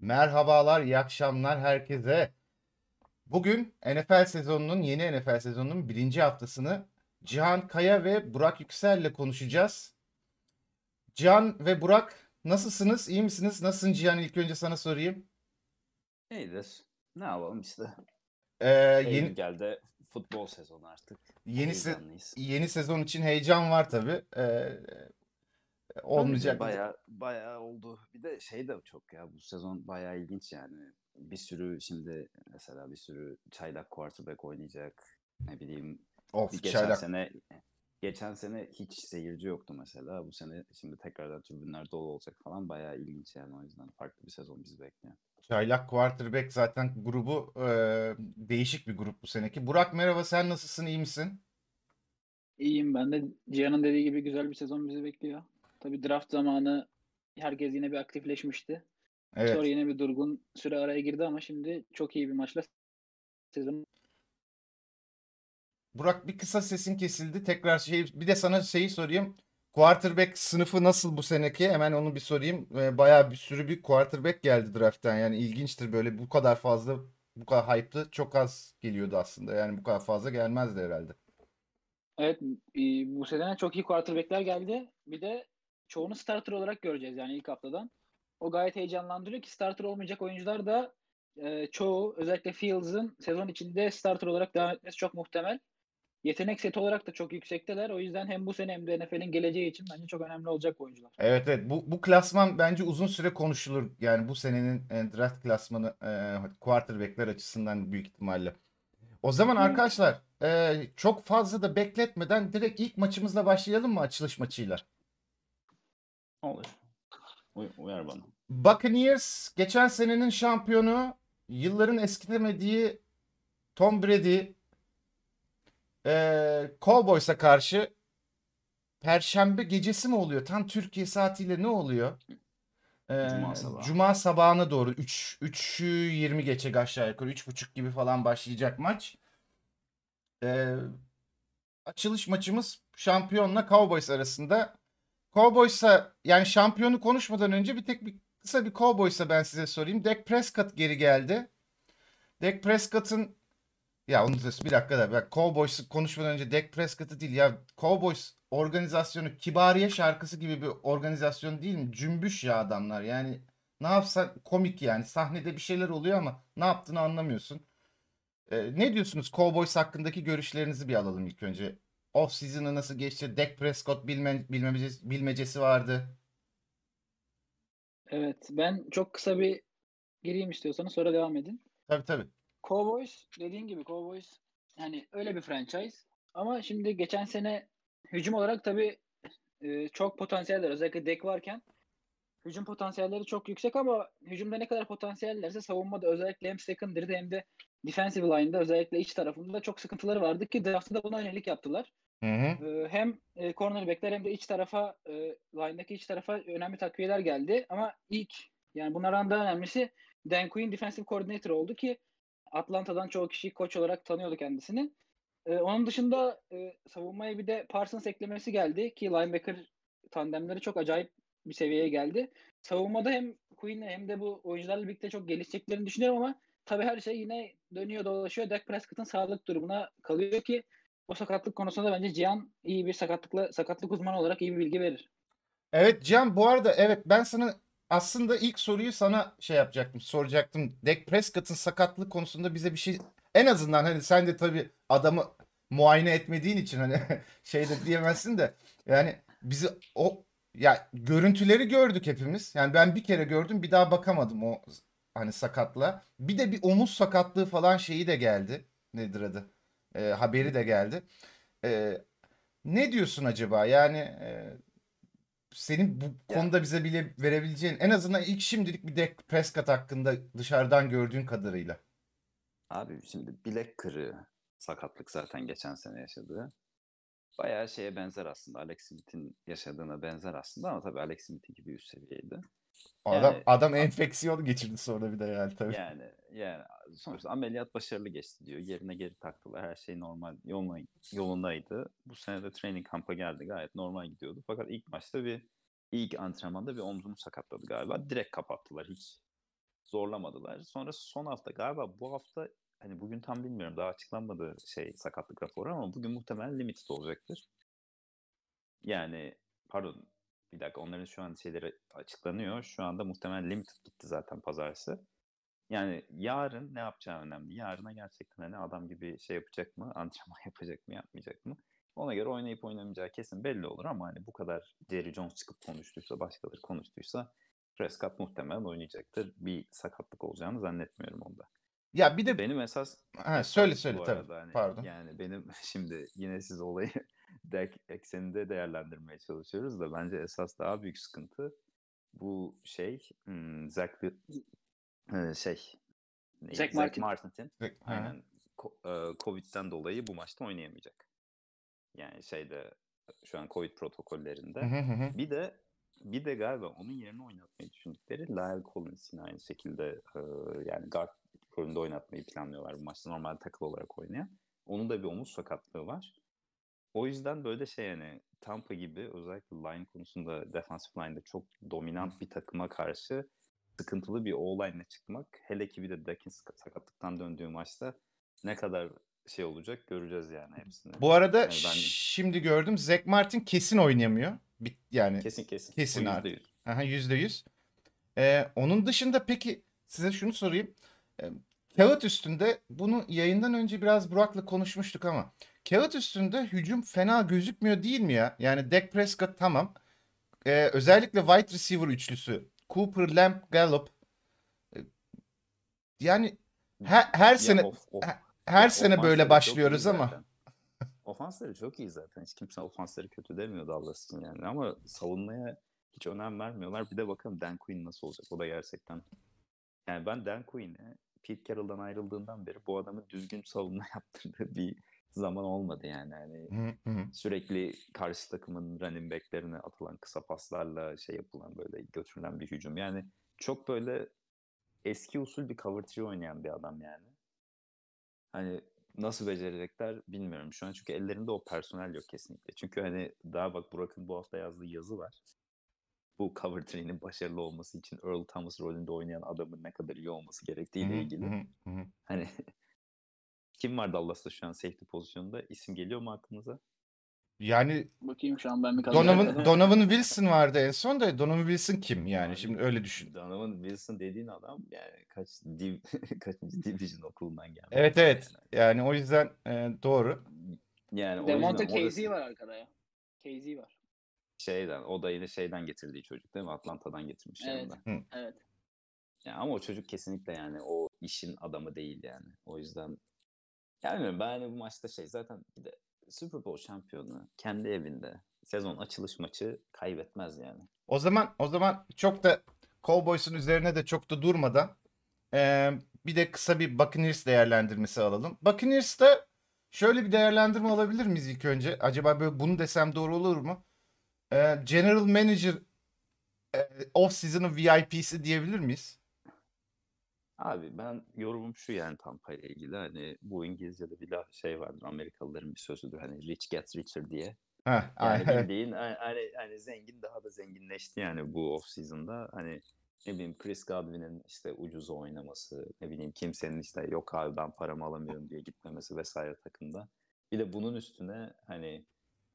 Merhabalar, iyi akşamlar herkese. Bugün yeni NFL sezonunun birinci haftasını Cihan Kaya ve Burak Yüksel ile konuşacağız. Cihan ve Burak nasılsınız? İyi misiniz? Nasılsın Cihan? İlk önce sana sorayım. İyidir. Ne yapalım işte. Ee, Eylül yeni geldi. Futbol sezonu artık. yeni se- Heyecanlıyız. yeni sezon için heyecan var tabii. Tabii canım Olmayacak. bayağı oldu. Bir de şey de çok ya, bu sezon bayağı ilginç yani. Bir sürü şimdi mesela bir sürü çaylak quarterback oynayacak. Ne bileyim, Of bir geçen çaylak. sene geçen sene hiç seyirci yoktu mesela. Bu sene şimdi tekrardan tribünler dolu olacak falan, bayağı ilginç yani, o yüzden farklı bir sezon bizi bekliyor. Çaylak quarterback zaten grubu değişik bir grup bu seneki. Burak merhaba, sen nasılsın? İyi misin? İyiyim ben de. Cihan'ın dediği gibi güzel bir sezon bizi bekliyor. Tabii draft zamanı herkes yine bir aktifleşmişti. Sonra Evet. yine bir durgun süre araya girdi ama şimdi çok iyi bir maçla sezon. Burak bir kısa sesin kesildi. Tekrar bir de sana şeyi sorayım. Quarterback sınıfı nasıl bu seneki? Hemen onu bir sorayım. Bayağı bir sürü bir quarterback geldi draft'tan. Yani ilginçtir, böyle bu kadar fazla, bu kadar hype'lı çok az geliyordu aslında. Yani bu kadar fazla gelmezdi herhalde. Evet, bu sene çok iyi quarterback'ler geldi. Bir de çoğunu starter olarak göreceğiz yani ilk haftadan. O gayet heyecanlandırıyor ki starter olmayacak oyuncular da çoğu, özellikle Fields'ın sezon içinde starter olarak devam etmesi çok muhtemel. Yetenek seti olarak da çok yüksekteler. O yüzden hem bu sene hem de NFL'in geleceği için bence çok önemli olacak bu oyuncular. Evet, evet, bu klasman bence uzun süre konuşulur. Yani bu senenin draft klasmanı quarterback'ler açısından büyük ihtimalle. O zaman Evet. arkadaşlar çok fazla da bekletmeden direkt ilk maçımızla başlayalım mı, açılış maçıyla? Olur. Uyar bana. Buccaneers geçen senenin şampiyonu, yılların eskitemediği Tom Brady, Cowboys'a karşı Perşembe gecesi mi oluyor? Tam Türkiye saatiyle ne oluyor? Cuma sabahı. Cuma sabahına doğru 3'ü 20 geçe, aşağı yukarı 3.30 gibi falan başlayacak maç. Eee, Açılış maçımız şampiyonla Cowboys arasında. Cowboys'a, yani şampiyonu konuşmadan önce kısa bir Cowboys'a ben size sorayım. Dak Prescott geri geldi. Dak Prescott'ın, ya onu da bir dakika da, ben Cowboys'u konuşmadan önce Dak Prescott'ı değil ya, Cowboys organizasyonu Kibariye şarkısı gibi bir organizasyon değil mi? Cümbüş ya adamlar, yani ne yapsa komik, yani sahnede bir şeyler oluyor ama ne yaptığını anlamıyorsun. Ne diyorsunuz, Cowboys hakkındaki görüşlerinizi bir alalım ilk önce. Off season'ı nasıl geçti? Dak Prescott bilmecesi vardı. Evet, ben çok kısa bir gireyim istiyorsanız sonra devam edin. Tabii, tabii. Cowboys, dediğin gibi Cowboys hani öyle bir franchise ama şimdi geçen sene hücum olarak tabii çok potansiyeller, özellikle Dak varken hücum potansiyelleri çok yüksek ama hücumda ne kadar potansiyellerse savunmada, özellikle hem secondary'de hem de defensive line'da, özellikle iç tarafında çok sıkıntıları vardı ki draft'ta da buna yönelik yaptılar. Hı hı. Hem cornerback'ler hem de iç tarafa, line'daki iç tarafa önemli takviyeler geldi ama yani bunlardan daha önemlisi Dan Quinn defensive coordinator oldu ki Atlanta'dan çoğu kişi koç olarak tanıyordu kendisini. Onun dışında savunmaya bir de Parsons eklemesi geldi ki linebacker tandemleri çok acayip bir seviyeye geldi. Savunmada hem Quinn'le hem de bu oyuncularla birlikte çok gelişeceklerini düşünüyorum ama tabii her şey yine dönüyor dolaşıyor Dak Prescott'ın sağlık durumuna kalıyor ki o sakatlık konusunda bence Cihan iyi bir sakatlık uzmanı olarak iyi bir bilgi verir. Evet Can, bu arada evet, ben sana aslında ilk soruyu sana soracaktım. Dak Prescott'ın sakatlık konusunda bize bir şey, en azından hani sen de tabii adamı muayene etmediğin için hani şey de diyemezsin de, yani bizi o, ya görüntüleri gördük hepimiz. Yani ben bir kere gördüm, bir daha bakamadım o hani sakatla. Bir de bir omuz sakatlığı falan şeyi de geldi. Nedir adı? Haberi de geldi. E, Ne diyorsun acaba? Yani senin bu Ya konuda bize bile verebileceğin, en azından ilk şimdilik bir Dak Prescott hakkında dışarıdan gördüğün kadarıyla. abi, şimdi bilek kırığı sakatlık zaten geçen sene yaşadığı. Bayağı şeye benzer aslında. Alex Smith'in yaşadığına benzer aslında, ama tabii Alex Smith'inki bir üst seviyeydi. Adam Yani adam enfeksiyon geçirdi sonra bir de, yani tabii. yani sonuçta ameliyat başarılı geçti diyor. Yerine geri taktılar. Her şey normal yolundaydı. Bu sene de training kamp'a geldi. Gayet normal gidiyordu. Fakat ilk antrenmanda bir omzunu sakatladı galiba. Direkt kapattılar. Hiç zorlamadılar. Sonra son hafta galiba bu hafta hani bugün tam bilmiyorum daha açıklanmadı sakatlık raporu ama bugün muhtemelen limited olacaktır. Yani pardon bir dakika onların şu an şeyleri açıklanıyor. Şu anda muhtemelen limited gitti zaten pazartesi. Yani yarın ne yapacağı önemli. Yarına gerçekten hani adam gibi şey yapacak mı, antrenman yapacak mı, yapmayacak mı? Ona göre oynayıp oynamayacağı kesin belli olur ama hani bu kadar Jerry Jones çıkıp konuştuysa, başkaları konuştuysa Prescott muhtemelen oynayacaktır. Bir sakatlık olacağını zannetmiyorum onda. Ya bir de Benim esas söyle bu tabii. arada hani Pardon. yani benim şimdi yine siz olayı Dak ekseninde değerlendirmeye çalışıyoruz da bence esas daha büyük sıkıntı bu Zach Zach Zach Martin. Martin Ha. aynen Covid'den dolayı bu maçta oynayamayacak. Yani şu an Covid Hı protokollerinde. hı hı. Bir de galiba onun yerine oynatmayı düşündükleri La'el Collins'in aynı şekilde yani guard rolünde oynatmayı planlıyorlar bu maçta. Normal tackle olarak oynayan. Onun da bir omuz sakatlığı var. O yüzden böyle yani Tampa gibi özellikle line konusunda defensive line'da çok dominant bir takıma karşı sıkıntılı bir O-line'le çıkmak hele ki bir de Dak'in sakatlıktan döndüğü maçta ne kadar olacak göreceğiz yani hepsini. Bu arada Yani ben şimdi gördüm Zach Martin kesin oynayamıyor. Yani kesin. kesin O artık. %100. Aha, %100. Onun dışında peki size şunu sorayım. Ee, Kağıt üstünde bunu yayından önce biraz Burak'la konuşmuştuk ama kağıt üstünde hücum fena gözükmüyor değil mi ya? Yani Dak Prescott tamam. Özellikle wide receiver üçlüsü. Cooper, Lamb, Gallup. Ee, Yani her Ya sene her sene böyle ofansları çok iyi başlıyoruz ama. zaten. Ofansları çok iyi zaten. Hiç kimse ofansları kötü demiyor Dallas için yani. Ama savunmaya hiç önem vermiyorlar. Bir de bakalım Dan Quinn nasıl olacak. O da gerçekten. Yani ben Dan Quinn'e Pete Carroll'dan ayrıldığından beri bu adamın düzgün savunma yaptırdığı bir zaman olmadı yani. Hani Hı hı. sürekli karşı takımın running back'lerine atılan kısa paslarla yapılan böyle götürülen bir hücum. Yani çok böyle eski usul bir cover 3 oynayan bir adam yani. Hani nasıl becerecekler bilmiyorum şu an çünkü ellerinde o personel yok kesinlikle. Çünkü hani daha bak Burak'ın bu hafta yazdığı yazı var. Bu cover 3'nin başarılı olması için Earl Thomas rolünde oynayan adamın ne kadar iyi olması Hı gerektiğiyle hı, ilgili. hı hı. Hani kim var Dallas'ta şu an safety pozisyonunda? İsim geliyor mu aklınıza? Yani Bakayım şu an ben bir kadro Donovan, yapmadım. Donovan Wilson vardı en son da Donovan Wilson kim yani Abi şimdi öyle düşün. Donovan Wilson dediğin adam yani kaçıncı division okulundan gelme Evet adam evet yani. yani o yüzden doğru. Yani o yüzden Demonte orası Casey var arkada ya. Casey var. o da yine getirdiği çocuk değil mi? Atlanta'dan getirmiş Evet. yanında. Hı. Evet. Ya ama o çocuk kesinlikle yani o işin adamı değil yani. O yüzden yani bilmiyorum ben hani bu maçta zaten bir de Super Bowl şampiyonu kendi evinde sezon açılış maçı kaybetmez yani. O zaman çok da Cowboys'un üzerine de çok da durmadan e, bir de kısa bir Buccaneers değerlendirmesi alalım. Buccaneers'ta şöyle bir değerlendirme alabilir miyiz ilk önce? Acaba böyle bunu desem doğru olur mu? General Manager off-season'ın VIP'si diyebilir miyiz? Abi ben yorumum şu yani Tampa ile ilgili hani bu İngilizce'de bir vardır Amerikalıların bir sözüdür hani rich gets richer diye. Ha, Yani evet. bildiğin hani zengin daha da zenginleşti yani bu off season'da. Hani ne bileyim Chris Godwin'in ucuz oynaması, ne bileyim kimsenin yok abi ben paramı alamıyorum diye gitmemesi vesaire takımda. Bir de bunun üstüne hani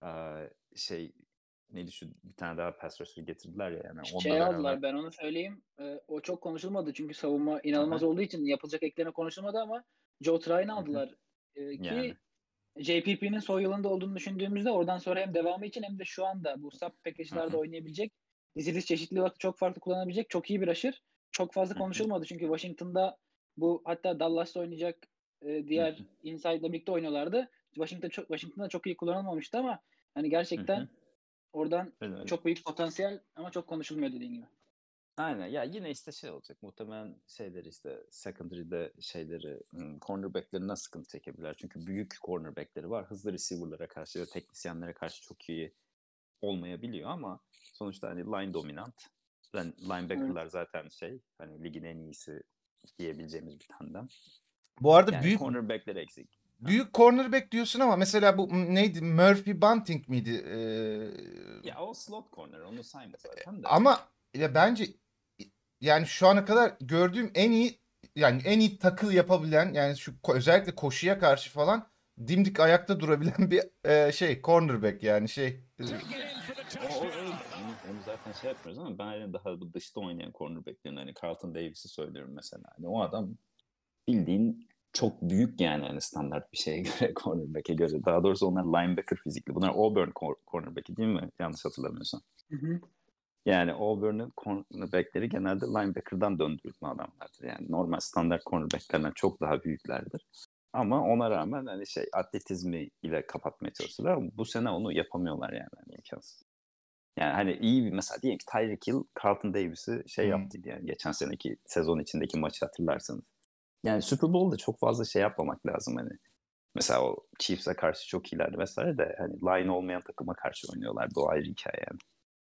neydi şu bir tane daha pass rusher getirdiler ya yani onunla beraber. Aldılar ben onu söyleyeyim. O çok konuşulmadı çünkü savunma inanılmaz Aha, olduğu için yapılacak eklerine konuşulmadı ama Joe Tryan'ı aldılar. yani. Ki JPP'nin son yılında olduğunu düşündüğümüzde oradan sonra hem devamı için hem de şu anda bu sub package'larda oynayabilecek, diziliş çeşitli vakti çok farklı kullanabilecek çok iyi bir rusher. Çok fazla konuşulmadı çünkü Washington'da bu hatta Dallas'ta oynayacak diğer inside'la birlikte oynuyorlardı. Washington'da çok iyi kullanılmamıştı ama hani gerçekten oradan Öyle. çok büyük potansiyel ama çok konuşulmuyor dediğin gibi. Aynen ya yine olacak muhtemelen secondary'de cornerback'lerine sıkıntı çekebilirler. Çünkü büyük cornerback'leri var. Hızlı receiver'lara karşı ve teknisyenlere karşı çok iyi olmayabiliyor ama sonuçta hani line dominant. Linebacker'lar zaten hani ligin en iyisi diyebileceğimiz bir tandem. Bu arada Yani cornerback'ler eksik. büyük cornerback diyorsun ama mesela bu neydi? Murphy Bunting miydi? Ya o slot corner onu sayma zaten de. Ama ya bence yani şu ana kadar gördüğüm en iyi, yani en iyi tackle yapabilen, yani şu özellikle koşuya karşı falan dimdik ayakta durabilen bir cornerback, yani Onu zaten şey yapmıyoruz ama ben hani daha bu dışta oynayan cornerbacklerin hani Carlton Davis'i söylüyorum mesela. Hani o adam bildiğin çok büyük yani hani standart bir şeye göre cornerback'e göre. Daha doğrusu onlar linebacker fizikli. Bunlar Auburn cornerback'i değil mi? Yanlış hatırlamıyorsam. Hı hı. Yani Auburn'un cornerback'leri genelde linebacker'dan döndürülme adamlardır. Yani normal standart cornerback'lerden çok daha büyüklerdir. Ama ona rağmen hani atletizmi ile kapatmaya çalışıyorlar. Ama bu sene onu yapamıyorlar yani. Hani imkansız. Yani hani iyi bir mesela diyelim ki Tyreek Hill Carlton Davis'i yaptıydı yani geçen seneki sezon içindeki maçı hatırlarsanız. Yani Super Bowl'da çok fazla yapmamak lazım hani. Mesela o Chiefs'e karşı çok iyilerdi vesaire de hani line olmayan takıma karşı oynuyorlar. Bu ayrı hikaye yani.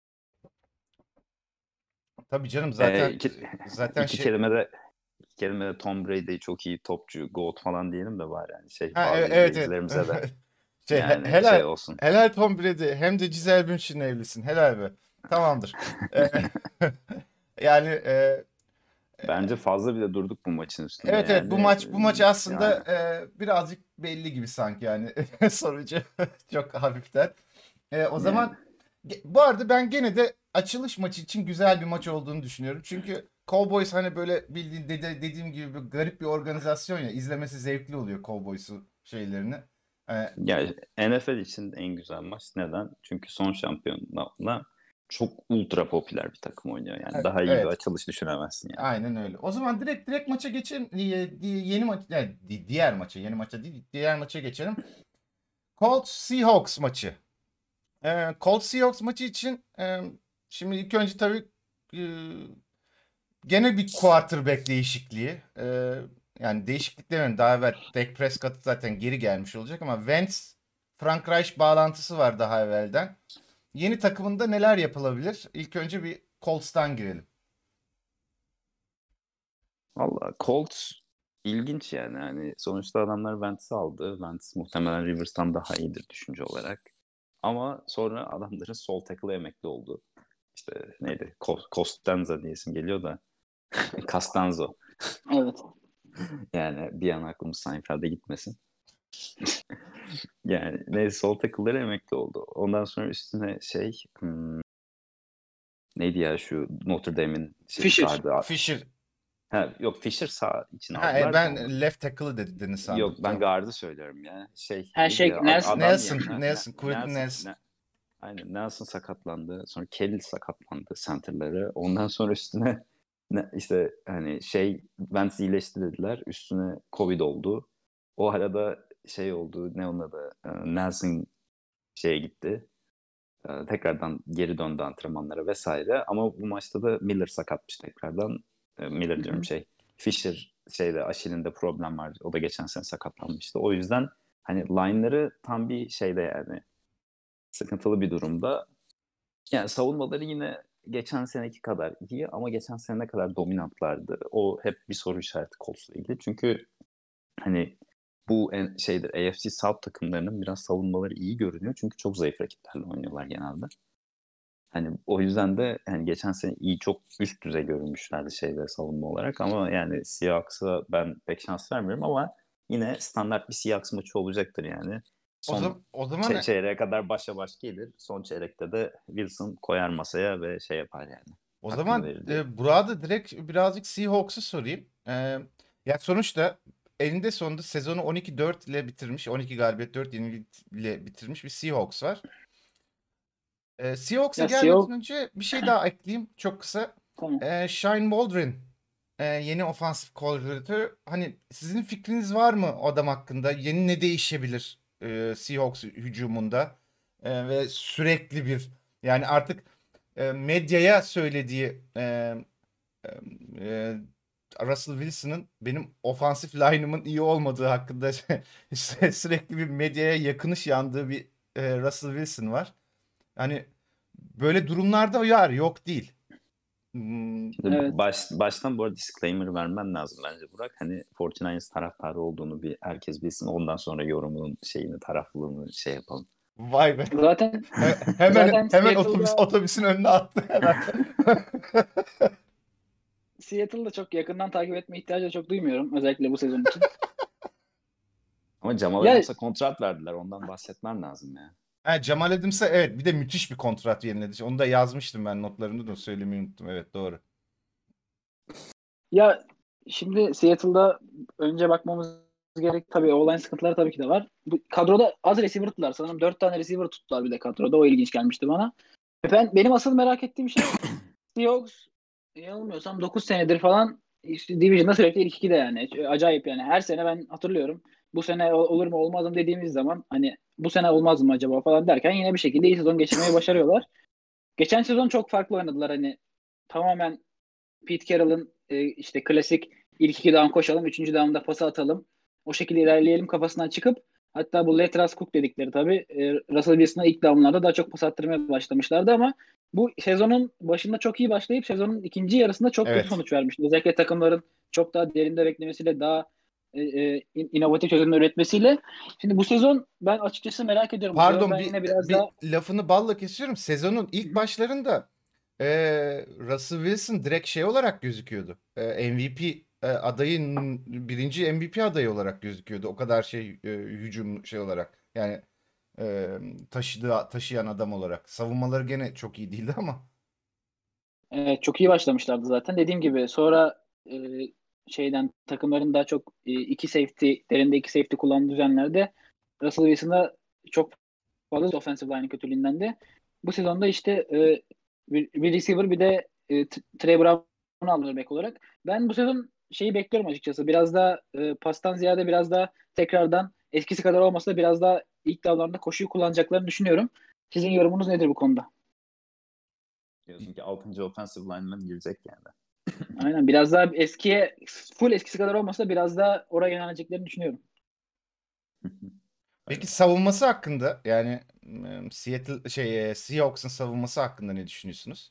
tabii canım, Ee, zaten iki, zaten iki kelimede Tom Brady çok iyi topçu, GOAT falan diyelim de var yani bazı evet, evet. izleyicilerimize de yani Helal olsun. helal Tom Brady, hem de Gisele Bündchen'le evlisin. Helal be. Tamamdır. E, yani Bence fazla bile durduk bu maçın üstünde evet, evet, bu yani. maç aslında Yani birazcık belli gibi sanki, yani sonucu çok hafiften. O yani zaman bu arada ben gene de açılış maçı için güzel bir maç olduğunu düşünüyorum. Çünkü Cowboys hani böyle bildiğin dediğim gibi bir garip bir organizasyon ya, izlemesi zevkli oluyor Cowboys'u şeylerini. E, ya NFL için en güzel maç neden? Çünkü son şampiyonla çok ultra popüler bir takım oynuyor yani. Daha iyi bir evet, açılış düşünemezsin yani. aynen öyle. O zaman direkt maça geçelim. Yeni maç, yani diğer maça, yeni maça değil, diğer maça geçelim. Colts Seahawks maçı. Colts Seahawks maçı için şimdi ilk önce tabii e, gene bir quarterback değişikliği. Yani değişiklik demiyorum. Daha evvel Dak Prescott zaten geri gelmiş olacak ama Wentz, Frank Reich bağlantısı var daha evvelden. Yeni takımında neler yapılabilir? İlk önce bir Colts'tan girelim. Valla Colts ilginç yani. Hani sonuçta adamlar Wentz'i aldı. Wentz muhtemelen Rivers'tan daha iyidir düşünce olarak. Ama sonra adamların sol tackle'ı emekli oldu. İşte neydi? Costanza diye isim geliyor da. Costanzo. Evet. Yani bir an aklım Seinfeld'e gitmesin. Yani neyse sol tackle'ları emekli oldu. Ondan sonra üstüne neydi ya şu Notre Dame'in Fisher. gardı. Fisher. Ha, yok Fisher sağ için aldılar da onu. Ben left tackle'ı dediğini sandım. Yok ben Tamam. gardı söylüyorum ya. Her Neydi şey ya Nelson. adam ya Quentin Nelson. aynen Nelson sakatlandı. Sonra Kelly sakatlandı center'ları. Ondan sonra üstüne işte hani Wentz iyileşti dediler. Üstüne Covid oldu. O arada oldu ne onun adı Nelson gitti. Tekrardan geri döndü antrenmanlara vesaire. Ama bu maçta da Miller sakatmış tekrardan. Miller Hı diyorum hı. Fisher Achilles'inde problem var. O da geçen sene sakatlanmıştı. O yüzden hani line'ları tam bir yani sıkıntılı bir durumda. Yani savunmaları yine geçen seneki kadar iyi ama geçen sene ne kadar dominantlardı. O hep bir soru işareti Colts'la ilgili. Çünkü hani bu AFC South takımlarının biraz savunmaları iyi görünüyor. Çünkü çok zayıf rakiplerle oynuyorlar genelde. Hani o yüzden de hani geçen sene iyi çok üst düzey görünmüşlerdi savunma olarak ama yani Seahawks'a ben pek şans vermiyorum ama yine standart bir Seahawks maçı olacaktır yani. Son O zaman çeyreğe kadar başa baş gelir. Son çeyrekte de Wilson koyar masaya ve yapar yani. O Hakkını zaman verir diyelim. burada direkt birazcık Seahawks'u sorayım. Ya sonuçta eninde sonunda sezonu 12-4 ile bitirmiş. 12 galibiyet 4 yenilgi ile bitirmiş bir Seahawks var. Seahawks'a Ya gelmeden Seahawks önce bir şey daha ekleyeyim çok kısa. tamam. Shane Waldron yeni ofansif koordinatör. Hani sizin fikriniz var mı o adam hakkında? Yeni ne değişebilir Seahawks hücumunda? Ve sürekli bir, yani artık medyaya söylediği e, Russell Wilson'ın benim ofansif line'ımın iyi olmadığı hakkında sürekli bir medyaya yakınış yandığı bir Russell Wilson var. Hani böyle durumlarda uyar, yok değil. Şimdi Evet. baştan bu arada disclaimer vermen lazım bence Burak. Hani 49ers taraftarı olduğunu bir herkes bilsin. Ondan sonra yorumunun taraflılığını yapalım. Vay be. Zaten Hemen zaten hemen Seattle'da otobüsün önüne attı hemen. Seattle'da çok yakından takip etme ihtiyacı çok duymuyorum. Özellikle bu sezon için. Ama Jamal Ya- Adams'a kontrat verdiler. Ondan bahsetmem lazım ya. Ha, Jamal Adams'a evet bir de müthiş bir kontrat yeniledi. Onu da yazmıştım ben notlarımda da söylemeyi unuttum. Evet doğru. Ya şimdi Seattle'da önce bakmamız gerek. Tabii online sıkıntıları tabii ki de var. Bu kadroda az receiver tuttular. Sanırım 4 tane receiver tuttular bir de kadroda. O ilginç gelmişti bana. Benim asıl merak ettiğim şey Seahawks yanılmıyorsam 9 senedir falan işte Division'da sürekli ilk 2'de yani. Acayip yani. Her sene ben hatırlıyorum. Bu sene olur mu olmaz mı dediğimiz zaman hani bu sene olmaz mı acaba falan derken yine bir şekilde iyi sezon geçirmeyi başarıyorlar. Geçen sezon çok farklı oynadılar hani tamamen Pete Carroll'ın işte klasik ilk iki down koşalım, üçüncü down'da pası atalım. O şekilde ilerleyelim kafasından çıkıp hatta bu Let Us Cook dedikleri tabii Russell Wilson'a ilk down'larda daha çok pas attırmaya başlamışlardı ama bu sezonun başında çok iyi başlayıp sezonun ikinci yarısında çok kötü Evet. sonuç vermişti. Özellikle takımların çok daha derinde beklemesiyle daha inovatif çözümler üretmesiyle. Şimdi bu sezon ben açıkçası merak ediyorum. Bu sezon Pardon ben yine biraz daha lafını balla kesiyorum. Sezonun ilk başlarında Russell Wilson direkt şey olarak gözüküyordu. MVP adayın birinci MVP adayı olarak gözüküyordu. O kadar hücum şey olarak. Yani taşıyan adam olarak. Savunmaları gene çok iyi değildi ama. evet, çok iyi başlamışlardı zaten. Dediğim gibi sonra şeyden takımların daha çok iki safety, derinde iki safety kullandığı düzenlerde Russell Wilson'da çok fazla offensive line kötülüğünden de bu sezonda işte bir receiver bir de Trey Brown'u aldılar back olarak. Ben bu sezon şeyi bekliyorum açıkçası. Biraz da pastan ziyade biraz da tekrardan eskisi kadar olmasa da biraz daha ilk dallarında koşuyu kullanacaklarını düşünüyorum. Sizin yorumunuz nedir bu konuda? Diyorsun ki 6. offensive lineman girecek yani. Aynen biraz daha full eskisi kadar olmasa da biraz daha oraya yöneleceklerini düşünüyorum. Peki savunması hakkında yani Seahawks'ın savunması hakkında ne düşünüyorsunuz?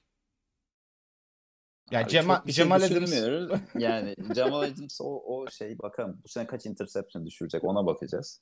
Yani Abi çok bir şey Cemal Adams düşünmüyoruz. Yani Jamal Adams o şey bakalım bu sene kaç interception düşürecek ona bakacağız.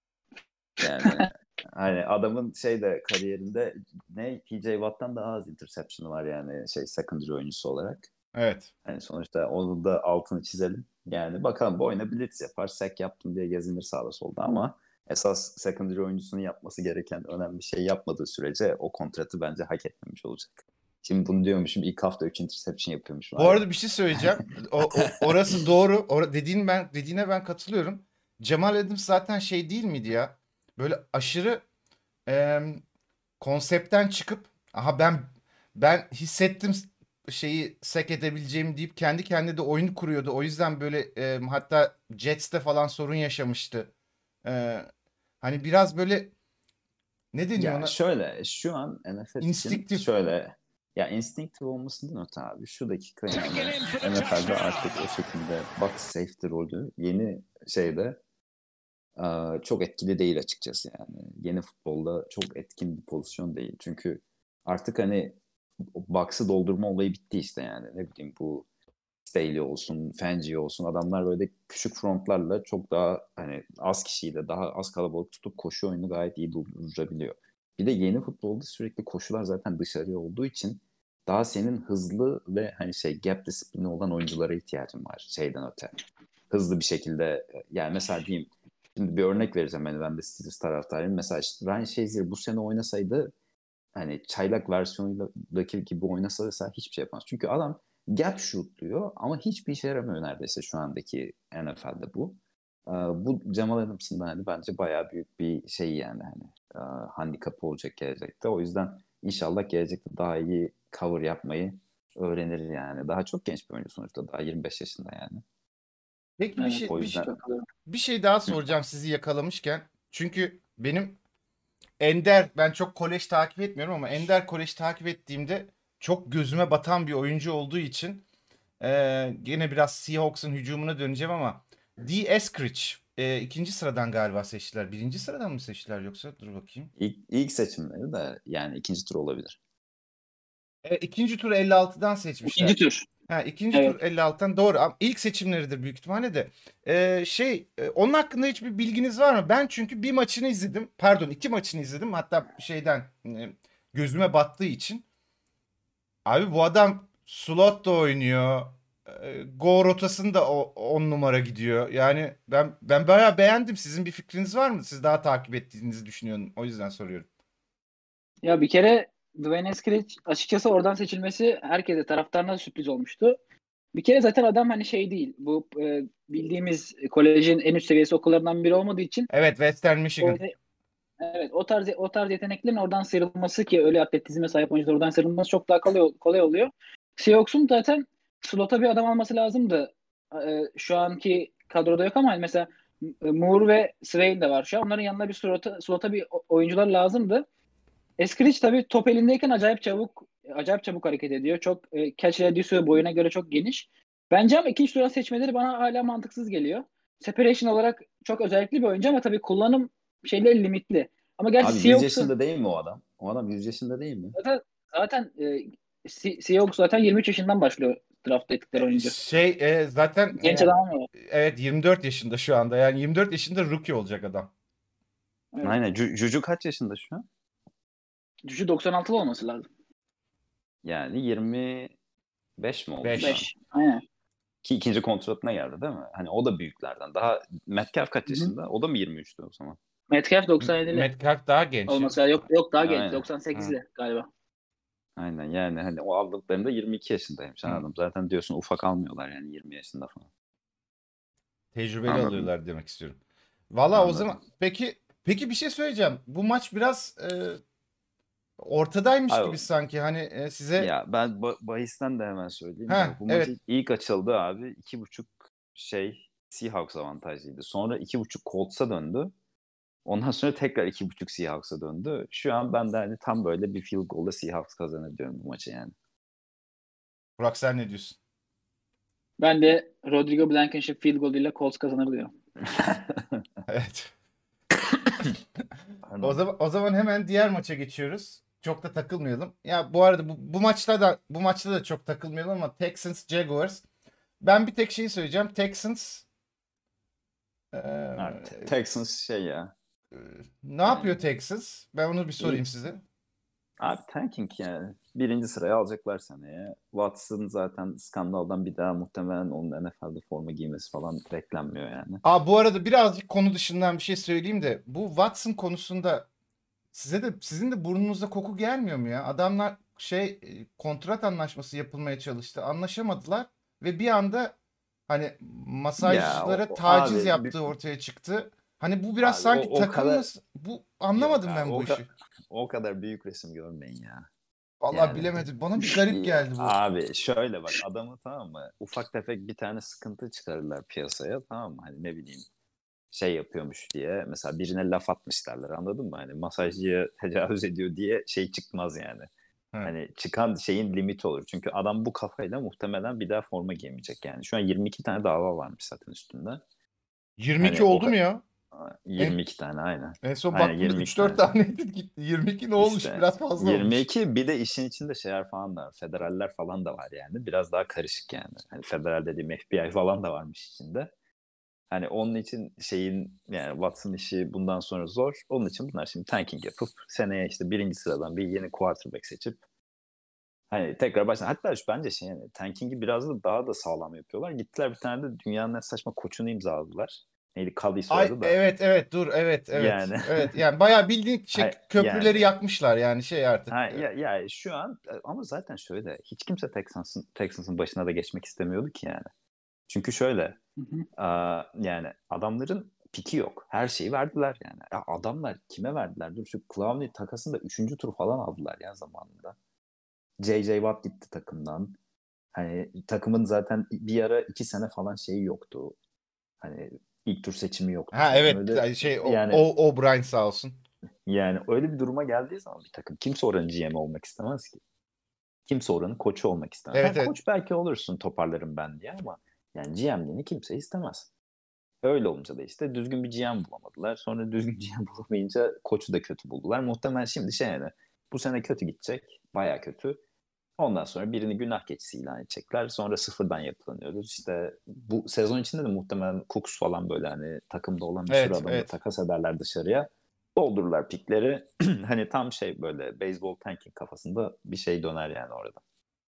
Yani hani adamın şeyde kariyerinde TJ Watt'tan daha az interception'ı var yani secondary oyuncusu olarak. evet. Hani sonuçta onun da altını çizelim. Yani bakalım bu oyuna blitz yapar, sack yaptım diye gezinir sağda solda ama esas secondary oyuncusunun yapması gereken önemli bir şey yapmadığı sürece o kontratı bence hak etmemiş olacak. Şimdi bunu diyormuşum ilk hafta 3 interception yapıyormuşum. Bu arada bir şey söyleyeceğim. Orası doğru. Dediğine ben katılıyorum. Cemal Adams zaten şey değil miydi ya? Böyle aşırı konseptten çıkıp aha ben hissettim şeyi sek edebileceğimi deyip kendi kendine de oyun kuruyordu. O yüzden böyle hatta Jets'te falan sorun yaşamıştı. E, Hani biraz böyle ne deniyor Ya ona? şöyle şu an NFL için İnstiktif. şöyle ya instinktif olmasından öte abi şu dakika yani NFL'de artık o şekilde box safety rolü yeni şeyde çok etkili değil açıkçası yani. Yeni futbolda çok etkin bir pozisyon değil. Çünkü artık hani o box'ı doldurma olayı bitti işte yani. Ne bileyim bu Staley olsun, Fangio olsun adamlar böyle küçük frontlarla çok daha hani az kişiyle daha az kalabalık tutup koşu oyunu gayet iyi durdurabiliyor. Bir de yeni futbolda sürekli koşular zaten dışarıya olduğu için daha senin hızlı ve hani gap disiplini olan oyunculara ihtiyacın var şeyden öte. Hızlı bir şekilde yani mesela diyeyim şimdi bir örnek vereceğim ben de Steelers taraftarıyım. Mesela işte Ryan Shazier bu sene oynasaydı hani çaylak versiyonundaki gibi oynasa mesela hiçbir şey yapmaz. Çünkü adam gap shootluyor ama hiçbir işe yaramıyor neredeyse şu andaki NFL'de bu. Bu Jamal Adams'ın da hani bence bayağı büyük bir şey yani hani handikapı olacak gelecekte. O yüzden inşallah gelecekte daha iyi cover yapmayı öğrenir yani. Daha çok genç bir oyuncu sonuçta. Daha 25 yaşında yani. Peki Evet, O yüzden bir şey daha soracağım sizi yakalamışken. Çünkü benim Ender ben çok kolej takip etmiyorum ama Ender kolej takip ettiğimde çok gözüme batan bir oyuncu olduğu için gene biraz Seahawks'ın hücumuna döneceğim ama D. Eskridge ikinci sıradan galiba seçtiler. Birinci sıradan mı seçtiler yoksa? Dur bakayım. ilk seçimleri de yani ikinci tur olabilir. İkinci tur 56'dan seçmişler. İkinci tur. Ha, ikinci tur Evet. 56'tan doğru. Ama ilk seçimleridir büyük ihtimalle de. Onun hakkında hiçbir bilginiz var mı? Ben çünkü bir maçını izledim. Pardon, iki maçını izledim. Hatta gözüme battığı için. Abi bu adam slot da oynuyor. Go rotası da 10 numara gidiyor. Yani ben bayağı beğendim. Sizin bir fikriniz var mı? Siz daha takip ettiğinizi düşünüyorum. O yüzden soruyorum. Ya bir kere Dwayne Eskridge açıkçası oradan seçilmesi herkese, taraftarına da sürpriz olmuştu. Bir kere zaten adam hani şey değil. Bu bildiğimiz kolejin en üst seviyesi okullarından biri olmadığı için Evet, Western Michigan. evet, o tarz yeteneklerin oradan sıyrılması, ki öyle atletizme sahip oyuncular oradan sıyrılması çok daha kolay oluyor. Seahawks'un zaten slot'a bir adam alması lazımdı. Şu anki kadroda yok ama mesela Moore ve Swain de var şu an. Onların yanına bir slot'a bir oyuncular lazımdı. Eskridge tabii top elindeyken acayip çabuk hareket ediyor. Çok catch radius'u boyuna göre çok geniş. Bence ama ikinci tura seçmeleri bana hala mantıksız geliyor. Separation olarak çok özellikli bir oyuncu ama tabii kullanım şeyleri limitli. Ama gerçi Abi 100 Seahawks'un yaşında değil mi o adam? O adam 100 yaşında değil mi? zaten Seahawks zaten 23 yaşından başlıyor draft ettikleri oyuncu. Zaten Genç adam ama. evet 24 yaşında şu anda. Yani 24 yaşında rookie olacak adam. Evet. Aynen. Juju kaç yaşında şu an? Düşü 96'lı olması lazım. Yani 25 mi oldu 5. şu an? 5. Aynen. Ki ikinci kontratına geldi değil mi? Hani o da büyüklerden. Daha Metcalf kaç Hı hı. yaşında? O da mı 23'tü o zaman? Metcalf 97'li Metcalf daha genç. olması lazım. Yok daha genç. Aynen. 98'li galiba. Aynen yani hani o aldıklarında 22 yaşındaymış Hı. anladım. Zaten diyorsun ufak almıyorlar yani 20 yaşında falan. Tecrübeli Anladım. alıyorlar demek istiyorum. Valla o zaman Anladım. peki bir şey söyleyeceğim. Bu maç biraz ortadaymış Abi, gibi sanki. Hani size ya ben bahisten de hemen söyleyeyim. ha Bak bu maç evet ilk açıldı abi. 2.5 Seahawks avantajlıydı. Sonra 2.5 Colts'a döndü. Ondan sonra tekrar 2.5 Seahawks'a döndü. Şu an ben de hani tam böyle bir field goal'da Seahawks kazanır diyorum bu maçı yani. Burak sen ne diyorsun? Ben de Rodrigo Blankenship field goal ile Colts kazanır diyorum. Evet. Pardon. O zaman hemen diğer maça geçiyoruz. Çok da takılmayalım. Ya bu arada bu maçta da çok takılmayalım ama Texans Jaguars. Ben bir tek şeyi söyleyeceğim. Texans Abi, Texans ya. ne yapıyor Texans? Ben onu bir sorayım size. Abi tanking yani. Birinci sıraya alacaklar seneye. Watson zaten skandaldan bir daha muhtemelen onun NFL'de forma giymesi falan beklenmiyor yani. Bu arada birazcık konu dışından bir şey söyleyeyim de bu Watson konusunda sizin de burnunuzda koku gelmiyor mu ya? Adamlar kontrat anlaşması yapılmaya çalıştı. Anlaşamadılar ve bir anda hani Ya masajcılara taciz abi yaptığı ortaya çıktı. Hani bu biraz sanki o kadar takılması yok anlamadım abi ben bu işi. o kadar büyük resim görmeyin ya. Vallahi Yani bilemedim. Bana bir garip geldi bu. abi şöyle bak adamı tamam mı? Ufak tefek bir tane sıkıntı çıkarırlar piyasaya tamam mı? Hani ne bileyim şey yapıyormuş diye mesela birine laf atmış derler anladın mı? Hani masajcıya tecavüz ediyor diye şey çıkmaz yani. He. Hani çıkan şeyin limiti olur. Çünkü adam bu kafayla muhtemelen bir daha forma giymeyecek yani. Şu an 22 tane dava varmış zaten üstünde. 22 Hani o oldu mu ya? En, 22 tane aynen. en son Aynen baktığımda 22 3-4 tanesi. taneydi gitti. 22 ne olmuş? İşte Biraz fazla olmuş. 22 bir de işin içinde şeyler falan da var. Federaller falan da var yani. Biraz daha karışık yani. Hani federal dediğim FBI falan da varmış içinde. Hani onun için yani Watson işi bundan sonra zor. Onun için bunlar şimdi tanking yapıp seneye işte birinci sıradan bir yeni quarterback seçip hani tekrar baştan hatta bence yani tanking'i biraz da daha da sağlam yapıyorlar. Gittiler bir tane de dünyanın en saçma koçunu imzaladılar. Neydi? Cully Ay soyadı da. evet dur evet. Yani Evet yani bayağı bildiğin köprüleri yani yakmışlar yani artık. ya şu an ama zaten şöyle hiç kimse Texans'ın başına da geçmek istemiyordu ki yani. Çünkü şöyle Hı hı. yani adamların piki yok. Her şeyi verdiler yani. Ya adamlar kime verdiler? Dur şu Clowney takasında 3. tur falan aldılar ya zamanında. J.J. Watt gitti takımdan. Hani takımın zaten bir ara 2 sene falan şeyi yoktu. Hani ilk tur seçimi yoktu Ha falan. evet Öyle yani O'Brien sağ olsun. yani öyle bir duruma geldiği zaman bir takım kimse oranın GM olmak istemez ki. Kimse oranın koçu olmak istemez. Evet Ha, evet. koç belki olursun toparlarım ben diye ama yani GM'liğini kimse istemez. Öyle olunca da işte düzgün bir GM bulamadılar. Sonra düzgün GM bulamayınca koçu da kötü buldular. Muhtemelen şimdi yani bu sene kötü gidecek. Baya kötü. Ondan sonra birini günah keçisi ilan edecekler. Sonra sıfırdan yapılanıyoruz. İşte bu sezon içinde de muhtemelen Cooks falan böyle hani takımda olan bir sürü Evet adamı da evet. takas ederler dışarıya. Doldururlar pikleri. Hani tam böyle baseball tanking kafasında bir şey döner yani orada.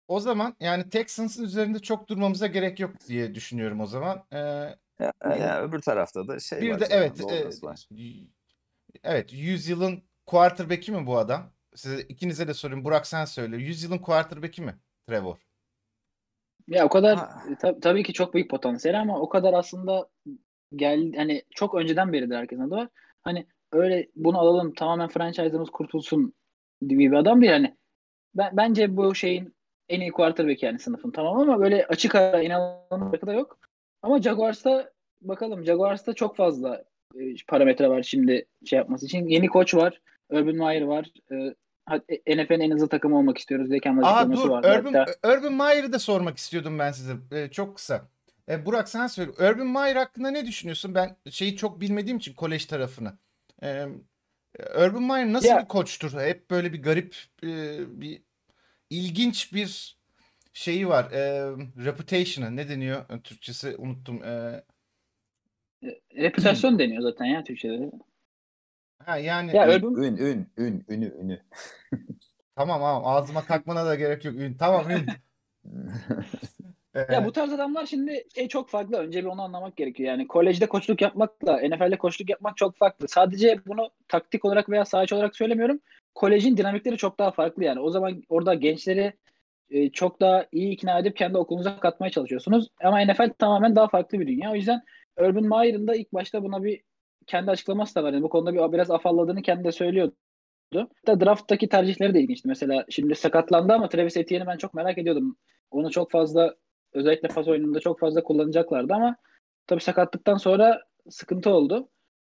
O zaman yani Texans'ın üzerinde çok durmamıza gerek yok diye düşünüyorum o zaman. Ya öbür tarafta da şey Bir var de zaten. evet, Lawrence var. evet, 100 yılın quarterback'i mi bu adam? Size ikinize de sorayım. Burak sen söyle. 100 yılın quarterback'i mi Trevor? Ya o kadar Ha, tabii ki çok büyük potansiyel ama o kadar aslında hani çok önceden beridir herkesin adı var. Hani öyle bunu alalım tamamen franchise'ımız kurtulsun gibi bir adam değil. Hani bence bu şeyin en iyi quarterback yani sınıfın, tamam, ama böyle açık ara inanılmaz bir da yok. Ama Jaguars'ta bakalım, Jaguars'ta çok fazla parametre var şimdi şey yapması için. Yeni koç var. Urban Meyer var. NFL'in en hızlı takımı olmak istiyoruz diye kendi Aha açıklaması dur. vardı hatta. Urban Meyer'ı da sormak istiyordum ben size. Çok kısa. Burak sen söyle. Urban Meyer hakkında ne düşünüyorsun? Ben şeyi çok bilmediğim için kolej tarafını. E, Urban Meyer nasıl bir Ya koçtur? Hep böyle bir garip, bir ilginç bir şeyi var. Reputation'ı ne deniyor? Türkçesi unuttum. reputasyon deniyor zaten ya Türkçe'de. Ha yani Ya ün, Urban ün, ün, ün, ünü. tamam ağzıma kalkmana da gerek yok. Tamam ün. Ya bu E, tarz adamlar şimdi şey çok farklı. Önce bir onu anlamak gerekiyor. Yani kolejde koçluk yapmakla NFL'de koçluk yapmak çok farklı. Sadece bunu taktik olarak veya saha içi olarak söylemiyorum. Kolejin dinamikleri çok daha farklı yani. O zaman orada gençleri çok daha iyi ikna edip kendi okulunuza katmaya çalışıyorsunuz. Ama NFL tamamen daha farklı bir dünya. O yüzden Urban Meyer'ın da ilk başta buna bir kendi açıklaması da var. Yani bu konuda biraz afalladığını kendi de söylüyordu. Da draft'taki tercihleri de ilginçti. Mesela şimdi sakatlandı ama Travis Etienne'i ben çok merak ediyordum. Onu çok fazla, özellikle pas oyununda çok fazla kullanacaklardı ama tabii sakatlıktan sonra sıkıntı oldu.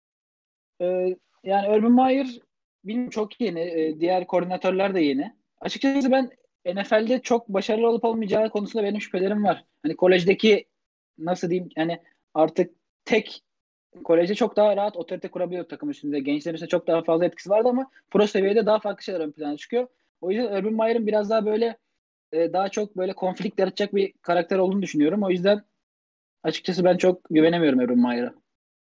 Yani Urban Meyer bilmiyorum, çok yeni. Diğer koordinatörler de yeni. Açıkçası ben NFL'de çok başarılı olup olmayacağı konusunda benim şüphelerim var. Hani kolejdeki, nasıl diyeyim, yani artık tek kolejde çok daha rahat otorite kurabiliyor takım üstünde. Gençlerin üstünde çok daha fazla etkisi vardı ama pro seviyede daha farklı şeyler ön plana çıkıyor. O yüzden Urban Meyer'ın biraz daha böyle daha çok böyle konflikt yaratacak bir karakter olduğunu düşünüyorum. O yüzden açıkçası ben çok güvenemiyorum Urban Meyer'a.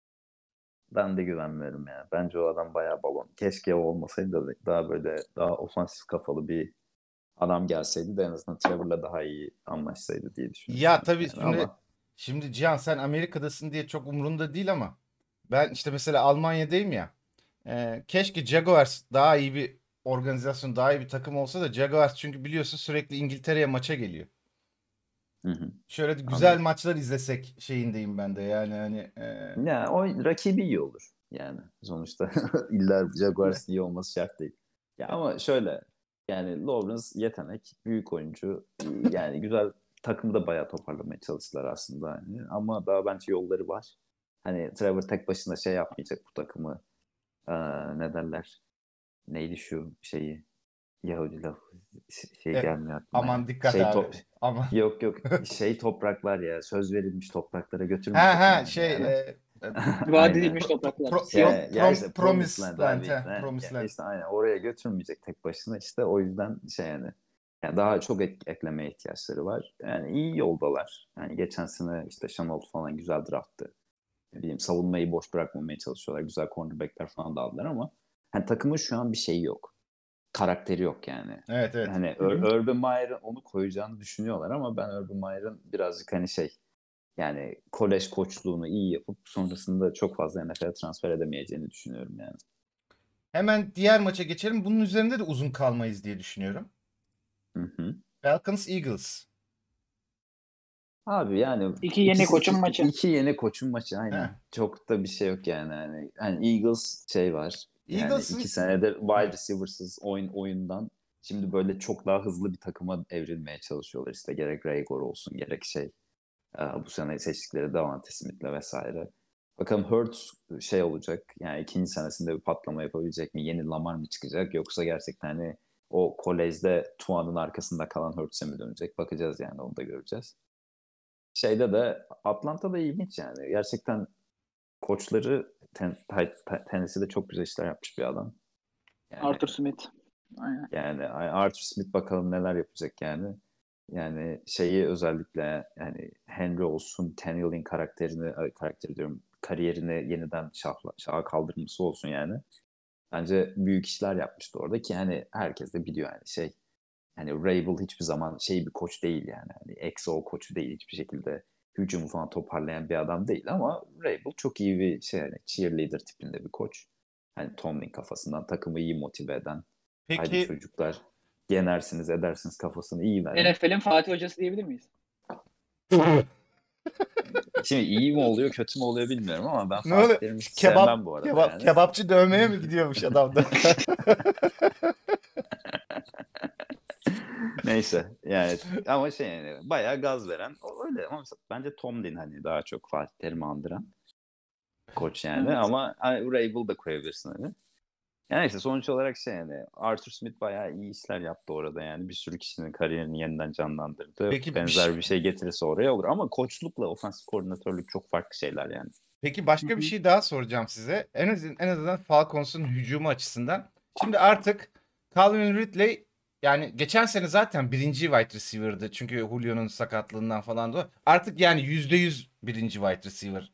Ben de güvenmiyorum ya. Bence o adam bayağı balon. Keşke o olmasaydı da daha böyle daha ofansif kafalı bir adam gelseydi de en azından Trevor'la daha iyi anlaşsaydı diye Ya düşünüyorum. tabii Yani ama şimdi Cihan sen Amerika'dasın diye çok umurunda değil ama ben işte mesela Almanya'dayım ya. Keşke Jaguars daha iyi bir organizasyon, daha iyi bir takım olsa da Jaguars çünkü biliyorsun sürekli İngiltere'ye maça geliyor. hı hı, Şöyle de güzel anladım. maçlar izlesek şeyindeyim ben de yani hani Ya o rakibi iyi olur yani sonuçta illa Jaguars iyi olması şart değil. Ya ama şöyle yani Lawrence yetenek, büyük oyuncu yani güzel takımı da bayağı toparlamaya çalıştılar aslında hani. Ama daha bence yolları var. Hani Trevor tek başına şey yapmayacak bu takımı. Ee, ne derler? Neydi şu şeyi? Yahudi lafı şey e, gelmiyor aklıma aman ya. dikkat Şey abi. Aman. yok yok şey topraklar ya söz verilmiş topraklara Ha götürmeyecek ha umarım yani. Vaat Aynen. edilmiş topraklar. Ya işte Promised Promised Land Land, abi. he, Promised Ya Land. işte aynen oraya götürmeyecek tek başına işte o yüzden şey yani daha çok eklemeye ihtiyaçları var. Yani iyi yoldalar. Yani geçen sene işte Shenault falan güzel drafttı. Ne bileyim savunmayı boş bırakmamaya çalışıyorlar. Güzel cornerbackler falan da aldılar ama hani takımın şu an bir şeyi yok. Karakteri yok yani. Evet, evet. Hani Hı hı. Urban Meyer'ın onu koyacağını düşünüyorlar ama ben Urban Meyer'ın birazcık hani şey yani kolej koçluğunu iyi yapıp sonrasında çok fazla NFL'e transfer edemeyeceğini düşünüyorum yani. Hemen diğer maça geçelim. Bunun üzerinde de uzun kalmayız diye düşünüyorum. Hı hı. Falcons Eagles. Abi yani İki yeni ikisi koçun maçı. iki yeni koçun maçı Heh. aynen. Çok da bir şey yok yani. Hani Eagles şey var. Yani iki Eagles'ın senedir wide evet. receiver'sız oyundan şimdi böyle çok daha hızlı bir takıma evrilmeye çalışıyorlar. İşte gerek Raygor olsun gerek şey bu sene seçtikleri Davante Smith'le vesaire. Bakalım Hurts şey olacak. Yani ikinci senesinde bir patlama yapabilecek mi? Yeni Lamar mı çıkacak? Yoksa gerçekten hani o kolejde Tua'nın arkasında kalan Hurts'e mi dönecek? Bakacağız yani onu da göreceğiz. Şeyde de Atlanta'da ilginç yani. Gerçekten koçları Tennessee'de çok güzel işler yapmış bir adam. Yani Arthur Smith. Aynen. yani Arthur Smith bakalım neler yapacak yani. Yani şeyi özellikle yani Henry olsun, Tannehill'in karakteri diyorum kariyerini yeniden şaha kaldırması olsun yani. Bence büyük işler yapmıştı orada ki hani herkes de biliyor yani şey hani Vrabel hiçbir zaman şey bir koç değil yani. Hani XO koçu değil, hiçbir şekilde hücumu falan toparlayan bir adam değil ama Vrabel çok iyi bir şey, hani cheerleader tipinde bir koç. Hani Tomlin kafasından takımı iyi motive eden, haydi Peki çocuklar yenersiniz edersiniz kafasını iyi veren. NFL'in Fatih hocası diyebilir miyiz? Şimdi iyi mi oluyor kötü mü oluyor bilmiyorum ama ben ne Fatih oluyor? Terim'i hiç Kebap sevmem bu arada kebap yani. kebapçı dövmeye mi gidiyormuş adam da? Neyse yani ama şey yani bayağı gaz veren öyle ama bence Tomlin hani daha çok Fatih Terim'i andıran koç yani Evet. ama hani Vrabel da koyabilirsin hani. Yani neyse sonuç olarak şey yani Arthur Smith bayağı iyi işler yaptı orada yani bir sürü kişinin kariyerini yeniden canlandırdı. Peki Benzer bir şey getirirse oraya olur ama koçlukla ofensif koordinatörlük çok farklı şeyler yani. Peki Hı başka bir hı. şey daha soracağım size. En azından Falcons'un hücumu açısından. Şimdi artık Calvin Ridley yani geçen sene zaten birinci wide receiver'dı. Çünkü Julio'nun sakatlığından falan da. Artık yani %100 birinci wide receiver.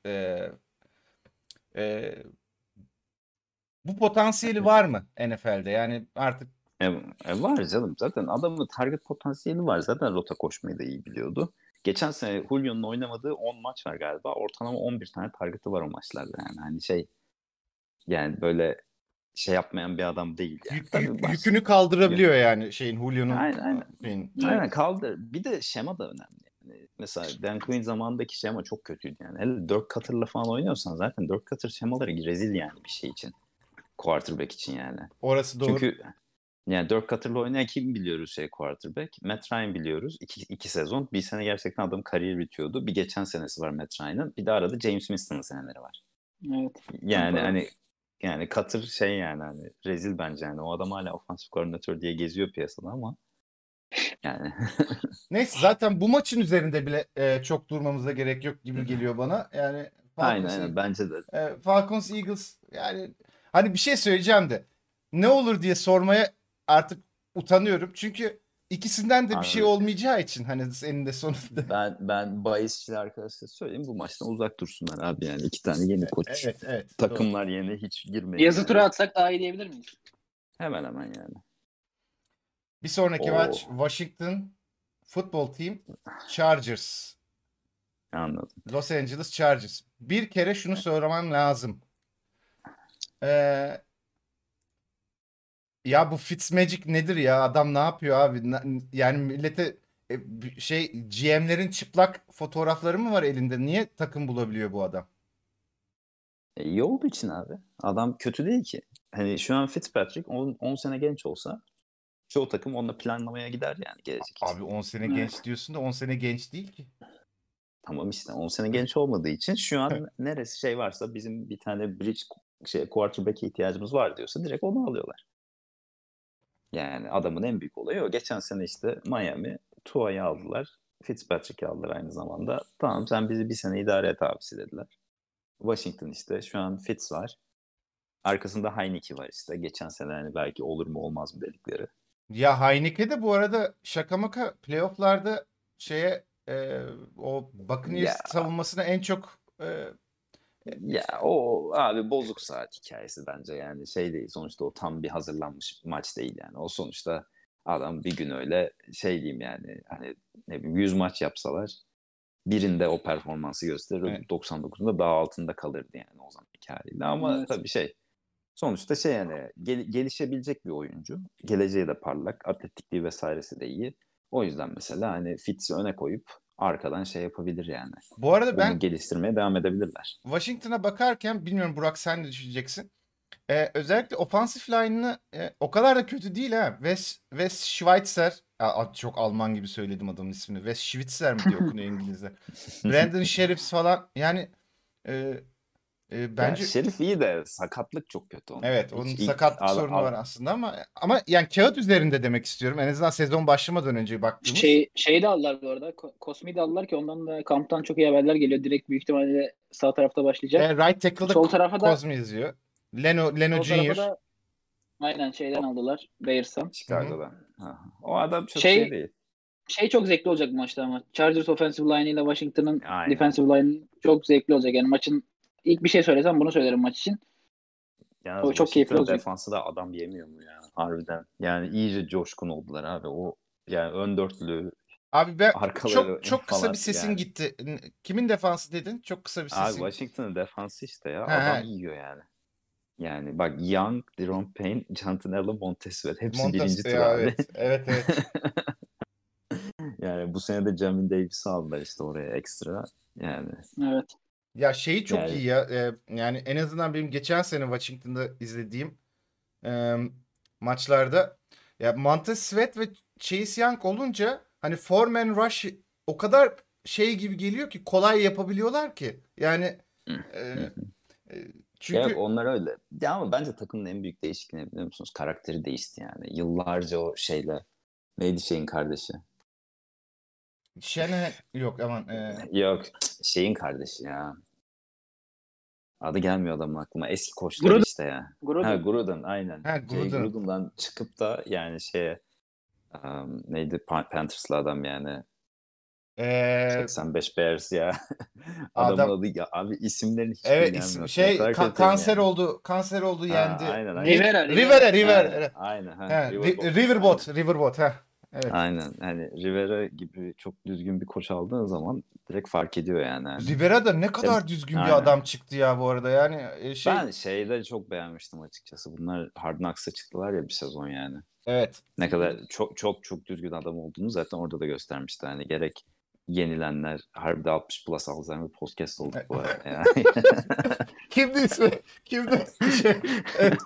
E, Bu potansiyeli var mı NFL'de? Yani artık E, var canım zaten adamın target potansiyeli var. Zaten rota koşmayı da iyi biliyordu. Geçen sene Julio'nun oynamadığı 10 maç var galiba. Ortalama 11 tane target'ı var o maçlarda yani. Hani şey yani böyle şey yapmayan bir adam değil yani. Tabii yükünü ya, kaldırabiliyor yani şeyin Julio'nun aynen aynen. şeyin. Aynen Evet. kaldır. Bir de şema da önemli. Yani mesela Dan Quinn zamanındaki şema çok kötüydü yani. Hele Dirk Cutter'la falan oynuyorsan zaten Dirk Cutter şemaları rezil yani bir şey için. Quarterback için yani. Orası doğru. Çünkü yani Dirk Cutter'la oynayan kim biliyoruz şey quarterback? Matt Ryan biliyoruz. İki sezon. Bir sene gerçekten adamın kariyeri bitiyordu. Bir geçen senesi var Matt Ryan'ın. Bir de arada James Winston'ın seneleri var. Evet. Yani Doğru. hani yani Cutter şey yani hani rezil bence yani. O adam hala ofansif koordinatör diye geziyor piyasada ama yani Neyse zaten bu maçın üzerinde bile çok durmamıza gerek yok gibi geliyor bana. Yani aynen Falcons, aynen bence de. Falcons Eagles yani hani bir şey söyleyeceğim de ne olur diye sormaya artık utanıyorum. Çünkü ikisinden de bir şey Abi, olmayacağı için hani eninde sonunda. ben bahisçiler arkadaşlar söyleyeyim bu maçtan uzak dursunlar abi yani. İki tane yeni koç. Evet, evet, doğru. Takımlar yeni hiç girmeyin Yazı yani. tura atsak daha iyi diyebilir miyiz? Hemen hemen yani. Bir sonraki maç Oo, Washington Football Team Chargers. anladım. Los Angeles Chargers. Bir kere şunu söylemem lazım. Ee, Ya bu Fitzmagic nedir ya? Adam ne yapıyor abi? Yani millete şey GM'lerin çıplak fotoğrafları mı var elinde? Niye takım bulabiliyor bu adam? İyi olduğu için abi. Adam kötü değil ki. Hani şu an Fitzpatrick 10 sene genç olsa çoğu takım onunla planlamaya gider yani gelecek için. Abi 10 sene Evet. genç diyorsun da 10 sene genç değil ki. Tamam işte 10 sene genç olmadığı için şu an neresi şey varsa bizim bir tane bridge şey quarterback'e ihtiyacımız var diyorsa direkt onu alıyorlar. Yani adamın en büyük olayı o. Geçen sene işte Miami Tua'yı aldılar. Fitzpatrick'i aldılar aynı zamanda. Tamam sen bizi bir sene idare et abisi dediler. Washington işte şu an Fitz var. Arkasında Heineke var işte. Geçen sene hani belki olur mu olmaz mı dedikleri. Ya Heineke de bu arada şaka maka playoff'larda şeye o Ya Buccaneers savunmasına en çok ya o abi bozuk saat hikayesi bence yani şey değil sonuçta o tam bir hazırlanmış maç değil yani o sonuçta adam bir gün öyle şey diyeyim yani hani ne bileyim 100 maç yapsalar birinde o performansı gösterir e, 99'unda daha altında kalırdı yani o zamanki haliyle ama Evet. tabii şey sonuçta şey yani gelişebilecek bir oyuncu geleceği de parlak atletikliği vesairesi de iyi o yüzden mesela hani Fitz'i öne koyup arkadan şey yapabilir yani bu arada onu ben geliştirmeye devam edebilirler. Washington'a bakarken bilmiyorum Burak sen ne düşüneceksin? Özellikle ofansif line'ını o kadar da kötü değil ha. Wes Schweitzer. Çok Alman gibi söyledim adamın ismini. Wes Schweitzer mi diye okunuyor İngilizce. Brandon Sheriffs falan. Yani e, Ya bence Şerif iyi de sakatlık çok kötü onda. evet onun Hiç ilk sakatlık sorunu var aslında ama yani kağıt üzerinde demek istiyorum. En azından sezon başlamadan önce baktığımız. Şeyi de aldılar bu arada. Cosmi'yi de aldılar ki ondan da kamptan çok iyi haberler geliyor. Direkt büyük ihtimalle sağ tarafta başlayacak. Right tackle'da Sol tarafa da Kozmi yazıyor. Leno sol tarafa Jr. da aynen şeyden aldılar. Bears'tan. Hı hı. Chicago'dan. Ha. O adam çok şey Şey değil. şey çok zevkli olacak bu maçta ama. Chargers offensive line ile Washington'ın Aynen. defensive line çok zevkli olacak. Yani maçın ilk bir şey söylesem bunu söylerim maç için. Yalnız O çok keyifli Washington olacak. defansı da adam yemiyor mu ya? Harbiden. Yani iyice coşkun oldular abi. O Yani ön dörtlü, Abi ben arkaları çok kısa falan bir sesin yani. gitti. Kimin defansı dedin? Çok kısa bir Abi sesin. Washington'ın defansı işte ya. He Adam he. yiyor yani. Yani bak Young, Deron Payne, Jonathan Montez Sweat hepsi Montas birinci tur ya, abi. evet. Evet, evet. Yani bu sene de Jamin Davis'i aldılar işte oraya ekstra. Yani Evet. Ya şeyi çok yani iyi ya. Yani en azından benim geçen sene Washington'da izlediğim e, maçlarda ya Montez Sweat ve Chase Young olunca hani Foreman Rush o kadar şey gibi geliyor ki kolay yapabiliyorlar ki. Yani e, e, ya çünkü onlar öyle. Ya ama bence takımın en büyük değişikliği ne biliyor musunuz? Karakteri değişti yani. Yıllarca o şeyle neydi şeyin kardeşi? Shanahan yok aman Yok şeyin kardeşi ya. Adı gelmiyor adamın aklıma. Eski koçları Gruden. işte ya. Ha Gruden. Gruden aynen. ha Jay Gruden. Gruden'dan çıkıp da yani şeye neydi Panthers'lı adam yani. E, 85 Bears ya. Adamın adam adı ya abi isimlerin hiçbiri evet gelmiyor. O şey kadar kötüyüm kanser yani. oldu, kanser oldu, Ha, yendi. aynen aynen. Neydi? Rivera. Rivera, Rivera. Rivera. Ha, Evet. aynen ha. Ha, Riverboat. Aynen. Riverbot ha. Evet. Aynen. Hani Rivera gibi çok düzgün bir koç aldığın zaman direkt fark ediyor yani. Hani. Rivera da ne İşte, kadar düzgün bir aynen. adam çıktı ya bu arada. Yani şey Ben şeyde çok beğenmiştim açıkçası. Bunlar Hard Knocks'a çıktılar ya bir sezon yani. evet. Ne kadar çok düzgün adam olduğunu zaten orada da göstermişti. Hani gerek yenilenler, harbide 60 plus Alzheimer podcast olduk bu arada yani. Kimdi ismi? Kimdi? Şey. Evet.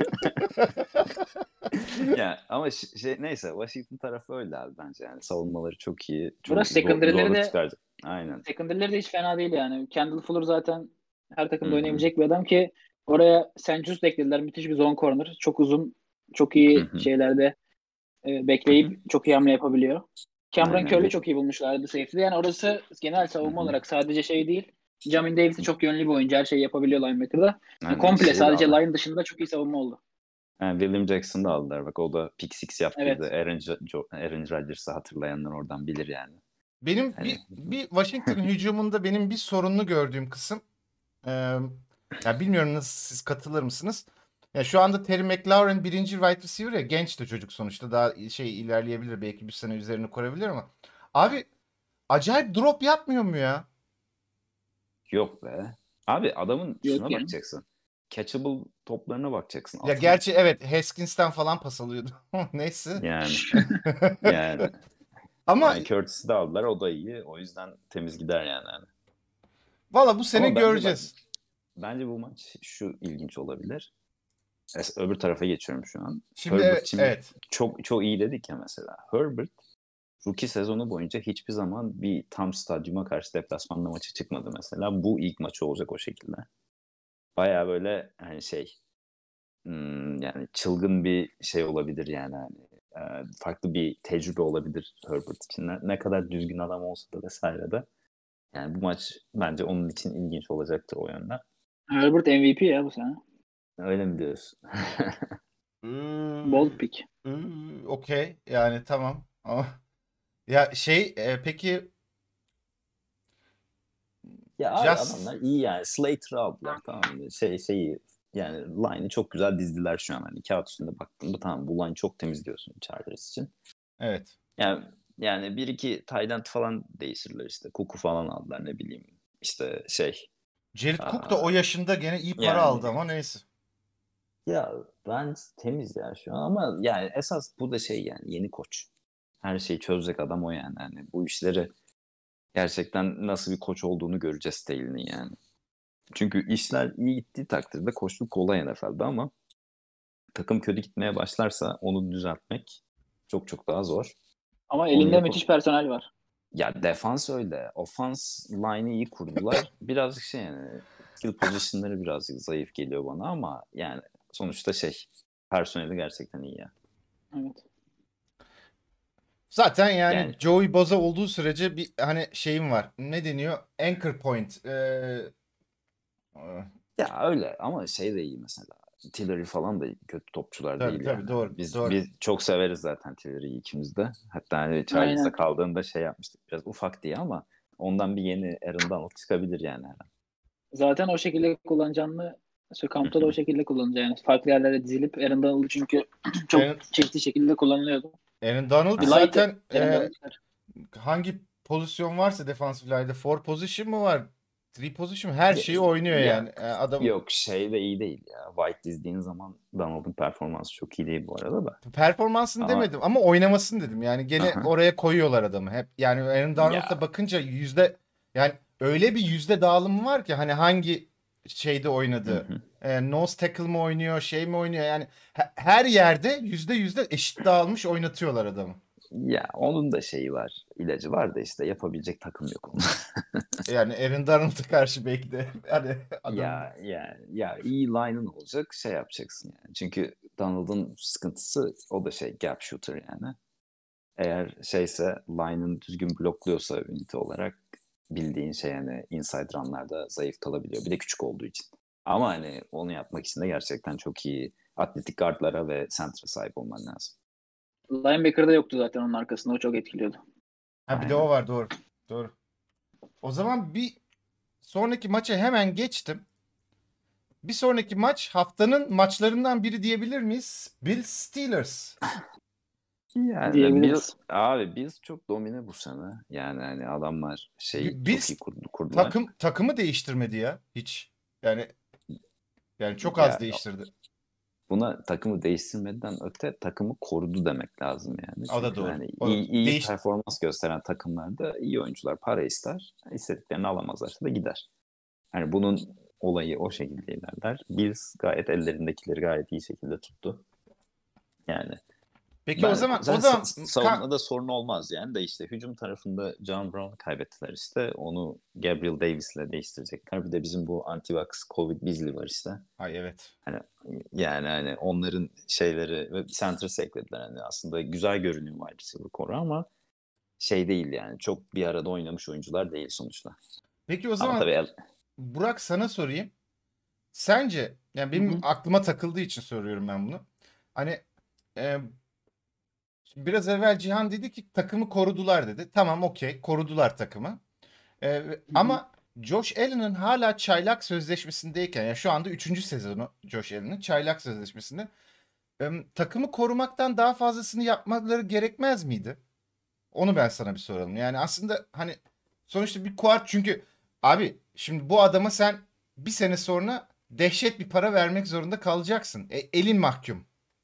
Ya ama neyse Washington tarafı öyle abi bence yani savunmaları çok iyi, çok Burası secondary'leri zorluk de çıkaracak. Aynen. secondary'leri de hiç fena değil yani. Kendall Fuller zaten her Hı takımda hı. oynayabilecek bir adam ki oraya St. Just eklediler. Müthiş bir zone corner. Çok uzun, çok Hı iyi hı. şeylerde bekleyip çok iyi hamle yapabiliyor. Cameron Aynen Curl'ü bir. çok iyi bulmuşlardı safety'de. Yani orası genel Hı savunma hı. olarak sadece şey değil. Jamin Davis de çok yönlü bir oyuncu. Her şeyi yapabiliyor linebacker'da. Yani Aynen komple şeyi de sadece aldı. line dışında çok iyi savunma oldu. Yani William Jackson'ı da aldılar. Bak o da pick six yaptıydı. Evet. Aaron Rodgers'ı hatırlayanlar oradan bilir yani. Benim Hani bir Washington hücumunda benim bir sorunlu gördüğüm kısım e, ya bilmiyorum nasıl siz katılır mısınız? Ya şu anda Terry McLaurin birinci wide receiver ya, genç de çocuk sonuçta, daha şey ilerleyebilir, belki bir sene üzerini korabilir ama abi acayip drop yapmıyor mu ya? yok be. Abi adamın Yok şuna yani. bakacaksın. Catchable toplarına bakacaksın. Ya Atma. gerçi evet, Haskins'ten falan pas alıyordu. Neyse. Yani yani Ama yani Curtis'i de aldılar. O da iyi. O yüzden temiz gider yani. Hani. valla bu sene Ama bence bak göreceğiz. bence bu maç şu ilginç olabilir. Öbür tarafa geçiyorum şu an. Şimdi Herbert evet, şimdi evet. çok iyi dedik ya mesela. Herbert rookie sezonu boyunca hiçbir zaman bir tam stadyuma karşı deplasmanla maça çıkmadı mesela. Bu ilk maçı olacak o şekilde. Baya böyle hani şey yani çılgın bir şey olabilir yani hani farklı bir tecrübe olabilir Herbert için. Ne kadar düzgün adam olsa da vesaire de. Yani bu maç bence onun için ilginç olacaktır o yönden. Herbert MVP ya bu sene. Öyle mi diyorsun? Bold pick. Okey yani, tamam. Ama ya şey peki Ya abi Just adamlar iyi yani. Slater'ı aldılar tamam mı? Şeyi yani line'ı çok güzel dizdiler şu an. Hani kağıt üstünde baktığında tamam bu line çok temiz diyorsun Chargers için. evet. Yani bir iki tight end falan değiştirdiler işte. Kuku falan aldılar ne bileyim. İşte Jared Cook da aa, o yaşında gene iyi para yani aldı ama neyse. ya ben temiz ya şu an ama yani esas bu da şey yani yeni koç. Her şeyi çözecek adam o yani. Hani bu işleri gerçekten nasıl bir koç olduğunu göreceğiz Staley'nin yani. Çünkü işler iyi gittiği takdirde koçluk kolay NFL'de ama takım kötü gitmeye başlarsa onu düzeltmek çok çok daha zor. Ama Onu elinde yapıp müthiş personel var. ya defans öyle. Ofans line'ı iyi kurdular. Birazcık şey yani skill position'ları birazcık zayıf geliyor bana ama yani sonuçta personeli gerçekten iyi ya. Evet. Zaten yani Yani Joey Bosa olduğu sürece bir hani şeyim var. Ne deniyor? Anchor point. ya öyle ama de iyi mesela. Tillery falan da kötü topçular Tabii değil tabii, yani. doğru doğru. Biz çok severiz zaten Tillery'yi ikimiz de. Hatta hani Chargers'a Aynen. kaldığında yapmıştık biraz ufak diye ama ondan bir yeni Aaron Donald çıkabilir yani. Zaten o şekilde kullanacağını Hı kampta da o hı. şekilde kullanacak. Yani farklı yerlere dizilip Aaron Donald çünkü çok En- çeşitli şekilde kullanılıyordu. Aaron Donald Bir zaten Aaron Donald çıkar. hangi pozisyon varsa defensive line'de, four position mı var? Three position mu? Her Ya, şeyi oynuyor ya yani. Adam yok şey de iyi değil ya. White dizdiğin zaman Donald'ın performansı çok iyi değil bu arada da. performansını Ama demedim ama oynamasını dedim. Yani gene aha, oraya koyuyorlar adamı. Hep yani Aaron Donald'a ya bakınca yani öyle bir yüzde dağılımı var ki hani hangi şeyde hı oynadı. hı. Nose tackle mı oynuyor, şey mi oynuyor? Yani her yerde yüzde eşit dağılmış oynatıyorlar adamı. Ya onun da şeyi var, ilacı var da işte yapabilecek takım yok onun. Yani Aaron Donald'a karşı belki de hani adam Ya iyi line'ın olacak şey yapacaksın yani. Çünkü Donald'ın sıkıntısı o da şey gap shooter yani. Eğer şeyse line'ın düzgün blokluyorsa ünite olarak bildiğin şey yani inside run'larda zayıf kalabiliyor. Bir de küçük olduğu için. Ama hani onu yapmak için de gerçekten çok iyi atletik guardlara ve center'a sahip olman lazım. Linebacker'da yoktu zaten onun arkasında. O çok etkiliyordu. ha bir de o Aynen. var, doğru. Doğru. O zaman bir sonraki maça hemen geçtim. Bir sonraki maç haftanın maçlarından biri diyebilir miyiz? Bills Steelers. Yani Diyebiliriz. biz çok domine bu sene. Yani hani adamlar şey çok Bills iyi kurdular. takımı değiştirmedi ya hiç. Yani çok az Ya değiştirdi. buna takımı değiştirmeden öte takımı korudu demek lazım yani. O da Çünkü doğru. hani O da iyi performans gösteren takımlarda iyi oyuncular para ister. İstediklerini alamazlarsa da gider. Yani bunun olayı o şekilde ilerler. Bills gayet ellerindekileri gayet iyi şekilde tuttu. Yani Peki o ben zaman zaten savunmada sorun olmaz yani de işte hücum tarafında John Brown'u kaybettiler işte. Onu Gabriel Davis'le değiştirecekler. Bir de bizim bu anti-vax Covid Beasley var işte. ay evet. Hani yani hani onların şeyleri ve center eklediler. Hani aslında güzel görünüyor wide receiver koru ama şey değil yani. Çok bir arada oynamış oyuncular değil sonuçta. Peki o Ama zaman tabii Burak sana sorayım. Sence yani Hı benim hı. aklıma takıldığı için soruyorum ben bunu. Hani e, şimdi biraz evvel Cihan dedi ki takımı korudular dedi. Tamam, okey, korudular takımı. Hı hı. Ama Josh Allen'ın hala çaylak sözleşmesindeyken, yani şu anda üçüncü sezonu Josh Allen'ın çaylak sözleşmesinde, takımı korumaktan daha fazlasını yapmaları gerekmez miydi? Onu ben sana bir soralım. Yani aslında hani sonuçta bir kuart, çünkü abi şimdi bu adama sen bir sene sonra dehşet bir para vermek zorunda kalacaksın. Elin mahkum.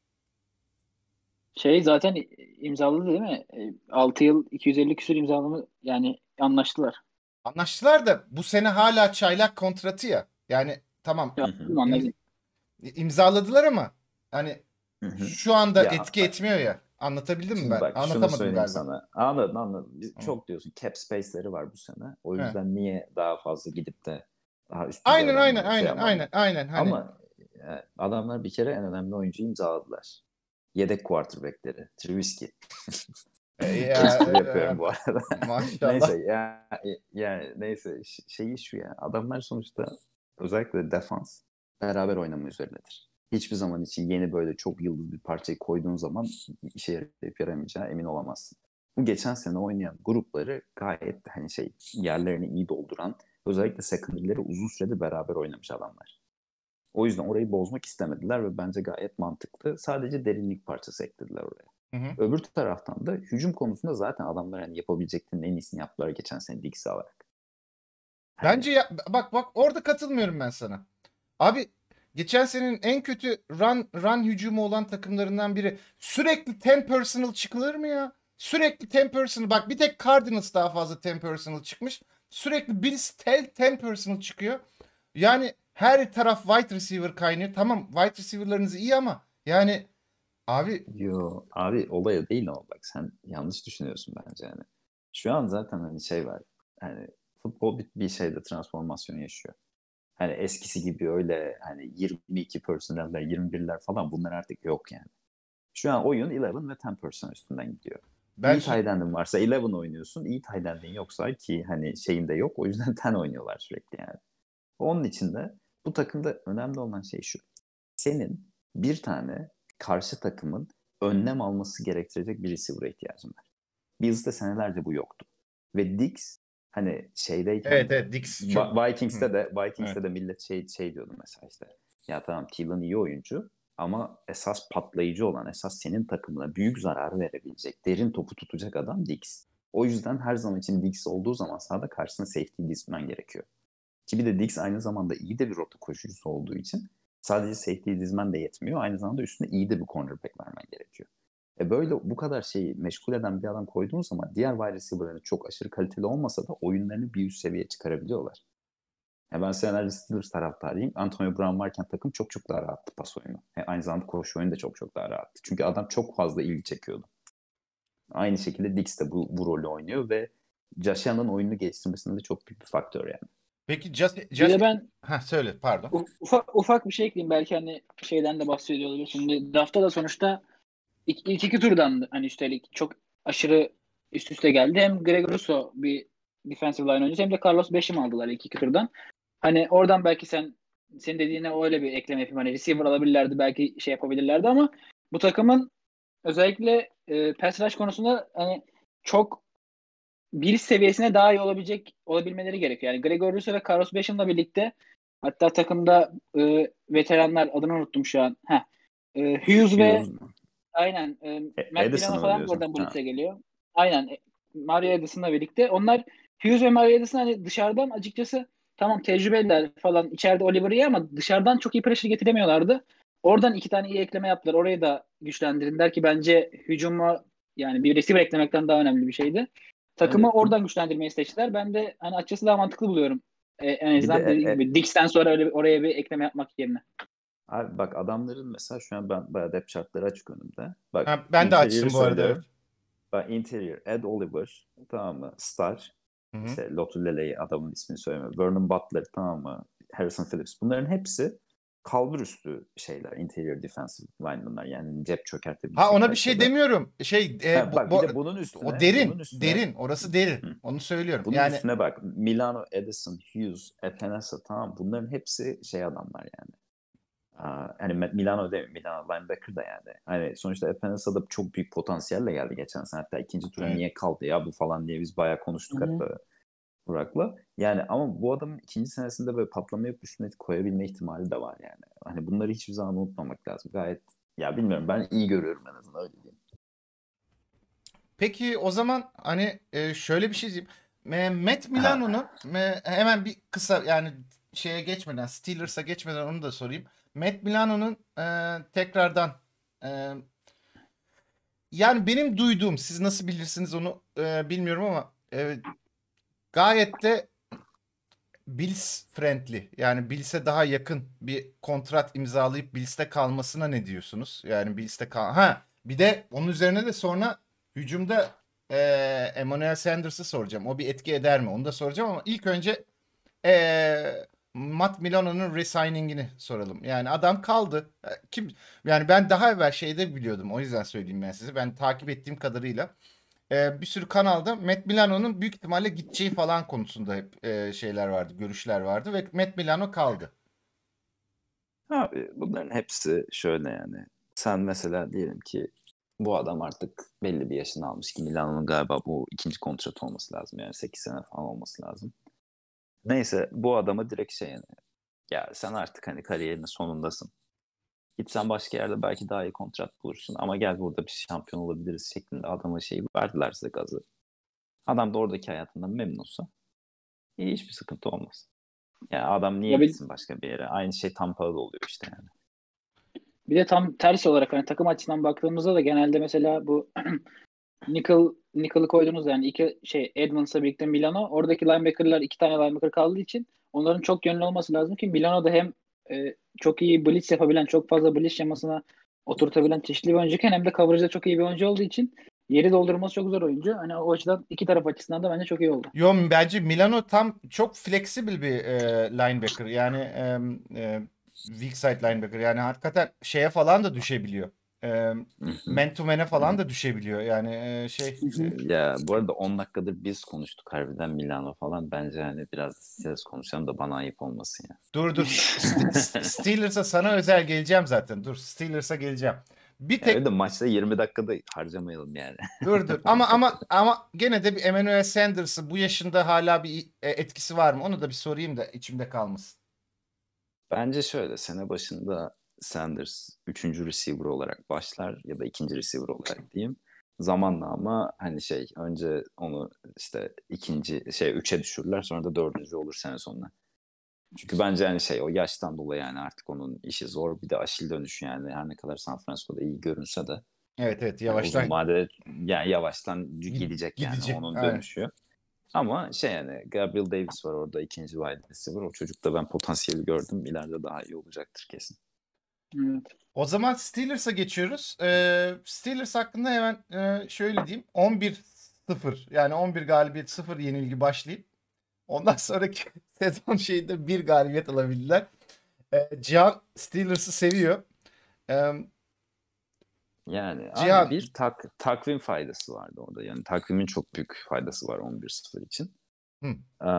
Şey zaten imzaladı değil mi? 6 yıl 250 küsur imzalama yani anlaştılar. Anlaştılar da bu sene hala çaylak kontratı ya. Yani tamam, hı Ya, hı, im- anladım. imzaladılar ama hani hı hı. şu anda Ya etki etmiyor ya. Anlatabildim mi şimdi ben? bak şunu Anlatamadım söyleyeyim galiba. sana. Anladın. Hı. Çok diyorsun cap space'leri var bu sene. O He. yüzden niye daha fazla gidip de daha üst düzey Aynen aynen adamları şey aynen aynen yapmadılar. aynen hani. Ama adamlar bir kere en önemli oyuncuyu imzaladılar. Yedek quarterback'leri. Trubisky. Ya, Espri yapıyorum bu arada. maşallah. Neyse neyse şeyi şu ya. Adamlar sonuçta özellikle defans beraber oynama üzerinedir. Hiçbir zaman için yeni böyle çok yıldız bir parçayı koyduğun zaman işe yarayıp yaramayacağı emin olamazsın. Bu geçen sene oynayan grupları gayet hani şey yerlerini iyi dolduran özellikle secondary'leri uzun süredir beraber oynamış adamlar. O yüzden orayı bozmak istemediler ve bence gayet mantıklı. Sadece derinlik parçası eklediler oraya. Hı hı. Öbür taraftan da hücum konusunda zaten adamlar hani yapabileceklerinin en iyisini yaptılar geçen sene Diggs'i alarak. Hani Bence bak orada katılmıyorum ben sana. Abi geçen senenin en kötü run hücumu olan takımlarından biri. Sürekli 10 personal çıkılır mı ya? Sürekli 10 personal. Bak bir tek Cardinals daha fazla 10 personal çıkmış. Sürekli Bills 10 personal çıkıyor. Yani her taraf wide receiver kaynıyor. Tamam, wide receiver'larınız iyi ama yani abi yo abi olaya değil ama bak sen yanlış düşünüyorsun bence yani. Şu an zaten hani şey var. Hani futbol bir şeyde transformasyon yaşıyor. Hani eskisi gibi öyle hani 22 personeller, 21'ler falan bunlar artık yok yani. Şu an oyun 11 ve 10 person üstünden gidiyor. ben İyi tight end'in varsa 11 oynuyorsun. İyi tight end'in yoksa ki hani şeyinde yok. O yüzden 10 oynuyorlar sürekli yani. Onun için de bu takımda önemli olan şey şu. Senin bir tane karşı takımın önlem alması gerektirecek bir receiver'a ihtiyacın var. Bills'te senelerce bu yoktu. Ve Diggs hani şeydeyken evet de evet, Dix çok. Hı, Vikings'te de evet. millet şey diyordu mesela işte. Ya tamam Thielen iyi oyuncu Ama esas patlayıcı olan, esas senin takımına büyük zarar verebilecek, derin topu tutacak adam Diggs. O yüzden her zaman için Diggs olduğu zaman sahada karşısına safety dizmen gerekiyor. Ki bir de Diggs aynı zamanda iyi de bir rota koşucusu olduğu için sadece safety dizmen de yetmiyor. Aynı zamanda üstüne iyi de bir cornerback vermen gerekiyor. Böyle bu kadar şeyi meşgul eden bir adam koyduğun zaman diğer wide receiver'ların çok aşırı kaliteli olmasa da oyunlarını bir üst seviyeye çıkarabiliyorlar. Ben senelerce Steelers taraftarıyım. Antonio Brown varken takım çok çok daha rahattı pas oyunu. Aynı zamanda koşu oyunu da çok çok daha rahattı. Çünkü adam çok fazla ilgi çekiyordu. Aynı şekilde Diggs de bu rolü oynuyor ve Josh Allen'ın oyunu geliştirmesinde de çok büyük bir faktör yani. Peki Bir de ben söyle pardon. ufak bir şey ekleyeyim. Belki hani şeyden de bahsediyor olabilir. Şimdi draftta da sonuçta ilk iki turdan hani üstelik çok aşırı üst üste geldi. Hem Greg Rousseau bir defensive line oyuncusu hem de Carlos Basham aldılar ilk iki turdan. Hani oradan belki senin dediğine öyle bir ekleme yapayım. Hani receiver alabilirlerdi, belki şey yapabilirlerdi ama bu takımın özellikle pass rush konusunda hani çok bir seviyesine daha iyi olabilmeleri gerekiyor. Yani Gregor Rousseau ve Carlos Basham'la birlikte, hatta takımda veteranlar, adını unuttum şu an. Hughes ve Hughes mu? aynen Matt Milano Edison'ı mı falan diyorsun? oradan Ha. blitz'e geliyor. Aynen Mario Edison'la birlikte. Onlar Hughes ve Mario Edison hani dışarıdan açıkçası tamam tecrübeliler falan, içeride Oliver'ı ama dışarıdan çok iyi pressure getiremiyorlardı. Oradan iki tane iyi ekleme yaptılar. Orayı da güçlendirinler ki bence hücuma yani bir receiver eklemekten daha önemli bir şeydi. Takımı Evet. oradan güçlendirmeyi seçtiler. Ben de hani açıkçası daha mantıklı buluyorum. En Bir de azından dediğim gibi Dix'ten sonra oraya bir ekleme yapmak yerine. abi bak adamların mesela şu an ben bayağı depth chartları açık önümde. Bak Ben de interior'ı açtım bu arada, evet. söylüyorum. Bak interior Ed Oliver, tamam mı? Star. Hı hı. İşte Lotulelei, adamın ismini söylemiyorum. Vernon Butler, tamam mı? Harrison Phillips. Bunların hepsi kalbur üstü şeyler. Interior defensive linemen'lar. Yani cep çökertebilecek Ona bir şey kalitede. demiyorum. Bak bir de O bunun üstüne derin. Orası derin. hı, Onu söylüyorum. bunun Yani üstüne bak. Milano, Edison, Hughes, Epenesa, tamam. Bunların hepsi şey adamlar yani. Hani Milano değil, Milano linebacker da yani. Hani sonuçta Epenesa da çok büyük potansiyelle geldi geçen sene. Hatta ikinci tura evet. niye kaldı ya bu falan diye biz bayağı Hı konuştuk hı. hatta Burak'la. Yani ama bu adamın ikinci senesinde böyle patlama yapıp üstüne koyabilme ihtimali de var yani. Hani bunları hiçbir zaman unutmamak lazım. Gayet ya bilmiyorum, ben iyi görüyorum en azından, öyle diyeyim. Peki o zaman hani şöyle bir şey diyeyim. Matt Ha, Milano'nun hemen bir kısa, yani şeye geçmeden, Steelers'a geçmeden onu da sorayım. Matt Milano'nun tekrardan, e, yani benim duyduğum, siz nasıl bilirsiniz onu bilmiyorum ama gayet de Bills friendly, yani Bills'e daha yakın bir kontrat imzalayıp Bills'te kalmasına ne diyorsunuz? Yani Bills'te bir de onun üzerine de sonra hücumda Emmanuel Sanders'ı soracağım. O bir etki eder mi? Onu da soracağım ama ilk önce Matt Milano'nun resigning'ini soralım. Yani adam kaldı. Yani ben daha evvel şeyde biliyordum. O yüzden söyleyeyim ben size. Ben takip ettiğim kadarıyla bir sürü kanalda Matt Milano'nun büyük ihtimalle gideceği falan konusunda hep şeyler vardı, görüşler vardı ve Matt Milano kaldı. abi bunların hepsi şöyle yani. Sen mesela diyelim ki bu adam artık belli bir yaşını almış ki Milano'nun galiba bu ikinci kontrat olması lazım. Yani 8 sene falan olması lazım. Neyse bu adama direkt şey yani, ya sen artık hani kariyerinin sonundasın. Gitsen başka yerde belki daha iyi kontrat bulursun ama gel burada bir şampiyon olabiliriz şeklinde adama şeyi verdiler, size gazı. Adam da oradaki hayatından memnunsa hiçbir sıkıntı olmaz. Yani adam niye Ya gitsin başka bir yere? Aynı şey Tampa'da da oluyor işte yani. bir de tam tersi olarak hani takım açısından baktığımızda da genelde mesela bu Nickel'ı koydunuz yani iki şey Edmonds'la birlikte Milano. Oradaki linebacker'lar, iki tane linebacker kaldığı için onların çok yönlü olması lazım ki Milano da hem çok iyi blitz yapabilen, çok fazla blitz şemasına oturtabilen çeşitli bir oyuncuyken hem de coverage'da çok iyi bir oyuncu olduğu için yeri doldurması çok zor oyuncu. Hani o açıdan iki taraf açısından da bence çok iyi oldu. Yo, bence Milano tam çok flexible bir linebacker. Yani weak side linebacker. Yani hakikaten şeye falan da düşebiliyor. E, Hı hı. Man to man'e Hı falan hı. da düşebiliyor. Yani Hı hı. Ya bu arada 10 dakikadır biz konuştuk harbiden Milano falan. Bence hani biraz siz konuşalım da bana ayıp olmasın ya. dur. Steelers'a sana özel geleceğim zaten. Dur, Steelers'a geleceğim. Bir Ya öyle tek de maçta 20 dakikada harcamayalım yani. dur. 10 Ama dakikada. ama gene de bir Emmanuel Sanders'ı bu yaşında hala bir etkisi var mı? Onu da bir sorayım da içimde kalmasın. Bence şöyle, sene başında Sanders 3. receiver olarak başlar ya da 2. receiver olarak diyeyim. Zamanla ama hani önce onu işte 3'e düşürürler, sonra da 4. olur sene sonuna. Çünkü bence hani o yaştan dolayı yani artık onun işi zor. Bir de aşil dönüşü yani her ne kadar San Francisco'da iyi görünse de Evet yani uzun yavaştan vadede yani yavaştan gidecek yani gidecek. onun Aynen. dönüşü. Ama yani Gabriel Davis var orada, ikinci wide receiver. O çocukta ben potansiyeli gördüm. İleride daha iyi olacaktır kesin. Evet. O zaman Steelers'a geçiyoruz. Steelers hakkında hemen şöyle diyeyim. 11-0 yani 11 galibiyet 0 yenilgi başlayıp ondan sonraki sezon şeyinde 1 galibiyet alabildiler. Cihan Steelers'ı seviyor. Ee, Yani Cihan abi bir takvim faydası vardı orada. Yani takvimin çok büyük faydası var 11-0 için. Hı.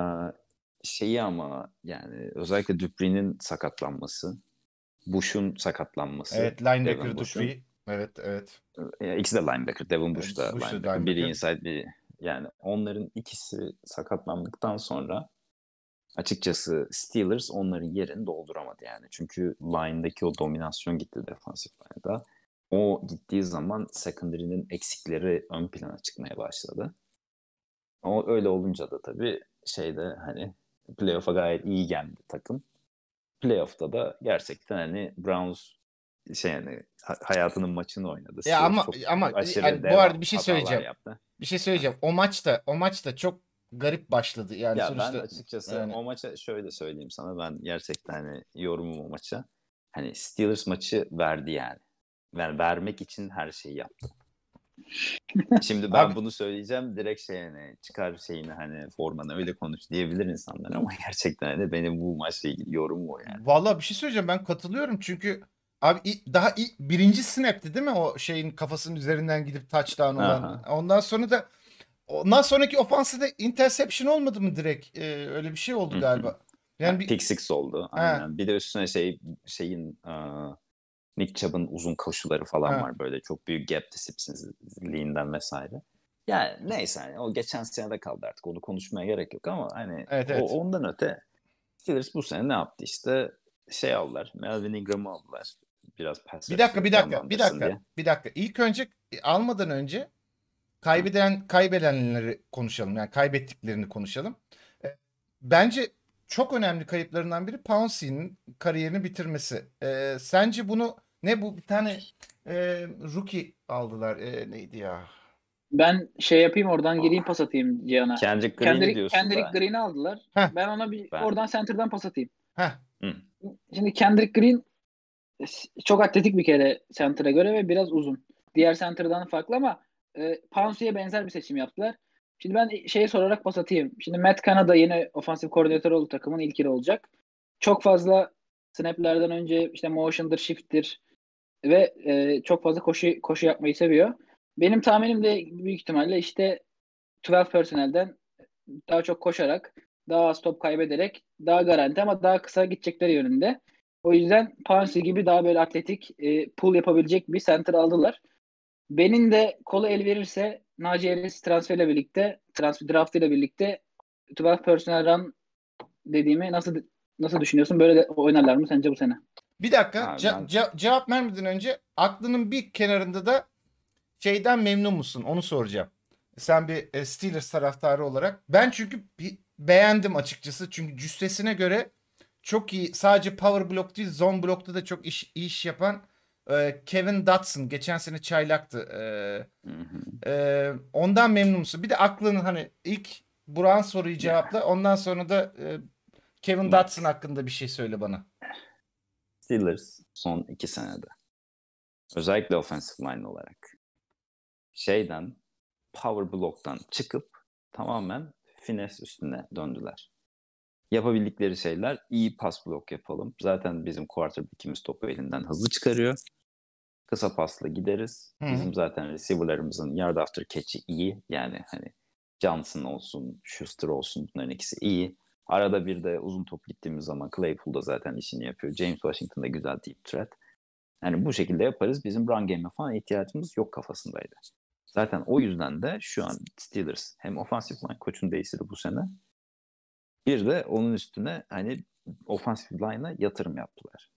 Ama yani özellikle Dupree'nin sakatlanması, Bush'un sakatlanması, evet linebacker Devin Bush'un. Dupree. Evet. İkisi de linebacker. Devin Bush da Bush da linebacker. Biri linebacker. inside, biri yani onların ikisi sakatlandıktan sonra açıkçası Steelers onların yerini dolduramadı yani. Çünkü line'daki o dominasyon gitti defansif line'da. O gittiği zaman secondary'nin eksikleri ön plana çıkmaya başladı. Ama öyle olunca da tabii hani playoff'a gayet iyi geldi takım. Playoff'ta da gerçekten hani Browns hayatının maçını oynadı. Ya Steelers ama çok aşırı yani bu dev arada bir şey hatalar söyleyeceğim. yaptı. Bir şey söyleyeceğim. O maç da çok garip başladı. Yani Ya ben sonuçta açıkçası yani o maça şöyle söyleyeyim sana. Ben gerçekten hani yorumum o maça. Hani Steelers maçı verdi yani. Yani vermek için her şeyi yaptı. Şimdi ben abi bunu söyleyeceğim direkt hani çıkar hani formanı öyle konuş diyebilir insanlar ama gerçekten hani benim bu maçla ilgili yorumum o yani. vallahi bir şey söyleyeceğim. Ben katılıyorum çünkü abi daha ilk birinci snap'ti değil mi o şeyin kafasının üzerinden gidip touchdown olan. Aha. Ondan sonraki ofansında interception olmadı mı direkt? Öyle bir şey oldu Hı hı. galiba. Yani bir Pick six oldu ha aynen. Bir de üstüne Nick Chubb'ın uzun koşuları falan ha var böyle çok büyük gap disiplinliğinden vesaire. Yani neyse hani o geçen senede kaldı artık onu konuşmaya gerek yok ama hani evet. ondan öte Steelers bu sene ne yaptı işte aldılar. Melvin Ingram'ı aldılar. Biraz pass Bir dakika rush'ı bir dakika bir canlandırsın dakika diye. bir dakika. İlk önce almadan önce Hı. kaybedenleri konuşalım. Yani kaybettiklerini konuşalım. E, Bence çok önemli kayıplarından biri Pouncey'nin kariyerini bitirmesi. Sence bunu bu bir tane rookie aldılar. Neydi ya? Ben yapayım oradan Oh. gireyim pas atayım Cihan'a. Kendrick Green'i diyorsun Kendrick da Green'i aldılar. Heh, Ben ona bir ben oradan center'dan pas atayım. heh. hı. Şimdi Kendrick Green çok atletik bir kere center'a göre ve biraz uzun. Diğer center'dan farklı ama Pouncey'e benzer bir seçim yaptılar. Şimdi ben sorarak pas atayım. Şimdi Matt Canada yine ofansif koordinatör oldu, takımın ilkini olacak. Çok fazla snap'lerden önce işte motion'dır, shift'tir ve çok fazla koşu yapmayı seviyor. Benim tahminim de büyük ihtimalle işte 12 personelden daha çok koşarak, daha az top kaybederek, daha garanti ama daha kısa gidecekleri yönünde. O yüzden Pouncey gibi daha böyle atletik, pull yapabilecek bir center aldılar. Benim de kolu el verirse Najee Harris transferle birlikte, draft ile birlikte 12 personnel run dediğimi nasıl düşünüyorsun? Böyle de oynarlar mı sence bu sene? Bir dakika Abi ben cevap vermeden önce aklının bir kenarında da şeyden memnun musun? Onu soracağım. Sen bir Steelers taraftarı olarak. Ben çünkü beğendim açıkçası. Çünkü cüssesine göre çok iyi. Sadece power block değil, zone block'ta da çok iş yapan Kevin Dotson. Geçen sene çaylaktı. hı hı. Ondan memnun musun? Bir de aklının hani ilk Burak'ın soruyu Ya cevapla. Ondan sonra da Kevin Dotson bak hakkında bir şey söyle bana. Steelers son 2 senede özellikle offensive line olarak power block'tan çıkıp tamamen finesse üstüne döndüler. Yapabildikleri şeyler iyi pass block yapalım. Zaten bizim quarterback'imiz topu elinden hızlı çıkarıyor. Kısa pasla gideriz. Hı hı. Bizim zaten receiver'larımızın yard after catch'i iyi. Yani hani Johnson olsun, Schuster olsun bunların ikisi iyi. Arada bir de uzun top gittiğimiz zaman Claypool da zaten işini yapıyor. James Washington da güzel deep threat. Yani bu şekilde yaparız. Bizim run game'e falan ihtiyacımız yok kafasındaydı. Zaten o yüzden de şu an Steelers hem offensive line koçunu değiştirdi bu sene. Bir de onun üstüne hani offensive line'a yatırım yaptılar.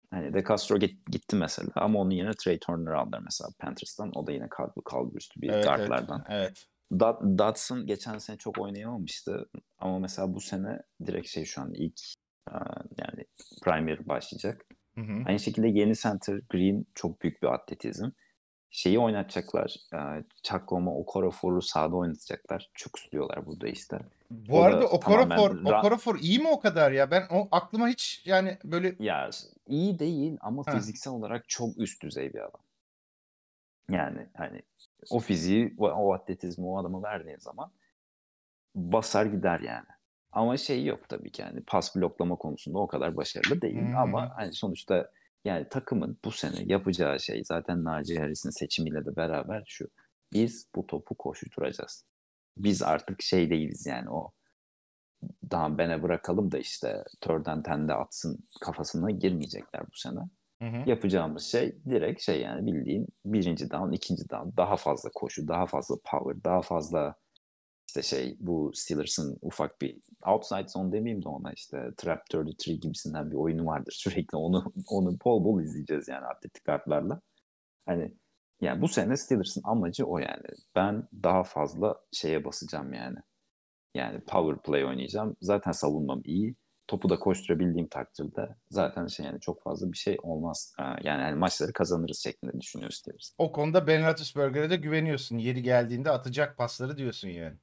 Hani De Castro gitti mesela ama onun yerine Trey Turner aldılar mesela Panthers'tan. O da yine kalbur üstü bir Evet, evet, guardlardan. evet. Dotson geçen sene çok oynayamamıştı. Ama mesela bu sene direkt şu an ilk yani Premier başlayacak. Hı hı. Aynı şekilde yeni center Green çok büyük bir atletizm. Şeyi oynatacaklar. Çakoma Okorafor'u sahada oynatacaklar. Çok istiyorlar burada işte. Bu O arada da tamamen Okorafor iyi mi o kadar ya? Ben o aklıma hiç yani böyle ya iyi değil ama Heh. fiziksel olarak çok üst düzey bir adam. Yani hani o fiziği, o atletizmi o adama verdiğin zaman basar gider yani. Ama şey yok tabii ki yani pas bloklama konusunda o kadar başarılı Hı değil. hı Ama hı. hani sonuçta yani takımın bu sene yapacağı şey zaten Naci Harris'in seçimiyle de beraber şu. Biz bu topu koşturacağız. Biz artık şey değiliz yani o daha bene bırakalım da işte törden tende atsın kafasına girmeyecekler bu sene. Hı hı. Yapacağımız şey direkt şey yani bildiğin birinci down, ikinci down, daha fazla koşu, daha fazla power, daha fazla işte şey bu Steelers'ın ufak bir outside zone demeyeyim de ona işte trap 33 gibisinden bir oyunu vardır. Sürekli onu bol bol izleyeceğiz yani atletik kartlarla. Hani yani bu sene Steelers'ın amacı o yani. Ben daha fazla şeye basacağım yani. Yani power play oynayacağım. Zaten savunmam iyi. Topu da koşturabildiğim takdirde zaten şey yani çok fazla bir şey olmaz. Yani maçları kazanırız şeklinde düşünüyor Steelers. O konuda Ben Roethlisberger'e de güveniyorsun. Yeri geldiğinde atacak pasları diyorsun yani.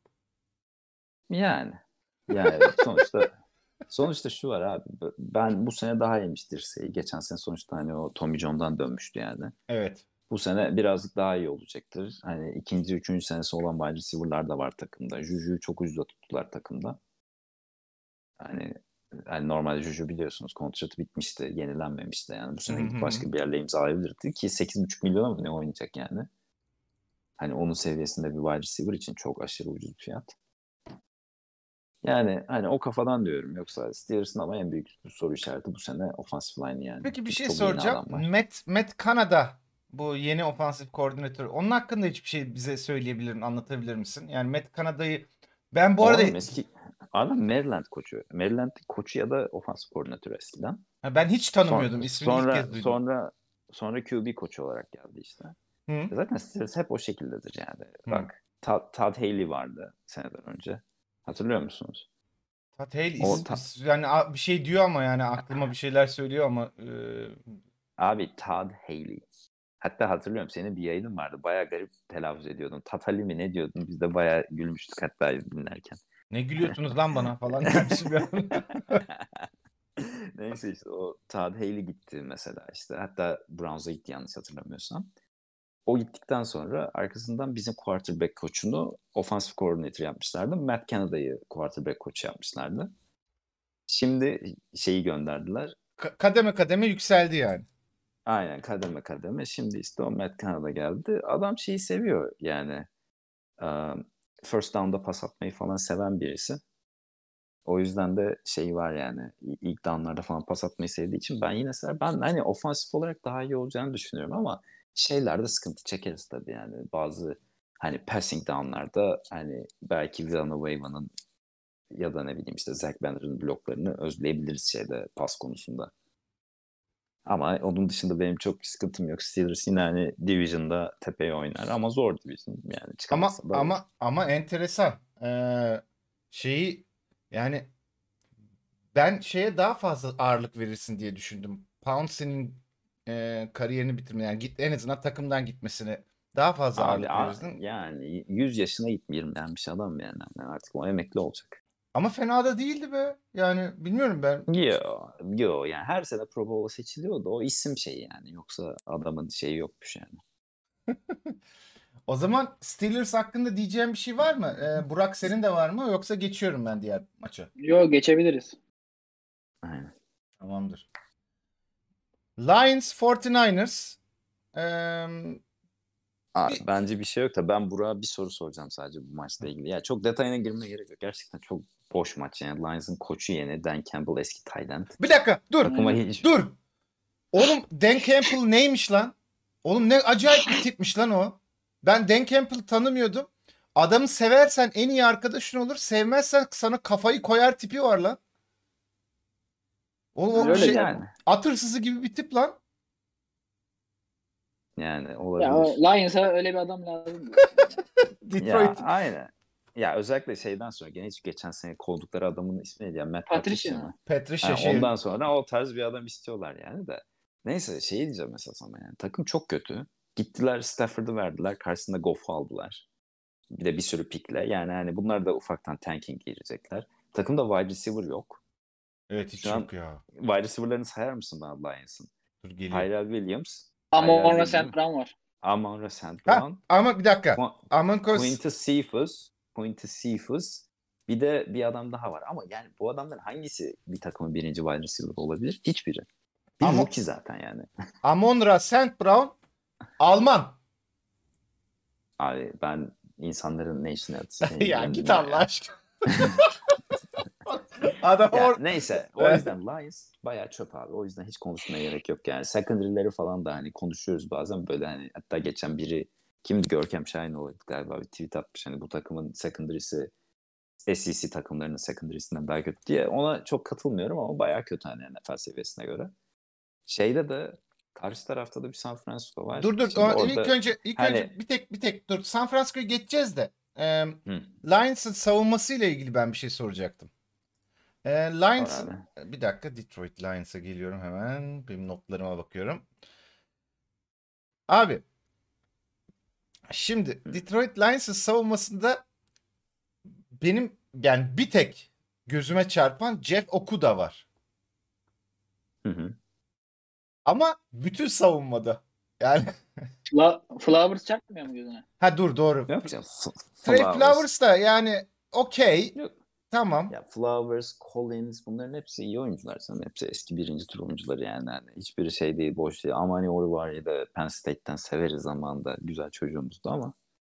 Yani evet sonuçta şu var abi. Ben bu sene daha iyiymiş dirseği. Geçen sene sonuçta hani o Tommy John'dan dönmüştü yani. Evet. Bu sene birazcık daha iyi olacaktır. Hani ikinci, üçüncü senesi olan wide receiver'lar da var takımda. Juju'yu çok ucuza tuttular takımda. Hani, hani normalde Juju biliyorsunuz kontratı bitmişti, yenilenmemişti. Yani bu Hı sene hı gidip hı. başka bir yerle imzalayabilirdi ki 8,5 milyona mı ne oynayacak yani. Hani onun seviyesinde bir wide receiver için çok aşırı ucuz bir fiyat. Yani hani o kafadan diyorum. Yoksa Steelers'ın ama en büyük soru işareti bu sene offensive line yani. Peki bir Çünkü şey çok yeni soracağım. adam var. Matt Canada bu yeni ofansif koordinatör. Onun hakkında hiçbir şey bize söyleyebilir mi, anlatabilir misin? Yani Matt Canada'yı ben bu O arada adam eski adam Maryland koçu. Maryland koçu ya da offensive koordinatör eskiden. ben hiç Son, tanımıyordum. İsmini ilk sonra kez duydum. sonra sonra QB koçu olarak geldi işte. Hı? Zaten Steelers hep o şekildedir yani. Hı. Bak Todd Haley vardı seneden önce. Hatırlıyor musunuz? Todd Haley O yani bir şey diyor ama yani aklıma bir şeyler söylüyor ama abi Todd Haley. Hatta hatırlıyorum senin bir yayının vardı. Bayağı garip telaffuz ediyordun. Tatali mi ne diyordun? Biz de bayağı gülmüştük hatta dinlerken. ne gülüyorsunuz lan bana falan dermişim ya. Neyse işte o Todd Haley gitti mesela işte. Hatta Browns'a gitti yanlış hatırlamıyorsam. O gittikten sonra arkasından bizim quarterback koçunu offensive coordinator yapmışlardı. Matt Canada'yı quarterback koçu yapmışlardı. Şimdi şeyi gönderdiler. Kademe kademe yükseldi yani. Aynen kademe kademe. Şimdi işte o Matt Canada geldi. Adam şeyi seviyor yani. First down'da pas atmayı falan seven birisi. O yüzden de şey var yani ilk down'larda falan pas atmayı sevdiği için ben yine ben hani ofansif olarak daha iyi olacağını düşünüyorum ama şeylerde sıkıntı çekeriz tabii yani bazı hani passing down'larda hani belki Villanueva'nın ya da ne bileyim işte Zach Banner'ın bloklarını özleyebiliriz şeyde pas konusunda. Ama onun dışında benim çok bir sıkıntım yok. Steelers yine hani Division'da tepeye oynar ama zor Division yani Ama çıkamazsa da olur. ama ama enteresan. Şeyi yani ben şeye daha fazla ağırlık verirsin diye düşündüm. Pouncey'nin kariyerini bitirme yani en azından takımdan gitmesine daha fazla Abi ağırlık verirsin. yani 100 yaşına gitmeyenmiş adam yani. Yani artık o emekli olacak. Ama fena da değildi be. Yani bilmiyorum ben. Yo yani her sene Pro Bowl'a seçiliyordu. O isim şeyi yani. Yoksa adamın şeyi yokmuş yani. O zaman Steelers hakkında diyeceğim bir şey var mı? Burak senin de var mı? Yoksa geçiyorum ben diğer maça. Yo, geçebiliriz. Aynen. Tamamdır. Lions 49ers. Eee, Abi, bir, bence bir şey yok da ben Burak'a bir soru soracağım sadece bu maçla ilgili. Ya çok detayına girmeye gerek yok. Gerçekten çok boş maç yani. Lions'ın koçu yeni Dan Campbell eski tight end. bir dakika dur. Takıma hiç Dur. Oğlum Dan Campbell neymiş lan? Oğlum ne acayip bir tipmiş lan o. Ben Dan Campbell'ı tanımıyordum. Adamı seversen en iyi arkadaşın olur. Sevmezsen sana kafayı koyar tipi var lan. O Öyle şey yani. at hırsızı gibi bir tip lan. Yani Ya o olabilir. Lions'a öyle bir adam lazım diyorsun yani. Ya Detroit. aynen. Ya özellikle şeyden sonra gene hiç geçen sene kovdukları adamın ismi neydi ya? Matt Patricia Patricia mı? mı? Patricia şey. Ondan sonra o tarz bir adam istiyorlar yani de. Neyse şeyi diyeceğim mesela sana yani. Takım çok kötü. Gittiler Stafford'ı verdiler. Karşısında Goff'u aldılar. Bir de bir sürü pikle. Yani hani bunlar da ufaktan tanking girecekler. Takımda wide receiver yok. Evet hiç Şu an yok ya. wide receiver'larını sayar mısın bana Lions'ın? Dur geliyor. Tyrell Williams. Amon-Ra Değil mi? St. Brown var. Amon-Ra St. Ha Brown. ama bir dakika. Amankos Quintus Cephus. Bir de bir adam daha var. Ama yani bu adamların hangisi bir takımın birinci wide receiver olabilir? Hiçbiri. Bir Ama rookie zaten yani. Amon-Ra St. Brown Alman. Abi ben insanların ne işine Ya git ilgilendirmiyor Allah ya. aşkına. Adam Ya neyse o yüzden Lions bayağı çöp abi. O yüzden hiç konuşmaya gerek yok yani. Secondary'leri falan da hani konuşuyoruz bazen böyle hani hatta geçen biri kimdi Görkem Şahinoğlu galiba bir tweet atmış hani bu takımın secondary'si SEC takımlarının secondary'sinden daha kötü diye. Ona çok katılmıyorum ama bayağı kötü hani NFL seviyesine göre. Şeyde de karşı tarafta da bir San Francisco var. dur Şimdi ilk orada önce hani bir tek dur. San Francisco'ya geçeceğiz de. hı, Lions'ın savunmasıyla ilgili ben bir şey soracaktım. sor Lions'ın abi. bir dakika Detroit Lions'a geliyorum hemen. Benim notlarıma bakıyorum. Abi şimdi Hı, Detroit Lions'ın savunmasında benim yani bir tek gözüme çarpan Jeff Okuda var. hı, hı. Ama bütün savunmada. Yani Flowers çarpmıyor mu gözüne? ha dur doğru. Yok canım. Trey Flowers. Flowers da yani okey. Yok. Tamam. Ya Flowers, Collins bunların hepsi iyi oyuncular sanırım. Hepsi eski birinci tur oyuncuları yani. Hani hiçbiri şey değil, boş değil. Amani Oruwariye'yi de Penn State'ten severiz zamanında. Güzel çocuğumuzdu ama.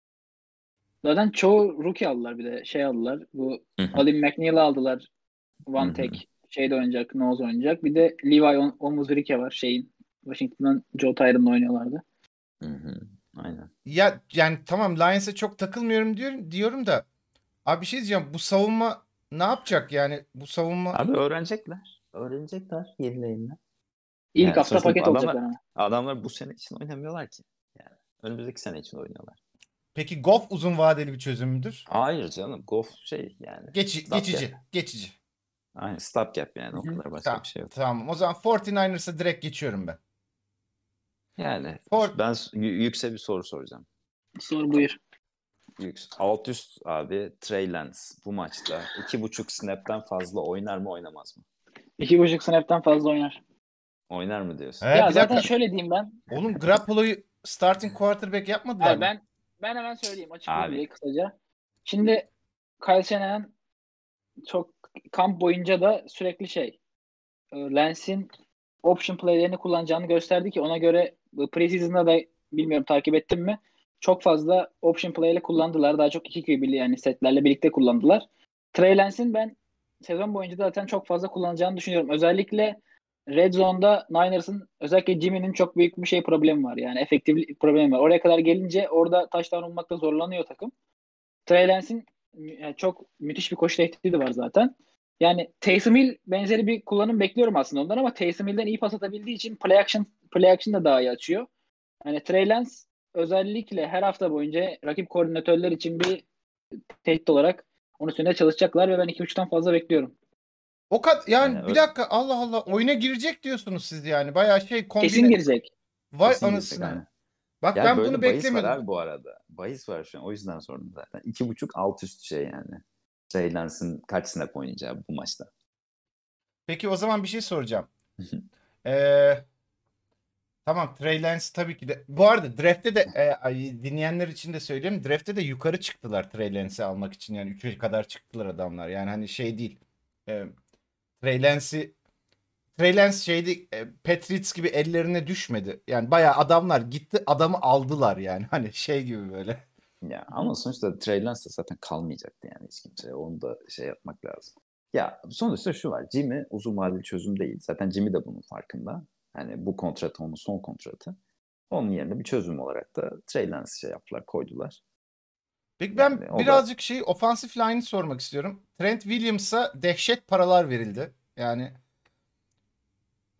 Zaten çoğu rookie aldılar bir de şey aldılar. Bu Hı hı, Alim McNeil'i aldılar. hı One hı, tek şeyde oynayacak, nose oynayacak. Bir de Levi Onwuzurike var şeyin. Washington'dan Joe Tyron'la oynuyorlardı. hı hı. Aynen. Ya yani tamam Lions'a çok takılmıyorum diyorum da abi bir şey diyeceğim. Bu savunma ne yapacak yani? Bu savunma Abi öğrenecekler. Öğrenecekler yenilerinden. İlk Yani hafta sonuçta paket olacaklar ama. adamlar bu sene için oynamıyorlar ki. Yani önümüzdeki sene için oynuyorlar. peki Goff uzun vadeli bir çözüm müdür? Hayır canım. Goff şey yani. Stopgap. Geçici. Aynen stopgap Hı yani. O hı. kadar başka bir Tamam. şey yok. Tamam. O zaman 49ers'a direkt geçiyorum ben. Yani Fort ben yüksek bir soru soracağım. Sor buyur. Alt üst abi Trey Lance bu maçta 2,5 snap'ten fazla oynar mı oynamaz mı? 2,5 snap'ten fazla oynar. Oynar mı diyorsun? Ya Bir zaten dakika. şöyle diyeyim ben. Oğlum Garoppolo'yu starting quarterback yapmadılar Hayır mı? ben hemen söyleyeyim. Açıklayayım Abi diye kısaca. Şimdi Kyle Shanahan çok kamp boyunca da sürekli Lance'in option play'lerini kullanacağını gösterdi ki ona göre preseason'da da bilmiyorum takip ettim mi çok fazla option play'le kullandılar. Daha çok iki QB'li yani setlerle birlikte kullandılar. Trey Lance'in ben sezon boyunca da zaten çok fazla kullanacağını düşünüyorum. Özellikle Red Zone'da Niners'ın özellikle Jimmy'nin çok büyük bir problemi var. Yani efektiflik problemi var. Oraya kadar gelince orada touchdown olmakta zorlanıyor takım. Trey Lance'in yani çok müthiş bir koşu tehdidi var zaten. Yani Taysom Hill benzeri bir kullanım bekliyorum aslında ondan ama Taysom Hill'den iyi pas atabildiği için play action da daha iyi açıyor. Yani Trey Lance özellikle her hafta boyunca rakip koordinatörler için bir tehdit olarak onun üstünde çalışacaklar ve ben 2,5'tan fazla bekliyorum. O kadar yani yani bir dakika Allah Allah oyuna girecek diyorsunuz siz yani. Bayağı şey Kesin kombine. girecek. Vay kesin girecek anasını. aynen. Bak Ya ben bunu böyle bahis var beklemiyordum. abi bu arada. Bahis var şu an o yüzden sordum zaten. 2,5 alt üst şey yani. Trey Lance'ın kaç snap oynayacağı bu maçta. Peki o zaman bir şey soracağım. Ee, tamam Trey Lance tabii ki de. Bu arada draft'te de dinleyenler için de söyleyeyim. Draft'te de yukarı çıktılar Trey Lance'i almak için. Yani 3'e kadar çıktılar adamlar. Yani hani şey değil. E, Trey Lance'i Trey Lance şeydi Patriots gibi ellerine düşmedi. Yani bayağı adamlar gitti adamı aldılar yani. Hani şey gibi böyle. Ya ama sonuçta Trey Lance de zaten kalmayacaktı yani hiç kimseye. Onu da şey yapmak lazım. Ya sonuçta şu var. Jimmy uzun vadeli çözüm değil. Zaten Jimmy de bunun farkında. Hani bu kontrat onun son kontratı. Onun yerine bir çözüm olarak da Trey Lance şey yaptılar, koydular. Peki ben Yani o da birazcık şey offensive line'i sormak istiyorum. Trent Williams'a dehşet paralar verildi. Yani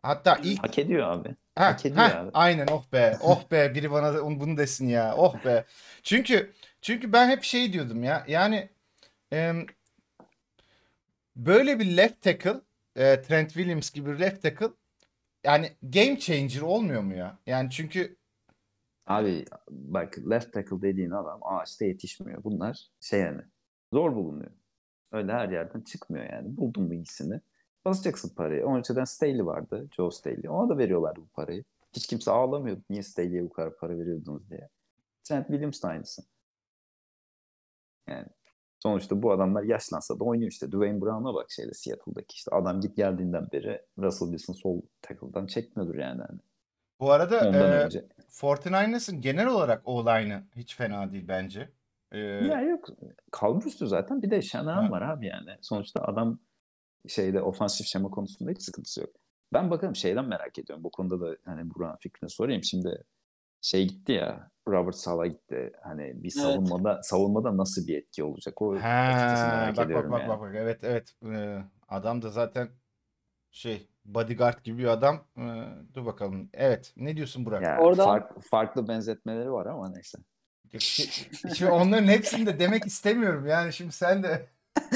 Hatta ilk Hak ediyor abi. Ha, Hak ediyor ha, abi. aynen, oh be. Oh be, biri bana bunu desin ya. Oh be. Çünkü ben hep şey diyordum ya. Yani em, böyle bir left tackle, Trent Williams gibi bir left tackle, yani game changer olmuyor mu ya? Yani çünkü Abi bak, left tackle dediğin adam ağaçta yetişmiyor. Bunlar şey yani, zor bulunuyor. Öyle her yerden çıkmıyor yani. Buldun mu iyisini, basacaksın parayı. Onun önceden Staley vardı. Joe Staley. Ona da veriyorlardı bu parayı. Hiç kimse ağlamıyordu. Niye Staley'e bu kadar para veriyordunuz diye. Trent Williams da aynısı. Yani sonuçta bu adamlar yaşlansa da oynuyor işte. Dwayne Brown'a bak şeyde, Seattle'daki işte. Adam git geldiğinden beri Russell Wilson sol tackle'dan çekmiyordur yani. Hani bu arada ondan önce. 49ers'ın genel olarak o-line'ı hiç fena değil bence. Ya yok. Kalburüstü zaten. Bir de Shanahan Ha. var abi yani. Sonuçta adam şeyde ofansif şema konusunda hiç sıkıntısı yok. Ben bakalım şeyden merak ediyorum. Bu konuda da hani Burak'ın fikrini sorayım. Şimdi şey gitti ya, Robert Saleh gitti. Hani bir Evet. savunmada nasıl bir etki olacak? O açıkçası Ha, merak bak bak ediyorum bak yani. bak bak. Evet, evet. Adam da zaten şey, bodyguard gibi bir adam. Dur bakalım. Evet. Ne diyorsun Burak? Ya Oradan farklı benzetmeleri var ama neyse. Şimdi onların hepsini de demek istemiyorum. Yani şimdi sen de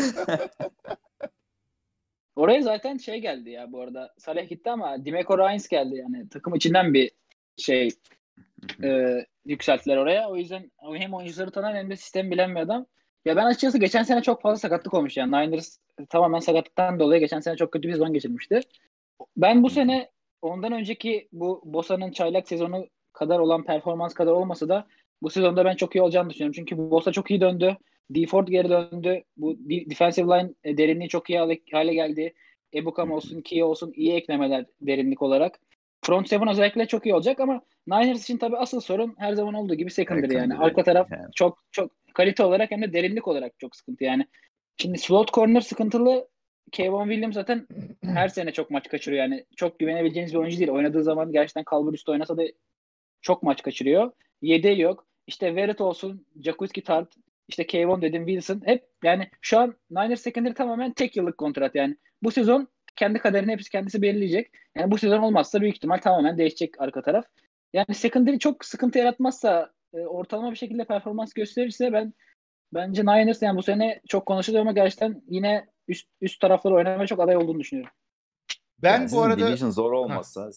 oraya zaten şey geldi ya bu arada. Saleh gitti ama Demeco Ryans geldi yani. Takım içinden bir şey yükselttiler oraya. O yüzden hem oyuncuları tanıyan hem de sistemi bilen bir adam. Ya ben açıkçası geçen sene çok fazla sakatlık olmuş yani. Niners tamamen sakatlıktan dolayı geçen sene çok kötü bir sezon geçirmişti. Ben bu sene ondan önceki bu Bosa'nın çaylak sezonu kadar olan performans kadar olmasa da bu sezonda ben çok iyi olacağını düşünüyorum. Çünkü Bosa çok iyi döndü. D Ford geri döndü. Bu defensive line derinliği çok iyi hale geldi. Ebukam olsun, Kia olsun iyi eklemeler derinlik olarak. Front seven özellikle çok iyi olacak ama Niners için tabii asıl sorun her zaman olduğu gibi secondary yani. Secondary Arka taraf yani. çok çok kalite olarak hem de derinlik olarak çok sıkıntı yani. Şimdi slot corner sıkıntılı. Kevon Williams zaten her sene çok maç kaçırıyor yani. Çok güvenebileceğiniz bir oyuncu değil. Oynadığı zaman gerçekten kalbur üstü oynasa da çok maç kaçırıyor. Yedeği yok. İşte Verrett olsun, Jaquiski Tartt, işte Kevon dedim, Wilson. Hep yani şu an Niners secondary tamamen tek yıllık kontrat yani. Bu sezon kendi kaderini hepsi kendisi belirleyecek. Yani bu sezon olmazsa büyük ihtimal tamamen değişecek arka taraf. Yani secondary çok sıkıntı yaratmazsa ortalama bir şekilde performans gösterirse bence Niners yani bu sene çok konuşuluyor ama gerçekten yine üst tarafları oynamaya çok aday olduğunu düşünüyorum. Yani ben bu sizin arada division zor ha, olmasa,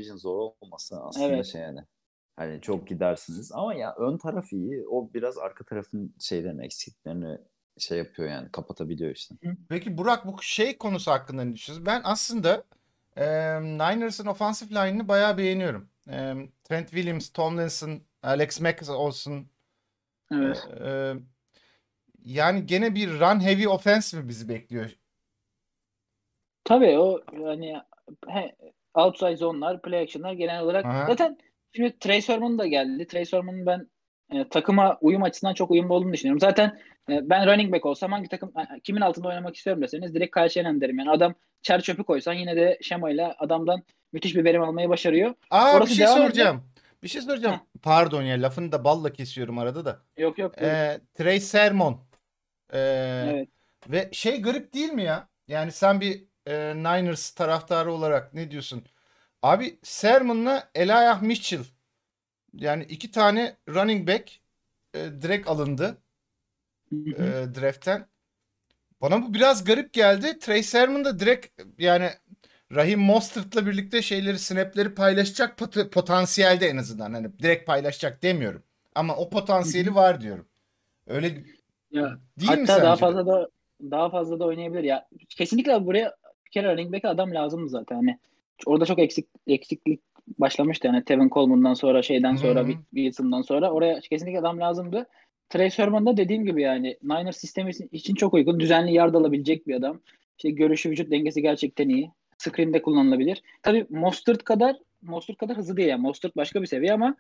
aslında Evet. şey yani, hani çok gidersiniz ama ya ön taraf iyi. O biraz arka tarafın şeylerini, eksiklerini şey yapıyor yani, kapatabiliyor işte. peki Burak, bu şey konusu hakkında ne düşünüyorsun? Ben aslında Niners'ın offensive line'ını bayağı beğeniyorum. Trent Williams, Tomlinson, Alex Mack olsun. Evet. E, Yani gene bir run heavy offense mi bizi bekliyor? Tabii o yani outside zone'lar, play action'lar genel olarak Aha. zaten şimdi Trey Sermon da geldi. Trey Sermon'un ben takıma uyum açısından çok uyumlu olduğunu düşünüyorum. Zaten ben running back olsam hangi takım kimin altında oynamak istiyorum deseniz direkt Kyle Shanahan derim. Yani adam çer çöpü koysan yine de şemayla adamdan müthiş bir verim almayı başarıyor. Aa, bir Orası şey devam edecek. soracağım. Bir şey Heh, soracağım. Pardon ya, lafını da balla kesiyorum arada da. yok yok buyurun. Trey Sermon. Ee, Evet. Ve şey, garip değil mi ya? Yani sen bir Niners taraftarı olarak ne diyorsun? Abi, Sermon'la Elijah Mitchell. Yani iki tane running back direkt alındı Hı hı. draft'ten. Bana bu biraz garip geldi. Trey Sermon da direkt, yani Raheem Mostert'la birlikte şeyleri, snap'leri paylaşacak potansiyelde en azından. Hani direkt paylaşacak demiyorum. Ama o Hı potansiyeli hı. var diyorum. Öyle Ya değil mi hatta daha sence de? fazla da oynayabilir ya. Kesinlikle buraya bir kere running back adam lazım zaten. Hani orada çok eksiklik başlamıştı yani Tevin Coleman'dan sonra Hı şeyden sonra hı. Wilson'dan sonra oraya kesinlikle adam lazımdı. Trey Sermon da dediğim gibi yani Niners sistemi için çok uygun. Düzenli yard alabilecek bir adam. İşte görüşü, vücut dengesi gerçekten iyi. Screen'de kullanılabilir. Tabii Mostert kadar hızlı değil yani. Mostert başka bir seviye ama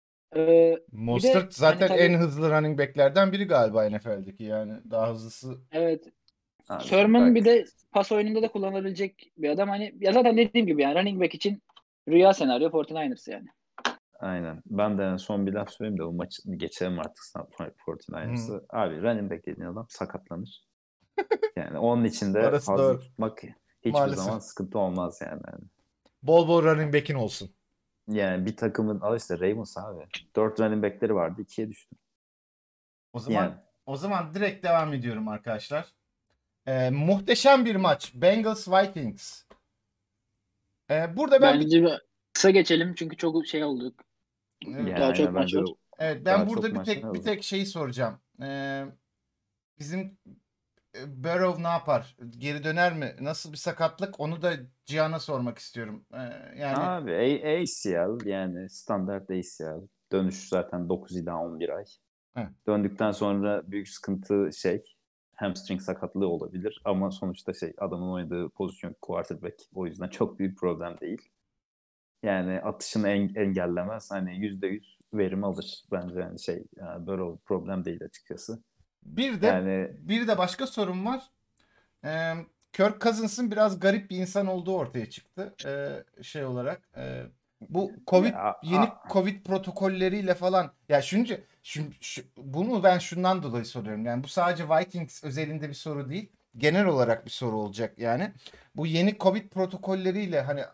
bir de Mostert hani zaten en tabii hızlı running back'lerden biri galiba NFL'deki. Yani daha hızlısı. evet. Abi Sherman bir bak, de pas oyununda da kullanabilecek bir adam. Hani ya zaten dediğim gibi yani running back için rüya senaryo 49ers yani. aynen. Ben de son bir laf söyleyeyim de o maçı geçelim artık, Hı. 49ers'ı. Abi running back dediğin adam sakatlanır. Yani onun için de Orası fazla doğru. tutmak hiçbir Maalesef. zaman sıkıntı olmaz yani. Bol bol running back'in olsun. Yani bir takımın al işte Ravens abi. 4 running back'leri vardı. 2'ye düştü. O Yani zaman direkt devam ediyorum arkadaşlar. Muhteşem bir maç. Bengals Vikings. Burada ben Bence kısa geçelim çünkü çok şey olduk. evet, Daha çok aynen maç bence de var. evet, ben daha çok burada maçlar bir olacak. tek şeyi soracağım. Bizim Burrow ne yapar? Geri döner mi? Nasıl bir sakatlık? Onu da Cihan'a sormak istiyorum. Yani Abi ACL yani standart ACL. Dönüş zaten 9 ila 11 ay. heh, Döndükten sonra büyük sıkıntı hamstring sakatlığı olabilir ama sonuçta adamın oynadığı pozisyon quarterback. O yüzden çok büyük problem değil. Yani atışını engellemez. Hani %100 verim alır. Bence yani böyle bir problem değil açıkçası. bir de Yani başka sorun var. Ee, Kirk Cousins'ın biraz garip bir insan olduğu ortaya çıktı. Şey olarak. Bu ya yeni Covid protokolleriyle falan. Ya bunu ben şundan dolayı soruyorum. Yani bu sadece Vikings özelinde bir soru değil. Genel olarak bir soru olacak yani. Bu yeni Covid protokolleriyle hani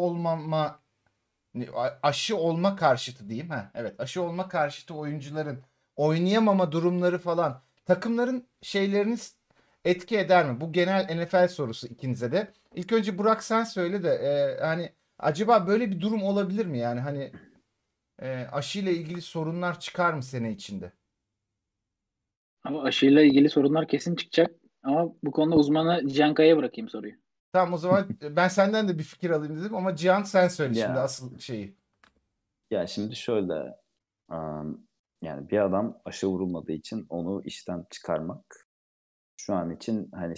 aşı olma karşıtı diyeyim. Ha, evet, aşı olma karşıtı oyuncuların oynayamama durumları falan takımların şeylerini etki eder mi? Bu genel NFL sorusu ikinize de. İlk önce Burak sen söyle de hani acaba böyle bir durum olabilir mi? Yani hani aşıyla ilgili sorunlar çıkar mı sene içinde? Ama aşıyla ilgili sorunlar kesin çıkacak. Ama bu konuda uzmanı Cihanka'ya bırakayım soruyu. Tamam, o zaman ben senden de bir fikir alayım dedim ama Cihan sen söyle şimdi ya asıl şeyi. ya şimdi şöyle yani bir adam aşı vurulmadığı için onu işten çıkarmak şu an için hani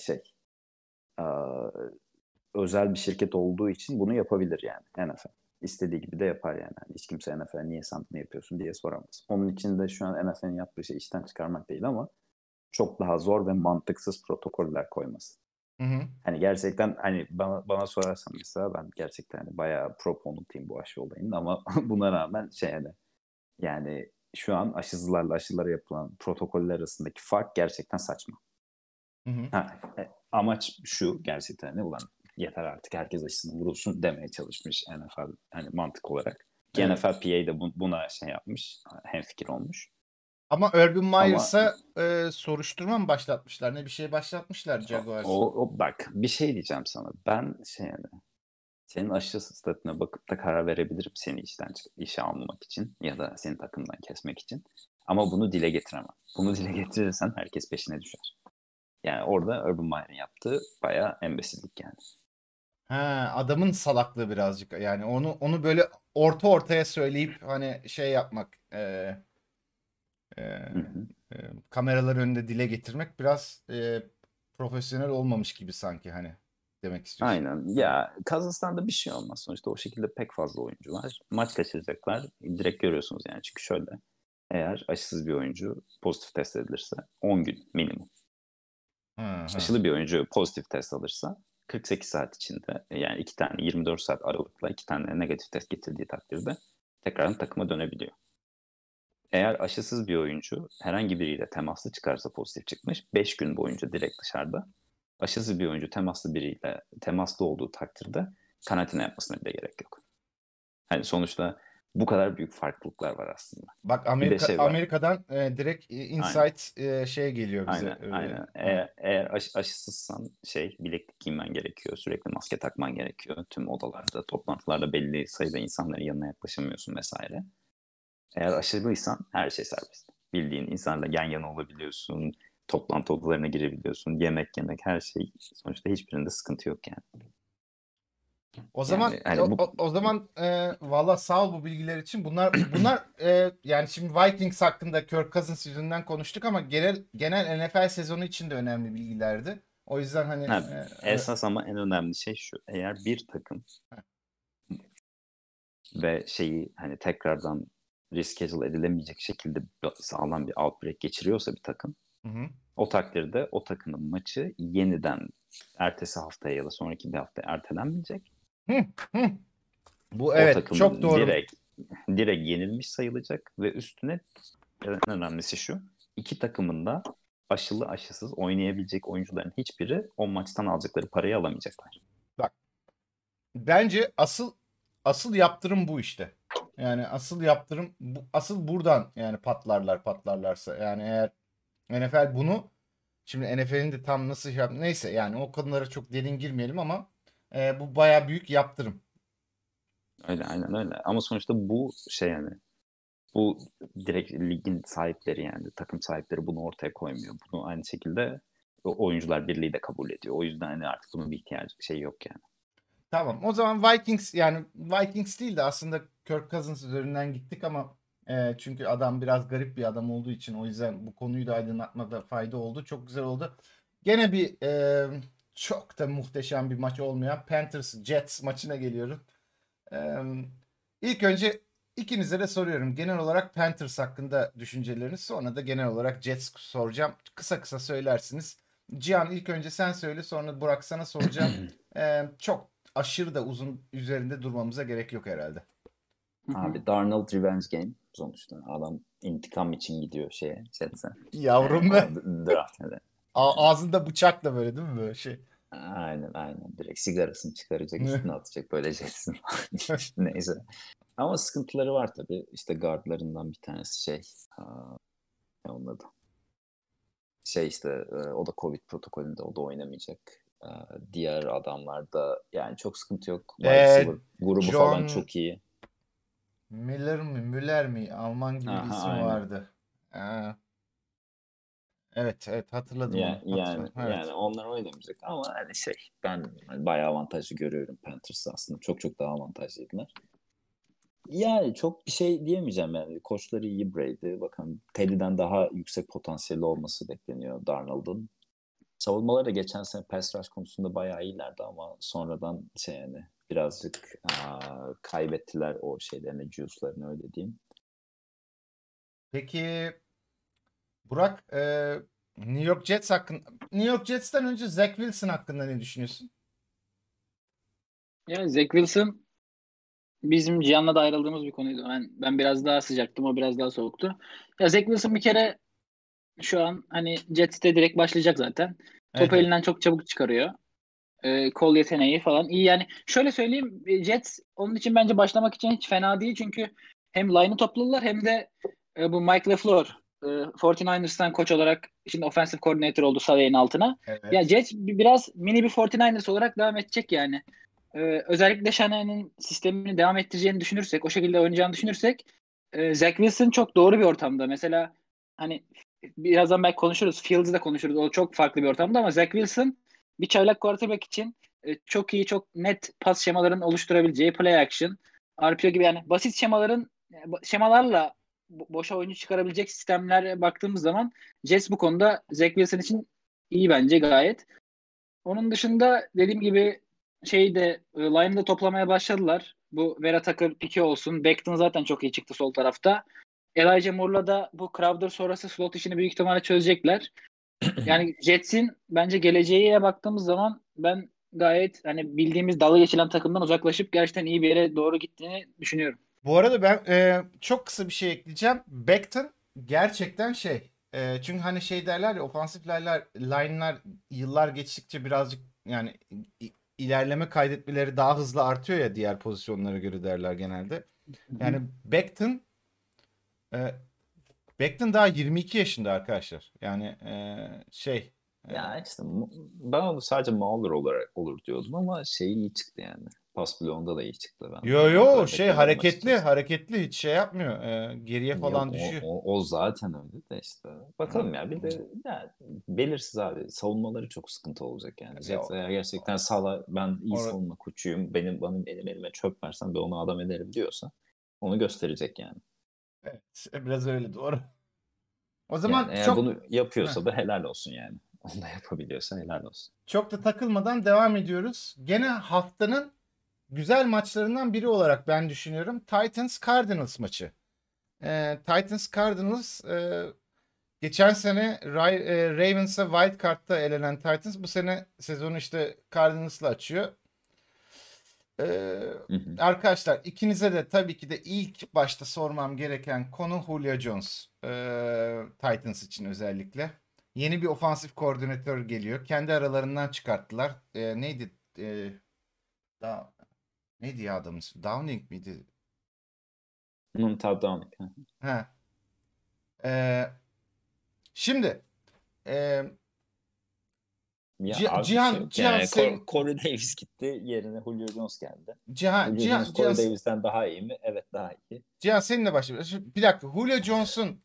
aa, özel bir şirket olduğu için bunu yapabilir yani NFL. İstediği gibi de yapar yani. Hani hiç kimse NFL niye sen bunu yapıyorsun diye soramaz. Onun için de şu an NFL'in yaptığı şey işten çıkarmak değil ama çok daha zor ve mantıksız protokoller koyması. Hı hı. Hani gerçekten hani bana sorarsan mesela ben gerçekten hani bayağı proponent'ıyım bu aşı olayının ama buna rağmen yani şu an aşısızlarla aşılara yapılan protokoller arasındaki fark gerçekten saçma. Hı hı. Amaç şu gerçekten ne ulan yeter artık herkes aşısını vurulsun demeye çalışmış NFL hani mantık olarak. Ki Evet. NFLPA de buna yapmış, hemfikir olmuş. Ama Urban Ama Meyers'a soruşturma mı başlatmışlar? Ne bir şey başlatmışlar Jaguars'a. bak bir şey diyeceğim sana. Ben yani senin aşı statüne bakıp da karar verebilirim seni işe almamak için ya da seni takımdan kesmek için. Ama bunu dile getiremem. Bunu dile getirirsen herkes peşine düşer. Yani orada Urban Meyer'in yaptığı bayağı embesillik yani. Ha, adamın salaklığı birazcık. Yani onu böyle ortaya söyleyip hani şey yapmak, e, Hı hı. kameralar önünde dile getirmek biraz profesyonel olmamış gibi sanki hani demek istiyorsun. Aynen. Tabii. Ya Kazakistan'da bir şey olmaz. Sonuçta o şekilde pek fazla oyuncu var. Maç kaçıracaklar. Direkt görüyorsunuz yani. Çünkü şöyle. Eğer aşısız bir oyuncu pozitif test edilirse 10 gün minimum. Ha, ha. Aşılı bir oyuncu pozitif test alırsa 48 saat içinde yani 24 saat aralıkla 2 tane negatif test getirdiği takdirde tekrardan takıma dönebiliyor. Eğer aşısız bir oyuncu herhangi biriyle temaslı çıkarsa pozitif çıkmış 5 gün boyunca direkt dışarıda. Aşısız bir oyuncu temaslı biriyle temaslı olduğu takdirde karantina yapmasına bile gerek yok. Hani sonuçta bu kadar büyük farklılıklar var aslında. Bak, Bir de var. Amerika'dan direkt Aynen. insight şey geliyor bize. Aynen. Ha. Eğer aşısızsan bileklik giymen gerekiyor. Sürekli maske takman gerekiyor. Tüm odalarda, toplantılarda belli sayıda insanların yanına yaklaşamıyorsun vesaire. Eğer aşılıysan her şey serbest. Bildiğin insanla yan yana olabiliyorsun. Toplantı odalarına girebiliyorsun. Yemek her şey. Sonuçta hiçbirinde sıkıntı yok yani. O zaman Yani hani bu valla sağ ol bu bilgiler için. Bunlar yani şimdi Vikings hakkında Kirk Cousins yüzünden konuştuk ama genel NFL sezonu için de önemli bilgilerdi. O yüzden hani ha, esas ama en önemli şey şu. Eğer bir takım ve hani tekrardan reschedule edilemeyecek şekilde sağlam bir outbreak geçiriyorsa bir takım hı hı. o takdirde o takımın maçı yeniden ertesi haftaya ya da sonraki bir haftaya ertelenmeyecek. Hı, hı. Bu O evet çok takımın doğru. direkt yenilmiş sayılacak ve üstüne en önemlisi şu. İki takımın da aşılı aşısız oynayabilecek oyuncuların hiçbiri o maçtan alacakları parayı alamayacaklar. Bak, bence asıl asıl yaptırım bu işte. Yani asıl yaptırım asıl buradan yani patlarlarsa yani eğer NFL bunu şimdi NFL'in de tam nasıl neyse yani o konulara çok derin girmeyelim ama bu baya büyük yaptırım. Öyle, aynen öyle. Ama sonuçta bu şey yani bu direkt ligin sahipleri yani takım sahipleri bunu ortaya koymuyor. Bunu aynı şekilde oyuncular birliği de kabul ediyor. O yüzden hani artık bunun bir ihtiyacı şey yok yani. Tamam. O zaman Vikings yani Vikings değil de aslında Kirk Cousins üzerinden gittik ama çünkü adam biraz garip bir adam olduğu için o yüzden bu konuyu da aydınlatmada fayda oldu. Çok güzel oldu. Gene bir çok da muhteşem bir maç olmayan Panthers Jets maçına geliyorum. E, ilk önce ikinize de soruyorum. Genel olarak Panthers hakkında düşünceleriniz sonra da genel olarak Jets soracağım. Kısa kısa söylersiniz. Cihan ilk önce sen söyle sonra Burak sana soracağım. Çok aşırı da uzun üzerinde durmamıza gerek yok herhalde. Abi Darnold Revenge Game sonuçta. Adam intikam için gidiyor şeye, Jets'e. Yavrum O be. draft ede. Ağzında bıçakla böyle değil mi böyle şey? Aynen. Direkt sigarasını çıkaracak, üstüne atacak böyle Jets'in. Neyse. Ama sıkıntıları var tabii. İşte guardlarından bir tanesi şey. Ne onun adı? Şey işte o da Covid protokolünde o da oynamayacak. Diğer adamlarda yani çok sıkıntı yok. Wide receiver grubu falan John çok iyi. Müller mi? Alman gibi bir Aha, ismi aynen. vardı. Ha, evet hatırladım onu. Yani Hatırladım. Evet. onlar oynamayacak ama hani şey ben hani bayağı avantajlı görüyorum Panthers'ı aslında. Çok daha avantajlıydılar. Yani çok bir şey diyemeyeceğim yani. Koçları iyi Brady. Bakın Teddy'den daha yüksek potansiyeli olması bekleniyor Darnold'un. Savunmaları da geçen sene pass rush konusunda bayağı iyilerdi ama sonradan şey yani birazcık kaybettiler o şeylerini, juice'larını öyle diyeyim. Peki Burak New York Jets hakkında New York Jets'ten önce Zach Wilson hakkında ne düşünüyorsun? Yani Zach Wilson bizim Cihan'la da ayrıldığımız bir konuydu. Ben biraz daha sıcaktım, o biraz daha soğuktu. Ya Zach Wilson bir kere şu an hani Jets'te direkt başlayacak zaten. Evet Topu evet. elinden çok çabuk çıkarıyor. Kol yeteneği falan iyi. Yani şöyle söyleyeyim, Jets onun için bence başlamak için hiç fena değil. Çünkü hem line'ı topladılar hem de bu Mike LaFleur 49ers'tan koç olarak şimdi offensive coordinator oldu Saleh'in altına. Ya Evet. Jets biraz mini bir 49ers olarak devam edecek yani. Özellikle Shanahan'ın sistemini devam ettireceğini düşünürsek, o şekilde oynayacağını düşünürsek Zach Wilson çok doğru bir ortamda. Mesela hani birazdan belki konuşuruz. Fields'ı da konuşuruz. O çok farklı bir ortamda ama Zach Wilson bir çaylak quarterback için çok iyi, çok net pas şemaların oluşturabileceği play action, RPO gibi yani basit şemalarla boşa oyuncu çıkarabilecek sistemlere baktığımız zaman Jets bu konuda Zach Wilson için iyi bence gayet. Onun dışında dediğim gibi line'ı da toplamaya başladılar. Bu Vera Tucker piki olsun. Becton zaten çok iyi çıktı sol tarafta. Elijah Moore'la da bu Crowder sonrası slot işini büyük ihtimalle çözecekler. Yani Jets'in bence geleceğe baktığımız zaman ben gayet hani bildiğimiz dalga geçilen takımdan uzaklaşıp gerçekten iyi bir yere doğru gittiğini düşünüyorum. Bu arada ben çok kısa bir şey ekleyeceğim. Becton gerçekten şey. Çünkü hani şey derler ya ofansif line'lar yıllar geçtikçe birazcık yani ilerleme kaydetmeleri daha hızlı artıyor ya diğer pozisyonlara göre derler genelde. Yani e, Becton daha 22 yaşında arkadaşlar. Yani şey. Ya işte ben onu sadece mağdur olarak olur diyordum ama şey iyi çıktı yani. Pas bloğunda da iyi çıktı. Yo Ben o yo kadar şey beklemiyordum açıkçası. hareketli hiç şey yapmıyor. Geriye Yok falan düşüyor. o zaten öyle de işte. Ha. Bakalım ya bir de ya, belirsiz abi. Savunmaları çok sıkıntı olacak yani. Ya, Jets eğer gerçekten sağla ben iyi or- savunma koçuyum. Benim elime çöp versen ben onu adam ederim diyorsa onu gösterecek yani. evet, biraz öyle doğru. O Yani zaman eğer çok bunu yapıyorsa da helal olsun yani. Onu da yapabiliyorsa helal olsun. çok da takılmadan devam ediyoruz. Gene haftanın güzel maçlarından biri olarak ben düşünüyorum. Titans Cardinals maçı. Titans Cardinals geçen sene Ravens'a wild card'da elenen Titans bu sene sezonu işte Cardinals'la açıyor. Ee, Hı hı. arkadaşlar ikinize de tabii ki de ilk başta sormam gereken konu Julio Jones. Titans için özellikle. Yeni bir ofansif koordinatör geliyor. Kendi aralarından çıkarttılar. Neydi? Daha Neydi ya adamın ismi? Downing miydi? Todd Downing. He. Şimdi e, Ya Ci- abi bir şey Cihan yok Cihan yani. sev Corey Davis gitti. Yerine Julio Jones geldi. Cihan Julio Cihan Jones Cihan, Corey Davis'ten daha iyi mi? Evet, daha iyi. Cihan seninle başlayalım. Bir dakika. Julio Jones'un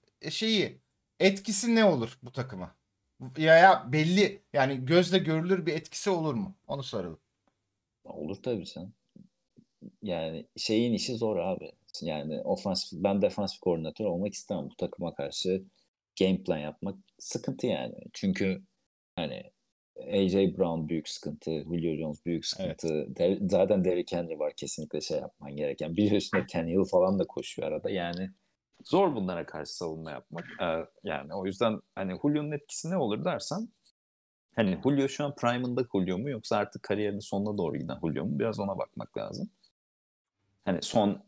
etkisi ne olur bu takıma? Ya belli yani gözle görülür bir etkisi olur mu? Onu soralım. Olur tabii canım. Yani şeyin işi zor abi. Yani ben defansif koordinatör olmak istemem. Bu takıma karşı game plan yapmak sıkıntı yani. Çünkü hani A.J. Brown büyük sıkıntı, Julio Jones büyük Evet. sıkıntı. Zaten Derrick Henry var, kesinlikle şey yapman gereken. Bir de üstüne Tannehill falan da koşuyor arada. Yani zor bunlara karşı savunma yapmak. Yani o yüzden hani Julio'nun etkisi ne olur dersen, hani Julio şu an prime'ında Julio mu, yoksa artık kariyerinin sonuna doğru giden Julio mu? Biraz ona bakmak lazım. Hani son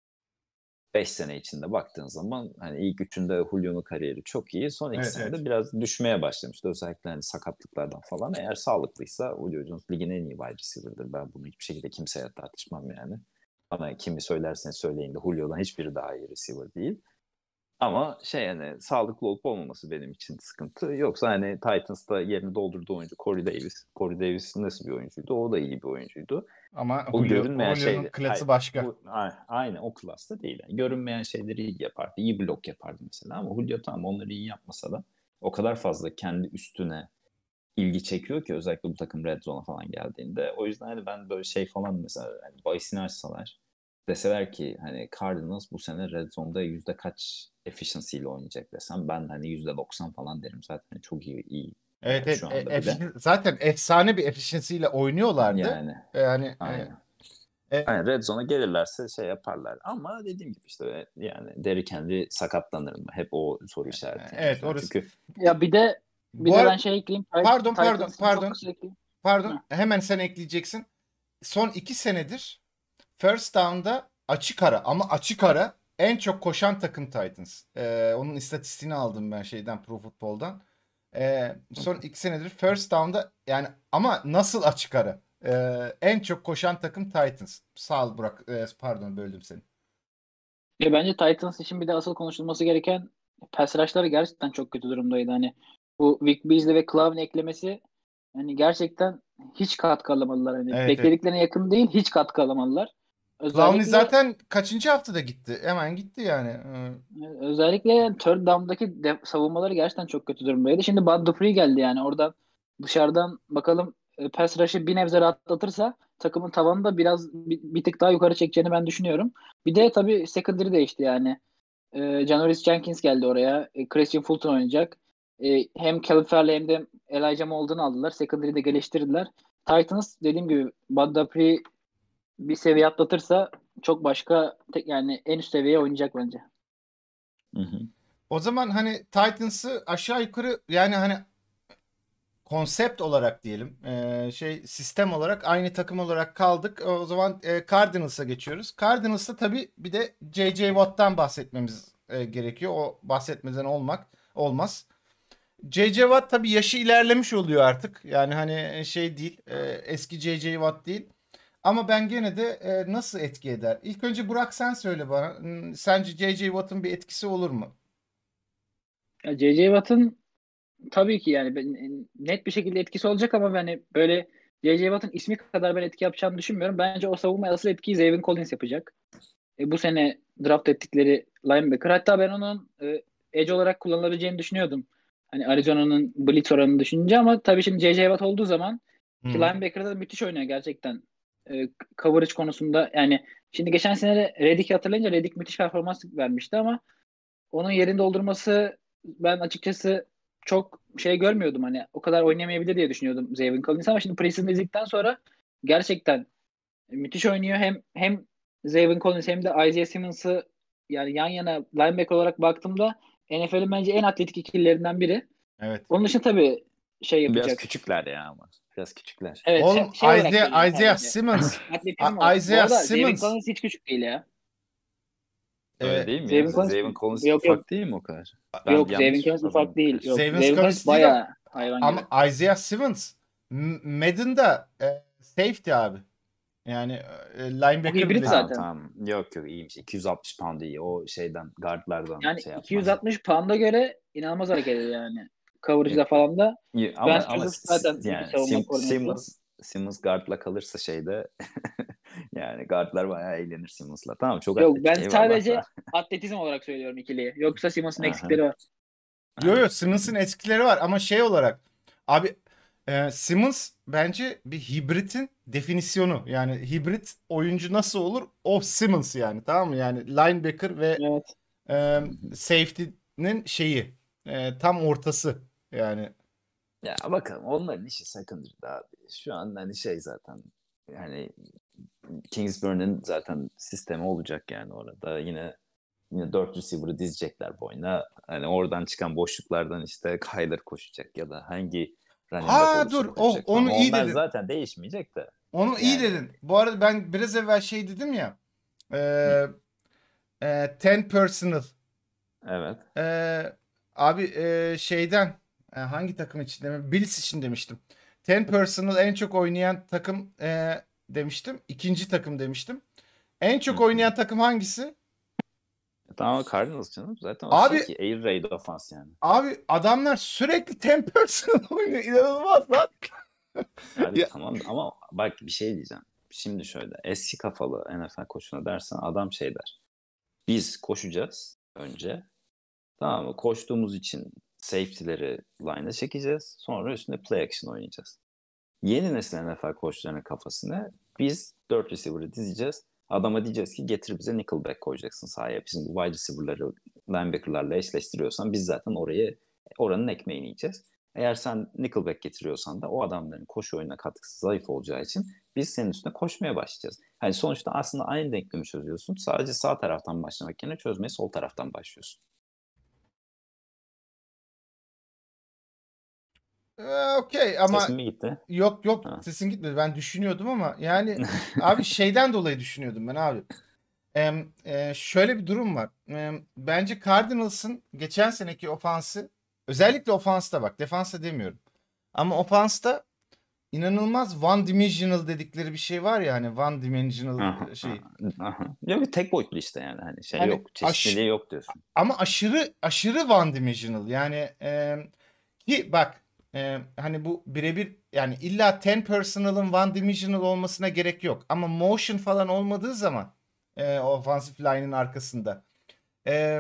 5 sene içinde baktığın zaman hani ilk üçünde Julio'nun kariyeri çok iyi. Son 2 Evet, senede evet. biraz düşmeye başlamıştı. Özellikle hani sakatlıklardan falan. Eğer sağlıklıysa Julio Jones ligin en iyi wide receiver'dır. Ben bunu hiçbir şekilde kimseye tartışmam yani. Bana kimi söylerseniz söyleyin de Julio'dan hiçbiri daha iyi receiver değil. Ama hani sağlıklı olup olmaması benim için sıkıntı. Yoksa hani Titans'ta yerini doldurduğu oyuncu Corey Davis. Corey Davis nasıl bir oyuncuydu? O da iyi bir oyuncuydu. Ama O görünmeyen Julio'nun şeyler, klası başka. aynı o klasta değil. Yani görünmeyen şeyleri iyi yapardı. İyi blok yapardı mesela, ama Julio tamam onları iyi yapmasa da o kadar fazla kendi üstüne ilgi çekiyor ki, özellikle bu takım red zone'a falan geldiğinde. O yüzden hani ben böyle şey falan, mesela hani bahisini açsalar, deseler ki hani Cardinals bu sene red zone'da yüzde kaç efficiency ile oynayacak desem, ben hani %90 falan derim. Zaten çok iyi Evet, yani evet. şu anda bile. Zaten efsane bir efficiency ile oynuyorlardı. Yani Yani aynen. e, Yani red zone'a gelirlerse şey yaparlar. Ama dediğim gibi işte yani Derrick Henry sakatlanır mı? Hep o soru işareti yani evet şu an. orası. Çünkü Ya bir Bu de ar- ben şey ekleyeyim. pardon Titans'ın çok kısa ekleyeyim. pardon Heh. hemen sen ekleyeceksin. Son 2 senedir first down'da açık ara ama açık ara en çok koşan takım Titans. Onun istatistiğini aldım ben Pro Football'dan. Son 2 senedir first down'da yani ama nasıl açık ara? En çok koşan takım Titans. Sağ ol Burak. Pardon böldüm seni. Ya bence Titans için bir de asıl konuşulması gereken pass rush'ları gerçekten çok kötü durumdaydı. Hani bu Vic Beasley ve Clown eklemesi hani gerçekten hiç katkı alamadılar. Hani Evet, evet. beklediklerine yakın değil, hiç katkı alamadılar. Clowney Özellikle zaten kaçıncı haftada gitti? Hemen gitti yani. özellikle third down'daki savunmaları gerçekten çok kötü durumdaydı. Şimdi Bud Dupree geldi yani. Oradan dışarıdan bakalım pass rush'ı bir nebze rahatlatırsa takımın tavanı da biraz bir tık daha yukarı çekeceğini ben düşünüyorum. Bir de tabii secondary değişti yani. Janoris Jenkins geldi oraya. Christian Fulton oynayacak. Hem Caleb Farley hem de Elijah Molden'ı aldılar. Secondary'de geliştirdiler. Titans dediğim gibi Bud Dupree bir seviye atlatırsa çok başka yani en üst seviyeye oynayacak bence. hı hı. O zaman hani Titans'ı aşağı yukarı yani hani konsept olarak diyelim sistem olarak aynı takım olarak kaldık. O zaman Cardinals'a geçiyoruz. Cardinals'ta tabii bir de J.J. Watt'tan bahsetmemiz gerekiyor. O bahsetmeden olmaz. J.J. Watt tabii yaşı ilerlemiş oluyor artık. Yani hani şey değil eski J.J. Watt değil. Ama ben gene de nasıl etki eder? İlk önce Burak sen söyle bana. Sence J.J. Watt'ın bir etkisi olur mu? Ya J.J. Watt'ın tabii ki yani net bir şekilde etkisi olacak ama hani böyle J.J. Watt'ın ismi kadar ben etki yapacağını düşünmüyorum. Bence o savunmaya asıl etkiyi Zayvon Collins yapacak. Bu sene draft ettikleri linebacker. Hatta ben onun edge olarak kullanılabileceğini düşünüyordum. Hani Arizona'nın blitz oranını düşününce ama tabii şimdi J.J. Watt olduğu zaman ki Hı. linebacker'da da müthiş oynuyor gerçekten. Coverage konusunda yani şimdi geçen sene Reddick'i hatırlayınca Reddick müthiş performans vermişti ama onun yerini doldurması ben açıkçası çok şey görmüyordum. Hani o kadar oynayamayabilir diye düşünüyordum Zayvon Collins ama şimdi preseason izledikten sonra gerçekten müthiş oynuyor. Hem Zayvon Collins hem de Isaiah Simmons'ı yani yan yana linebacker olarak baktığımda NFL'in bence en atletik ikililerinden biri. Evet. Onun için tabii şey Biraz yapacak. küçükler ya ama. Biraz küçükler. Evet Oğlum şey olarak söylüyorum Isaiah sadece. Simmons. Atletizm olarak. Bu Isaiah arada Zayvon Simmons. Collins hiç küçük değil ya. Öyle değil mi ya? Zayvon Collins Zayvon Collins yok ufak değil mi o kadar? Ben yok Zayvon yanlış Collins adamı ufak değil. Yok Zayvon Zayvon Collins Collins değil o. bayağı hayvan gibi. Ama Isaiah Simmons Madden'da safety abi. Yani O linebacker hibrit bile. zaten. Tamam. Yok iyiymiş. 260 pound iyi. O şeyden guardlardan Yani şey yapmaz. 260 pound'a göre inanılmaz hareket ediyor yani. Coverage'da falan da. Ama Vance Joseph zaten iyi bir yani savunma koordinatörü. Simmons guardla kalırsa şeyde yani guardlar bayağı eğlenir Simmons'la. Tamam çok Yok, atletik ben eyvallah sadece da. atletizm olarak söylüyorum ikiliyi. Yoksa Simmons'ın Aha, eksikleri var. Yo aynen. Simmons'ın etkileri var ama şey olarak abi Simmons bence bir hibritin definisyonu. Yani hibrit oyuncu nasıl olur? O Simmons yani, tamam mı? Yani linebacker ve Evet. safety'nin şeyi, tam ortası yani. Ya bakalım onların işi secondary'de abi. Şu an hani şey zaten yani Kingsbury'nin zaten sistemi olacak yani orada. Yine 4 receiver'ı dizecekler boyuna. Hani oradan çıkan boşluklardan işte Kyler koşacak ya da hangi running back Ha olursa dur, oh koşacak falan. onu iyi Onlar dedin. zaten değişmeyecek de. Onu iyi Yani dedin. Bu arada ben biraz evvel şey dedim ya. hı, E, 10 personal. evet. Abi şeyden hangi takım için demiştim? Bills için demiştim. 10 personal en çok oynayan takım demiştim. İkinci takım demiştim. En Hı çok hı. oynayan takım hangisi? Tamam Cardinals canım. Zaten o şey Abi ki Air Raid offense yani. adamlar sürekli 10 personal oynuyor. İnanılmaz lan. Abi Ya, tamam ama bak bir şey diyeceğim. Şimdi şöyle eski kafalı NFL koçuna dersen adam şey der. Biz koşacağız önce. Tamam mı? Koştuğumuz için safety'leri line'a çekeceğiz. Sonra üstüne play action oynayacağız. Yeni nesil NFL koçlarının kafasına biz 4 receiver'ı dizeceğiz. Adama diyeceğiz ki getir bize nickelback koyacaksın sahaya. Bizim bu wide receiver'ları linebacker'larla eşleştiriyorsan biz zaten oranın ekmeğini yiyeceğiz. Eğer sen nickelback getiriyorsan da o adamların koşu oyununa katkısı zayıf olacağı için biz senin üstüne koşmaya başlayacağız. Hani sonuçta aslında aynı denklemi çözüyorsun. Sadece sağ taraftan başlamak yerine çözmeye sol taraftan başlıyorsun. okey ama Sesim mi gitti? yok yok, Ha. sesin gitmedi. Ben düşünüyordum ama yani abi şeyden dolayı düşünüyordum ben abi. Şöyle bir durum var. Bence Cardinals'ın geçen seneki ofansı, özellikle ofansta, bak defansta demiyorum. Ama ofansta inanılmaz one dimensional dedikleri bir şey var ya, hani one dimensional Aha, şey. aha. Yok tek boyutlu işte yani hani şey Hani yok çeşitliliği yok diyorsun. ama aşırı aşırı one dimensional. Yani ki bak hani bu birebir, yani illa 10 personal'ın one dimensional olmasına gerek yok. Ama motion falan olmadığı zaman offensive line'ın arkasında. E,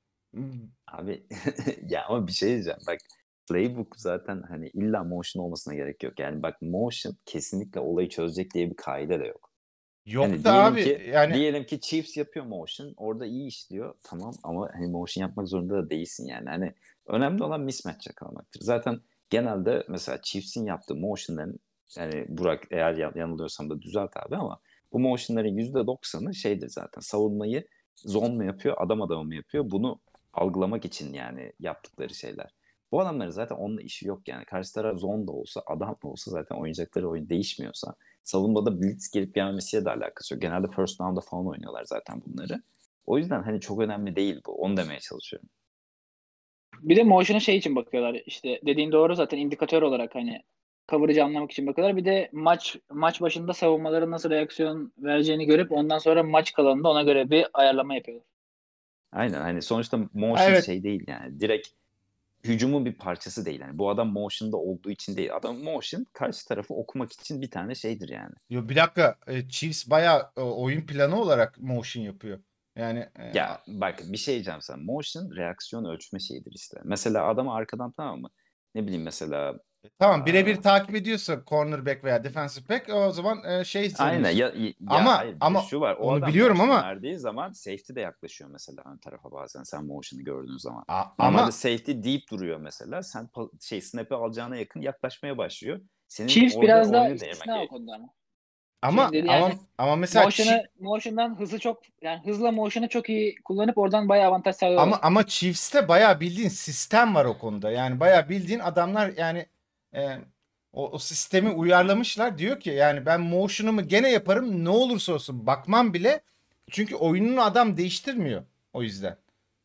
Abi ya ama bir şey diyeceğim bak playbook zaten hani illa motion olmasına gerek yok. Yani bak motion kesinlikle olayı çözecek diye bir kaide de yok. Yok Hani da abi yani, diyelim ki Chiefs yapıyor motion orada iyi işliyor tamam ama hani motion yapmak zorunda da değilsin yani. Hani önemli olan mismatch yakalamaktır. Zaten genelde mesela Chiefs'in yaptığı motionların yani Burak eğer yanılıyorsam da düzelt abi ama bu motionların %90'ı şeydir zaten savunmayı zone mu yapıyor adam adamı mı yapıyor bunu algılamak için yani yaptıkları şeyler. Bu adamların zaten onunla işi yok yani. Karşı taraf zone da olsa adam da olsa zaten oynayacakları oyun değişmiyorsa savunmada blitz gelip gelmesiyle de alakası yok. Genelde first down'da falan oynuyorlar zaten bunları. O yüzden hani çok önemli değil bu. Onu demeye çalışıyorum. Bir de motion'a şey için bakıyorlar. İşte dediğin doğru, zaten indikatör olarak hani coverage'ı anlamak için bakıyorlar. Bir de maç başında savunmaların nasıl reaksiyon vereceğini görüp ondan sonra maç kalanında ona göre bir ayarlama yapıyorlar. Aynen hani sonuçta motion evet, şey değil yani. Direkt hücumun bir parçası değil. Yani bu adam motion'da olduğu için değil. Adam motion karşı tarafı okumak için bir tane şeydir yani. yo, bir dakika, Chiefs bayağı oyun planı olarak motion yapıyor. Yani Ya bak bir şey diyeceğim sana. Motion reaksiyon ölçme şeyidir işte. Mesela adamı arkadan tamam mı? Ne bileyim mesela tamam, birebir takip ediyorsa cornerback veya defensive back, o zaman şey aynen sanıyorsun. ya Ama hayır bir de ama şu var. O onu adam biliyorum motion ama verdiği zaman safety de yaklaşıyor mesela ön tarafa bazen sen motion'ı gördüğün zaman. Normalde ama safety deep duruyor mesela. Sen snap'i alacağına yakın yaklaşmaya başlıyor. Senin Chiefs orada biraz daha oyunu denemen istisna o gerekiyor. konuda ama. Chiefs ama dedi yani ama ama mesela motion'dan hızı çok, yani hızla motion'ı çok iyi kullanıp oradan bayağı avantaj sağlıyorlar. ama Chiefs'te bayağı bildiğin sistem var o konuda. Yani bayağı bildiğin adamlar yani e, o sistemi uyarlamışlar. Diyor ki yani ben motion'umu gene yaparım, ne olursa olsun bakmam bile. Çünkü oyununu adam değiştirmiyor o yüzden.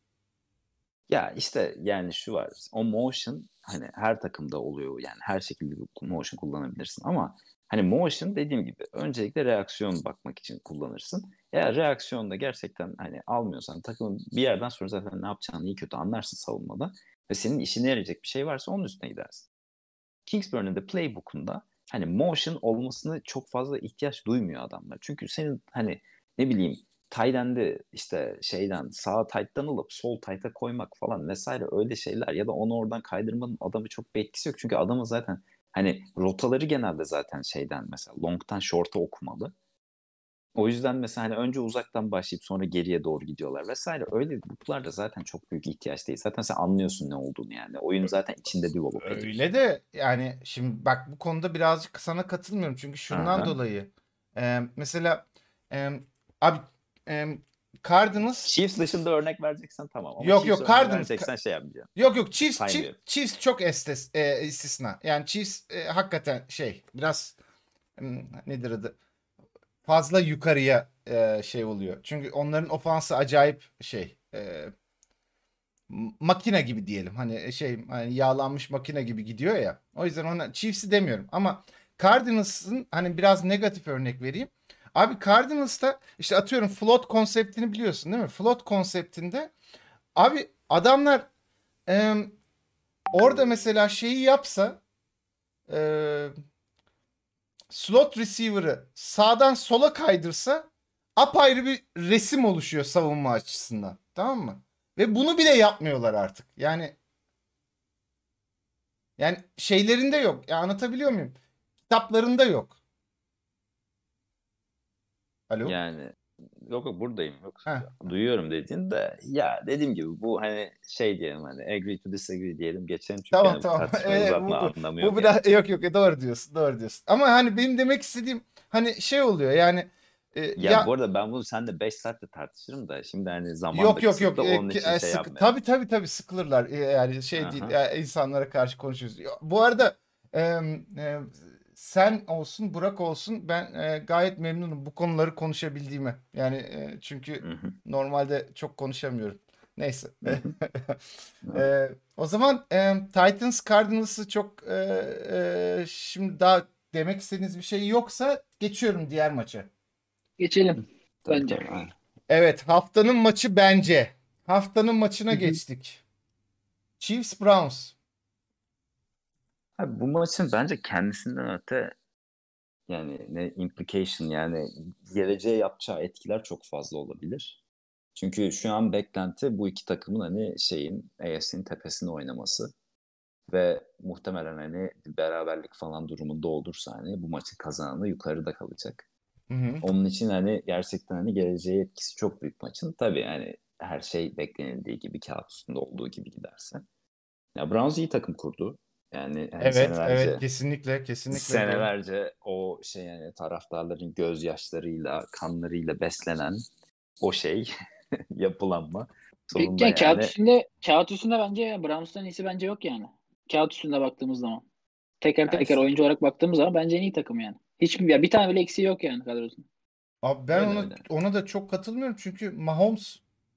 Ya işte yani şu var. O motion hani her takımda oluyor. Yani her şekilde bir motion kullanabilirsin ama Hani motion dediğim gibi öncelikle reaksiyon bakmak için kullanırsın. Eğer reaksiyonda gerçekten hani almıyorsan takımın bir yerden sonra zaten ne yapacağını iyi kötü anlarsın savunmada ve senin işine yarayacak bir şey varsa onun üstüne gidersin. Kingsbury'nin de playbook'unda hani motion olmasını çok fazla ihtiyaç duymuyor adamlar. Çünkü senin hani ne bileyim tight end'i işte şeyden sağ tight'tan alıp sol tight'a koymak falan vesaire öyle şeyler ya da onu oradan kaydırmanın adamı çok bir etkisi yok. Çünkü adamın zaten hani rotaları genelde zaten şeyden mesela long'tan short'a okumalı. O yüzden mesela hani önce uzaktan başlayıp sonra geriye doğru gidiyorlar vesaire. Öyle book'larda zaten çok büyük ihtiyaç değil. Zaten sen anlıyorsun ne olduğunu yani. Oyun zaten içinde develop ediyorsun. Öyle de yani şimdi bak bu konuda birazcık sana katılmıyorum. Çünkü şundan Aha. dolayı mesela abi Cardinals Chiefs dışında örnek vereceksen tamam ama yok Chiefs yok örneği Cardinals vereceksen şey yapmayacağım. yok Chiefs Saymıyorum. Chiefs çok istisna. Yani Chiefs hakikaten şey biraz nedir adı? Fazla yukarıya şey oluyor. Çünkü onların ofansı acayip şey makine gibi diyelim. Hani şey hani yağlanmış makine gibi gidiyor ya. O yüzden ona Chiefs'i demiyorum ama Cardinals'ın hani biraz negatif örnek vereyim. Abi Cardinals'ta işte atıyorum float konseptini biliyorsun değil mi? Float konseptinde abi adamlar e, orada mesela şeyi yapsa e, slot receiver'ı sağdan sola kaydırsa apayrı bir resim oluşuyor savunma açısından. Tamam mı? Ve bunu bile yapmıyorlar artık. Yani şeylerinde yok. Ya anlatabiliyor muyum? Kitaplarında yok. Alo? Yani yok buradayım yok. Heh. Duyuyorum dediğin de ya dediğim gibi bu hani şey diyelim hani agree to disagree diyelim geçelim çünkü Tamam yani bu tamam. tartışmayı uzatma Bu, anlamı bu yok yani. biraz yok yok doğru diyorsun. Doğru diyorsun. Ama hani benim demek istediğim hani şey oluyor yani Ya bu ya arada ben bunu seninle 5 saatte tartışırım da şimdi hani zaman da yok yok yok kısıtlı onun için şey yapmayalım. tabii sıkılırlar. Yani şey değil Aha. insanlara karşı konuşuyoruz. Bu arada e, e, sen olsun Burak olsun ben gayet memnunum bu konuları konuşabildiğime. Yani çünkü Hı hı. normalde çok konuşamıyorum. Neyse. Hı hı. O zaman Titans Cardinals'ı çok şimdi daha demek istediğiniz bir şey yoksa geçiyorum diğer maça. Geçelim Tabii bence. tabii. Aynen. Evet, haftanın maçı bence. Haftanın maçına Hı hı. geçtik. Chiefs Browns. Abi bu maçın bence kendisinden öte yani ne implication yani geleceğe yapacağı etkiler çok fazla olabilir. Çünkü şu an beklenti bu iki takımın hani şeyin AFC'nin tepesinde oynaması ve muhtemelen hani bir beraberlik falan durumunda olursa hani bu maçın kazananı yukarıda kalacak. Hı hı. Onun için hani gerçekten hani geleceğe etkisi çok büyük maçın. Tabii yani her şey beklenildiği gibi kağıt üstünde olduğu gibi giderse. Ya Browns iyi takım kurdu. Yani hani Evet, senelerce kesinlikle doğru. senelerce o şey yani taraftarların gözyaşlarıyla, kanlarıyla beslenen o şey yapılanma Peki sonunda yani yani kağıt üstünde bence Browns'tan iyisi bence yok yani. Kağıt üstünde baktığımız zaman. Teker ya teker işte oyuncu olarak baktığımız zaman bence en iyi takım yani. Hiçbir ya bir tane bile eksiği yok yani kadrosunun. Abi ben öyle ona öyle. ona da çok katılmıyorum çünkü Mahomes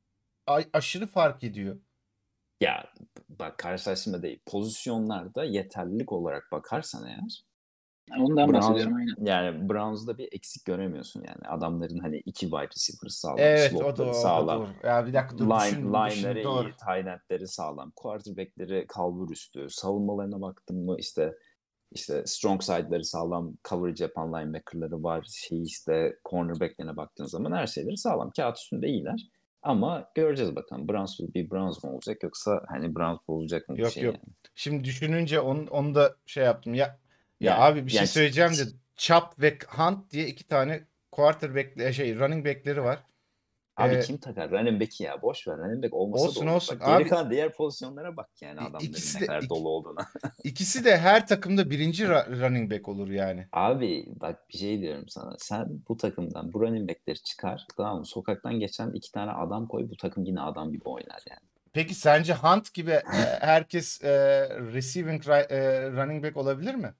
aşırı fark ediyor. Ya bak karşılaştırma değil. Pozisyonlarda yeterlilik olarak bakarsan eğer Yani ondan Browns bahsediyorum aynen. yani Browns'da bir eksik göremiyorsun yani. Adamların hani iki wide receiver sağlam, Evet slotları o da sağlam, doğru. Ya bir dakika dur line'ları doğru. iyi, tight end'leri sağlam, quarterback'leri kalbur üstü, savunmalarına baktın mı işte strong side'ları sağlam, coverage yapan linebacker'ları var. Şey işte cornerback'lerine baktığın zaman her şeyleri sağlam. Kağıt üstünde iyiler. Ama göreceğiz bakalım. Browns bir Browns mu olacak yoksa hani Browns olacak mı bu Yok şey yok. yani. Şimdi düşününce onu da şey yaptım. Ya Yani, abi bir şey yani söyleyeceğim de Chop ve Hunt diye iki tane quarterback şey running back'leri var. abi Ee, kim takar running back'i ya? Boş ver. Running back olmasa da olsun olur. olsun. Bak geri Abi kalan diğer pozisyonlara bak yani adamların ikisi ne de kadar dolu olduğuna. ikisi de her takımda birinci running back olur yani. Abi bak bir şey diyorum sana. Sen bu takımdan bu running back'leri çıkar. Tamam mı? Sokaktan geçen iki tane adam koy. Bu takım yine adam gibi oynar yani. Peki sence Hunt gibi herkes receiving running back olabilir mi?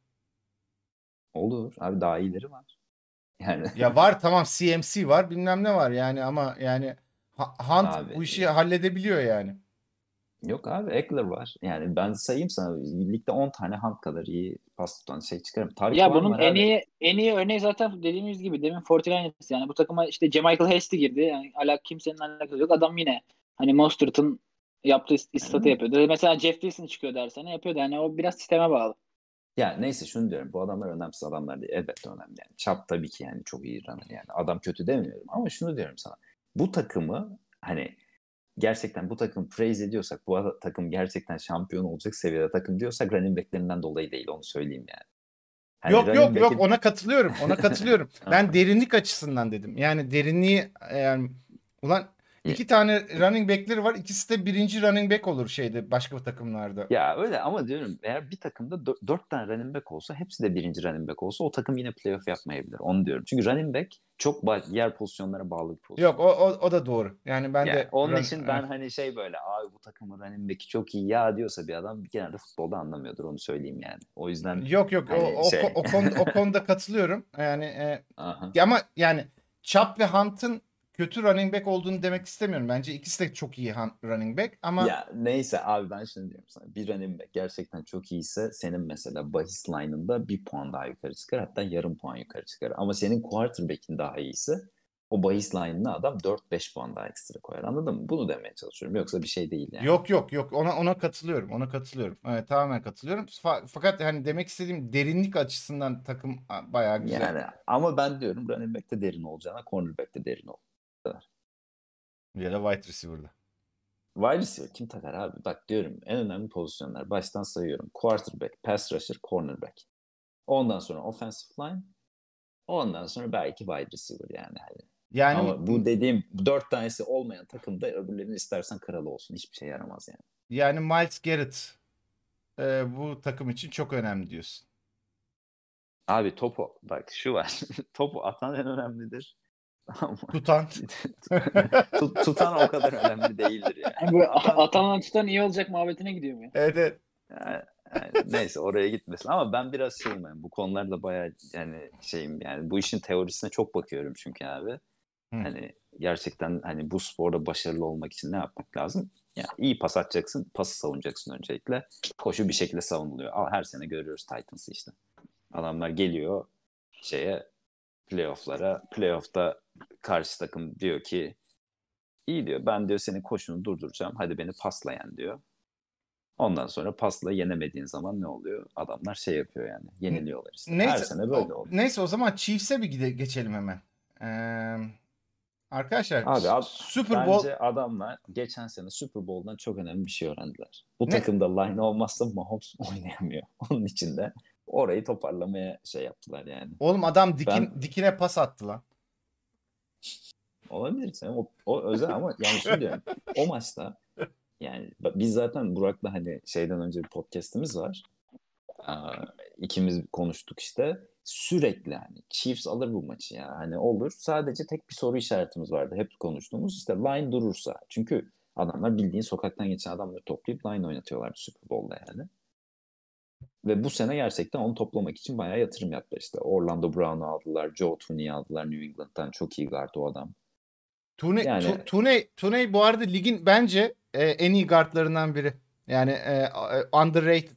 Olur. Abi daha iyileri var. Yani Ya var tamam CMC var bilmem ne var yani ama yani Hunt abi bu işi halledebiliyor yani. Yok abi, Eckler var. Yani ben sayayım sana. Ligde 10 tane Hunt kadar iyi pas tutan şey çıkarım. Tariq Ya Cohen bunun var en abi. iyi en iyi örneği zaten dediğimiz gibi demin 49ers, yani bu takıma işte Jamichael Hasty girdi. Yani kimsenin alakası yok. Adam yine hani Mostert'ın yaptığı istatı Yani, yapıyordu. Mesela Jeff Wilson çıkıyor dersene yapıyordu. Yani o biraz sisteme bağlı. ya neyse şunu diyorum. Bu adamlar önemsiz adamlar değil. Elbette önemli yani. Chap tabii ki yani çok iyi runner yani. Adam kötü demiyorum ama şunu diyorum sana. Bu takımı hani gerçekten bu takım praise ediyorsak, bu takım gerçekten şampiyon olacak seviyede takım diyorsak running back'lerinden dolayı değil, onu söyleyeyim yani. Hani Yok running yok yok, back'in ona katılıyorum. Ona katılıyorum. Ben derinlik açısından dedim. Yani derinliği yani ulan iki tane running back'leri var. İkisi de birinci running back olur şeyde başka takımlarda. ya öyle ama diyorum, eğer bir takımda 4 tane running back olsa, hepsi de birinci running back olsa, o takım yine playoff yapmayabilir. Onu diyorum. Çünkü running back çok diğer pozisyonlara bağlı bir Yok, pozisyon. o da doğru. Yani ben Yani de onun için ben hani şey böyle, abi bu takımın running back'i çok iyi ya diyorsa bir adam, genelde futbolda anlamıyordur, onu söyleyeyim yani. O yüzden yok yok, hani şey. o konuda katılıyorum. Yani Aha. ama yani Chubb ve Hunt'ın kötü running back olduğunu demek istemiyorum. Bence ikisi de çok iyi running back ama Ya neyse abi, ben şimdi diyorum sana, bir running back gerçekten çok iyiyse senin mesela bahis line'ında bir puan daha yukarı çıkar, hatta yarım puan yukarı çıkar. Ama senin quarterback'in daha iyiyse o bahis line'ına adam 4-5 puan daha ekstra koyar, anladın mı? Bunu demeye çalışıyorum, yoksa bir şey değil yani. yok yok yok, ona katılıyorum. Ona katılıyorum. Evet, tamamen katılıyorum. Fakat hani demek istediğim derinlik açısından takım bayağı güzel. Yani ama ben diyorum running back'te derin olacağına cornerback'te derin ol. Bu kadar. Ya da wide receiver'da. Wide receiver kim takar abi? Bak diyorum, en önemli pozisyonlar. Baştan sayıyorum. Quarterback, pass rusher, cornerback. Ondan sonra offensive line. Ondan sonra belki wide receiver yani. Hani. Yani Ama bu dediğim 4 tanesi olmayan takımda öbürlerini istersen kralı olsun. Hiçbir şey yaramaz yani. yani Myles Garrett bu takım için çok önemli diyorsun. Abi topu bak şu var. Topu atan en önemlidir. Ama Tutan. tutan o kadar önemli değildir yani. Yani bu Atan Ataman tutan iyi olacak muhabbetine gidiyor mu ya? Evet, evet. yani neyse, oraya gitmesin. Ama ben biraz şeyim yani, bu konularda bayağı yani şeyim yani, bu işin teorisine çok bakıyorum çünkü abi. Hı. Hani gerçekten hani bu sporda başarılı olmak için ne yapmak lazım? Yani iyi pas atacaksın, pası savunacaksın öncelikle. Koşu bir şekilde savunuluyor. Her sene görüyoruz Titans'ı işte. Adamlar geliyor şeye, playoff'lara. Playoff'ta karşı takım diyor ki, iyi diyor, ben diyor senin koşunu durduracağım. Hadi beni paslayan diyor. Ondan sonra pasla yenemediğin zaman ne oluyor? Adamlar şey yapıyor yani. Yeniliyorlar işte. Her Neyse sene böyle oluyor. neyse, o zaman Chiefs'e bir geçelim hemen. Arkadaşlar Abi Super Bowl bence adamlar geçen sene Super Bowl'dan çok önemli bir şey öğrendiler. Bu ne? takımda line olmazsa Mahomes oynayamıyor. Onun için de orayı toparlamaya şey yaptılar yani. Oğlum adam Ben dikine pas attı lan. olabilir sen o özel, ama yani şunu diyorum. O maçta yani biz zaten Burak'la hani şeyden önce bir podcast'imiz var. İkimiz konuştuk işte. Sürekli hani Chiefs alır bu maçı ya. Hani olur. Sadece tek bir soru işaretimiz vardı. Hep konuştuğumuz, işte line durursa. Çünkü adamlar bildiğin sokaktan geçen adamları toplayıp line oynatıyorlardı Super Bowl'da yani. Ve bu sene gerçekten onu toplamak için bayağı yatırım yaptılar işte. Orlando Brown'u aldılar. Joe Thuney'i aldılar New England'dan. Çok iyi guard o adam. Yani Tuney bu arada ligin bence en iyi guardlarından biri. Yani underrated.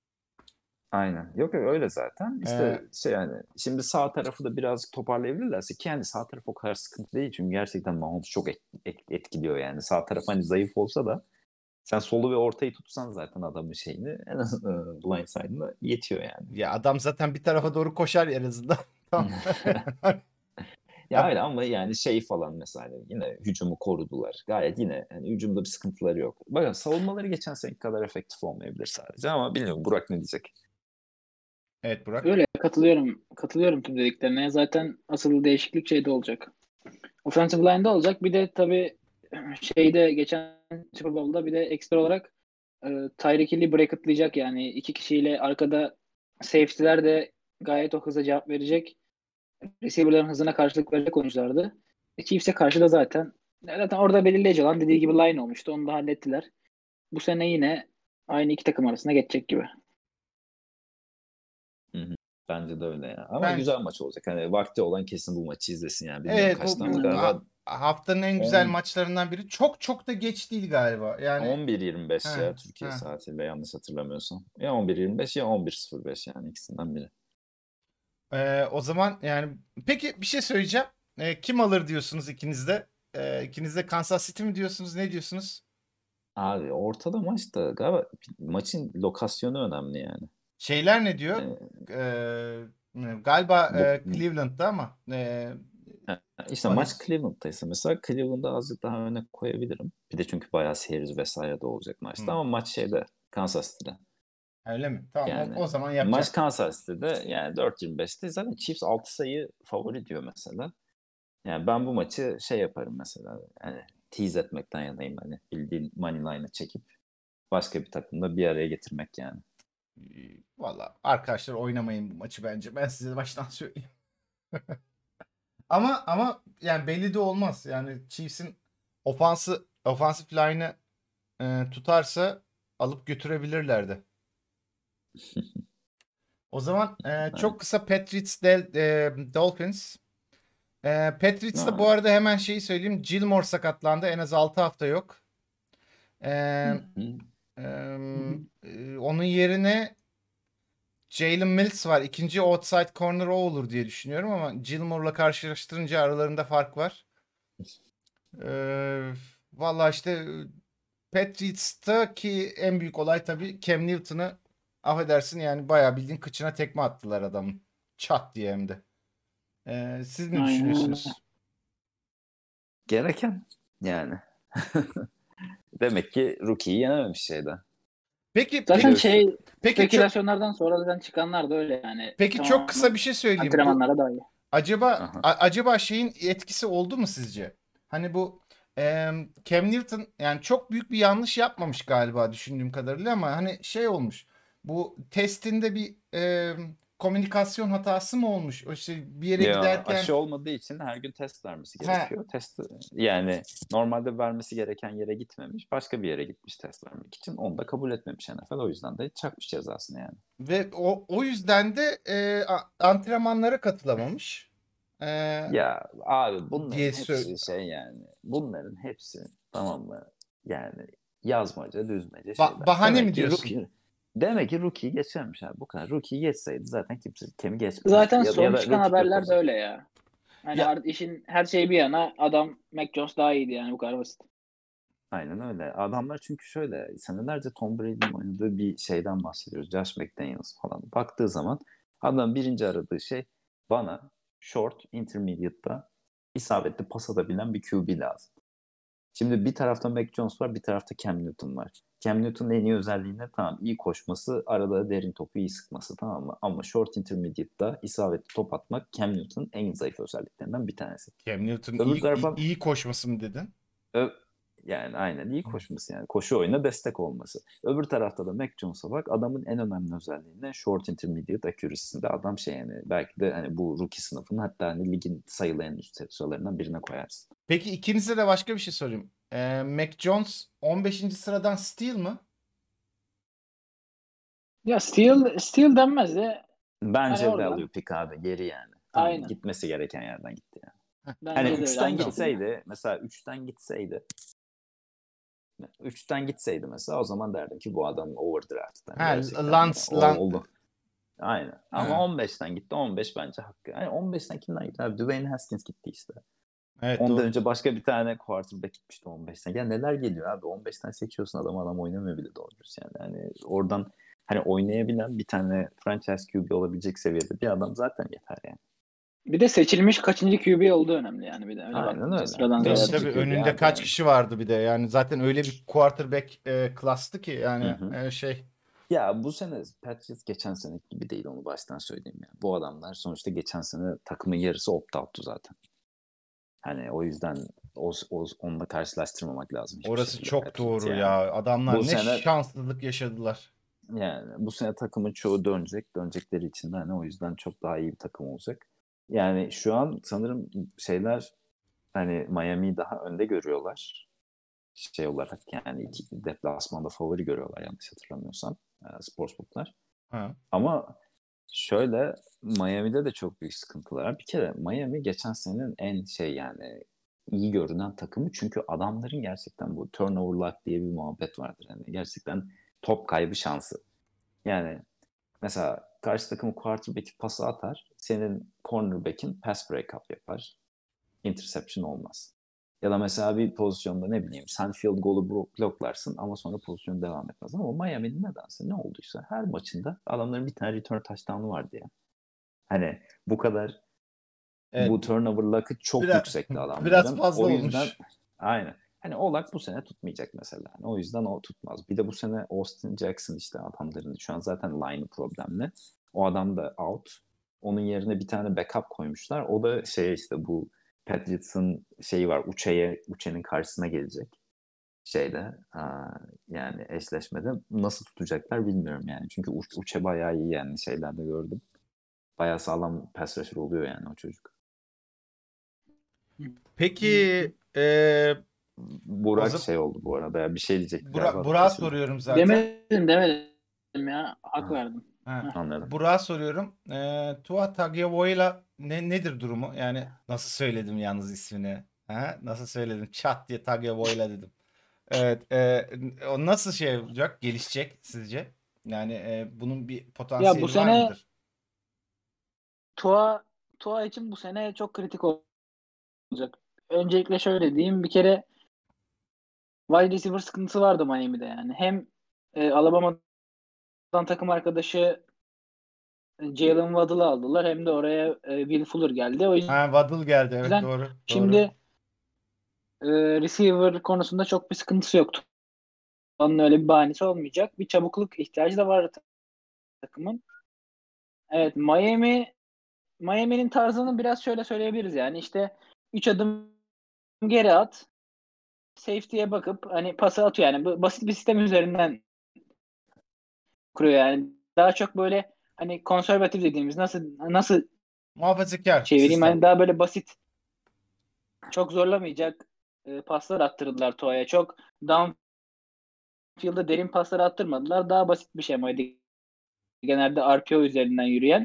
aynen. Yok yok, öyle zaten. E, İşte şey yani, şimdi sağ tarafı da birazcık toparlayabilirlerse, ki yani sağ taraf o kadar sıkıntı değil. Çünkü gerçekten Mahomes çok etkiliyor yani. Sağ taraf hani zayıf olsa da sen solu ve ortayı tutsan zaten adamın şeyini, en azından blind side'ına yetiyor yani. Ya adam zaten bir tarafa doğru koşar en azından. Tamam. Ya Ya, öyle, ama yani şey falan mesela, hani yine hücumu korudular. Gayet yine yani hücumda bir sıkıntıları yok. Bakın savunmaları geçen seneki kadar efektif olmayabilir sadece, ama bilmiyorum Burak ne diyecek. evet Burak. Öyle katılıyorum. Katılıyorum tüm dediklerine. Zaten asıl değişiklik şeyde olacak. Offensive line'da olacak. Bir de tabii şeyde geçen Super Bowl'da bir de ekstra olarak Tyreek Hill'i bracketlayacak, yani iki kişiyle arkada safety'ler de gayet o hıza cevap verecek. Receiver'ların hızına karşılık verecek oyunculardı. Chiefs'e karşı da zaten orada belirleyici olan dediği gibi line olmuştu. Onu da hallettiler. Bu sene yine aynı iki takım arasında geçecek gibi. Hı hı. Bence de öyle ya. Ama Ben güzel maç olacak. Hani vakti olan kesin bu maçı izlesin yani. Bilmiyorum evet kaçta, ama Aynen. galiba haftanın en güzel 10 maçlarından biri. Çok çok da geç değil galiba. Yani 11.25 he, ya Türkiye he. saatiyle yanlış hatırlamıyorsam. Ya 11.25 ya 11.05 yani ikisinden biri. O zaman yani peki bir şey söyleyeceğim. Kim alır diyorsunuz ikiniz de? İkiniz de Kansas City mi diyorsunuz? Ne diyorsunuz? Abi ortada maç da galiba maçın lokasyonu önemli yani. Şeyler ne diyor? Ee, Galiba bu, Cleveland'da ama işte maç Paris. Cleveland'daysa mesela Cleveland'ı azıcık daha öne koyabilirim. Bir de çünkü bayağı seyirci vesaire de olacak maçta Hmm, ama maç şeyde Kansas City'de. öyle mi? Tamam Yani o zaman maç yapacak. Kansas City'de yani 4.25'te zaten Chiefs 6 sayı favori diyor mesela. Yani ben bu maçı şey yaparım mesela. Yani tease etmekten yanayım hani bildiğin money line'ı çekip başka bir takımda bir araya getirmek yani. Valla arkadaşlar oynamayın bu maçı bence. Ben size baştan söyleyeyim. Ama yani belli de olmaz. Yani Chiefs'in ofansif line'ı tutarsa alıp götürebilirlerdi. O zaman Evet. çok kısa Patriots Dolphins. Patriots'ta bu Ha, arada hemen şeyi söyleyeyim. Gilmore sakatlandı. En az 6 hafta yok. hı E, hı. Onun yerine Jalen Mills var. İkinci outside corner o olur diye düşünüyorum ama Gilmore'la karşılaştırınca aralarında fark var. E, Valla işte Patriots'taki en büyük olay tabii Cam Newton'ı affedersin yani bayağı bildiğin kıçına tekme attılar adamın. Çat diye hem de. Siz ne Aynen öyle. düşünüyorsunuz? Gereken yani. Demek ki rookie'yi yenememiş şeyde. Peki Bir de Zaten peki şey peki çok spekülasyonlardan sonradan çıkanlar da öyle yani. peki çok kısa bir Tamamen şey söyleyeyim. Bu antrenmanlara dair. acaba Aha. acaba şeyin etkisi oldu mu sizce? Hani bu Cam Newton yani çok büyük bir yanlış yapmamış galiba düşündüğüm kadarıyla ama hani şey olmuş. Bu testinde bir komünikasyon hatası mı olmuş? O işte bir yere Ya giderken aşı olmadığı için her gün test vermesi ha gerekiyor. Test yani normalde vermesi gereken yere gitmemiş. Başka bir yere gitmiş test vermek için. Onu da kabul etmemiş NFL. O yüzden de çakmış cezasını yani. ve o yüzden de antrenmanlara katılamamış. E, Ya abi diye bunların söyle. hepsi şey yani. Bunların hepsi tamam mı? Yani yazmaca, düzmece şeyler. Bahane Demek mi ki diyorsun? Rookie'yi geçermiş abi. Bu kadar. Rookie'yi geçseydi zaten kimse Kem'i geçmezdi. Zaten Ya son da çıkan rookie haberler de rekorsu. öyle ya. Hani Ya işin her şeyi bir yana adam Mac Jones daha iyiydi yani bu kadar basit. Aynen öyle. Adamlar çünkü şöyle senelerce Tom Brady'nin oynadığı bir şeyden bahsediyoruz. Josh McDaniels falan. Baktığı zaman adam birinci aradığı şey bana short, intermediate'da isabetli pas atabilen bir QB lazım. Şimdi bir tarafta Mac Jones var, bir tarafta Cam Newton var. Cam Newton'un en iyi özelliği ne? Tamam iyi koşması, arada derin topu iyi sıkması tamam mı? Ama short intermediate'da isabetli top atmak Cam Newton'un en zayıf özelliklerinden bir tanesi. Cam Newton Öbür iyi, tarafa iyi koşması mı dedin? Ö- yani aynen iyi koşması yani koşu oyuna destek olması. Öbür tarafta da Mac Jones'a bak adamın en önemli özelliği ne? Short intermediate accuracy'sinde adam şey yani belki de hani bu rookie sınıfının hatta hani ligin sayılı en üst sıralarından birine koyarsın. Peki ikinize de başka bir şey sorayım. Mac Jones 15. sıradan steal mı? Ya Steel denmez de hani Bence value oradan pick abi geri yani. Tam aynen. gitmesi gereken yerden gitti yani. Hani Bence de öyle 3'ten aynı Tamam. şekilde. gitseydi mesela 3'ten gitseydi mesela o zaman derdim ki bu adam overdraft. Yani Ha, gerçekten hani Lance, oldu. Aynen. Ama ha, 15'ten gitti. 15 bence hakkı. Yani 15'ten kimden gitti? Abi Dwayne Haskins gitti işte. evet Ondan doğru. önce başka bir tane quarterback gitmişti 15'ten. Ya neler geliyor abi? 15'ten seçiyorsun adam oynamıyor bile doğru dürüst yani. Yani oradan hani oynayabilen bir tane franchise QB olabilecek seviyede bir adam zaten yeter yani. Bir de seçilmiş kaçıncı QB olduğu önemli yani bir de öyle Aynen baktığımızda öyle. sıradan Tabii ziyade. Beşinci tabii QB önünde abi kaç yani. kişi vardı bir de. Yani zaten öyle bir quarterback klastı ki Hı yani hı. şey. Ya bu sene Patriots geçen sene gibi değil onu baştan söyleyeyim yani. Bu adamlar sonuçta geçen sene takımın yarısı opt-out'tu zaten. Hani o yüzden onunla karşılaştırmamak lazım hiçbir Orası şekilde çok Patriots doğru yani. ya. Bu Adamlar ne sene şanssızlık yaşadılar. yani bu sene takımın çoğu dönecek. Dönecekleri için de hani o yüzden çok daha iyi bir takım olacak. Yani şu an sanırım şeyler hani Miami'yi daha önde görüyorlar. Şey olarak yani iki deplasmanda favori görüyorlar yanlış hatırlamıyorsam sportsbooklar. Ha. Ama şöyle Miami'de de çok büyük sıkıntılar var. Bir kere Miami geçen senenin en şey yani iyi görünen takımı. Çünkü adamların gerçekten bu turnover luck diye bir muhabbet vardır. Yani gerçekten top kaybı şansı. Yani mesela karşı takımın quarterback'i pası atar. Senin cornerback'in pass breakup yapar. Interception olmaz. Ya da mesela bir pozisyonda ne bileyim sen field goal'u bloklarsın ama sonra pozisyon devam etmez. Ama Miami'nin nedense ne olduysa her maçında adamların bir tane return touchdown'u vardı ya. Hani bu kadar Evet. bu turnover luck'ı çok Biraz, yüksekti adamların. biraz fazla O yüzden olmuş. aynen. Hani o luck bu sene tutmayacak mesela. O yüzden o tutmaz. Bir de bu sene Austin Jackson işte adamların şu an zaten line'ı problemli. O adam da out. Onun yerine bir tane backup koymuşlar. O da işte bu Patriots'ın şeyi var. Uçe'nin karşısına gelecek. Yani eşleşmede nasıl tutacaklar bilmiyorum yani. Çünkü Uçe bayağı iyi yani şeylerde gördüm. Bayağı sağlam pass rusher oluyor yani o çocuk. Peki o Burak zaman oldu bu arada ya. Bir şey diyecekti galiba da Burak'a kesildi. soruyorum zaten. Demedim ya. Hak Ha, verdim. Ha, anladım. Burak'a soruyorum. Tua Tagovailoa nedir durumu? Yani nasıl söyledim yalnız ismini? Ha? Nasıl söyledim? Çat diye Tagovailoa dedim. Evet. O nasıl şey olacak? Gelişecek sizce? Yani bunun bir Ya bu potansiyeli var sene mıdır? Tua Tua için bu sene çok kritik olacak. Öncelikle şöyle diyeyim. Bir kere wide receiver sıkıntısı vardı Miami'de yani. Hem Alabama'dan takım arkadaşı Jalen Waddle'ı aldılar. Hem de oraya Will Fuller geldi. O Ha, Waddle geldi. Evet, yüzden doğru. Doğru. şimdi receiver konusunda çok bir sıkıntısı yoktu. Onun öyle bir bahanesi olmayacak. Bir çabukluk ihtiyacı da var takımın. Evet, Miami'nin tarzını biraz şöyle söyleyebiliriz yani. İşte 3 adım geri at. Safety'ye bakıp hani pası atıyor yani. Basit bir sistem üzerinden kuruyor yani. Daha çok böyle hani konservatif dediğimiz nasıl Muhafazakar çevireyim sistem. hani daha böyle basit, çok zorlamayacak paslar attırdılar Tua'ya. Çok downfield'da derin paslar attırmadılar. Daha basit bir şemaydı. Genelde RPO üzerinden yürüyen.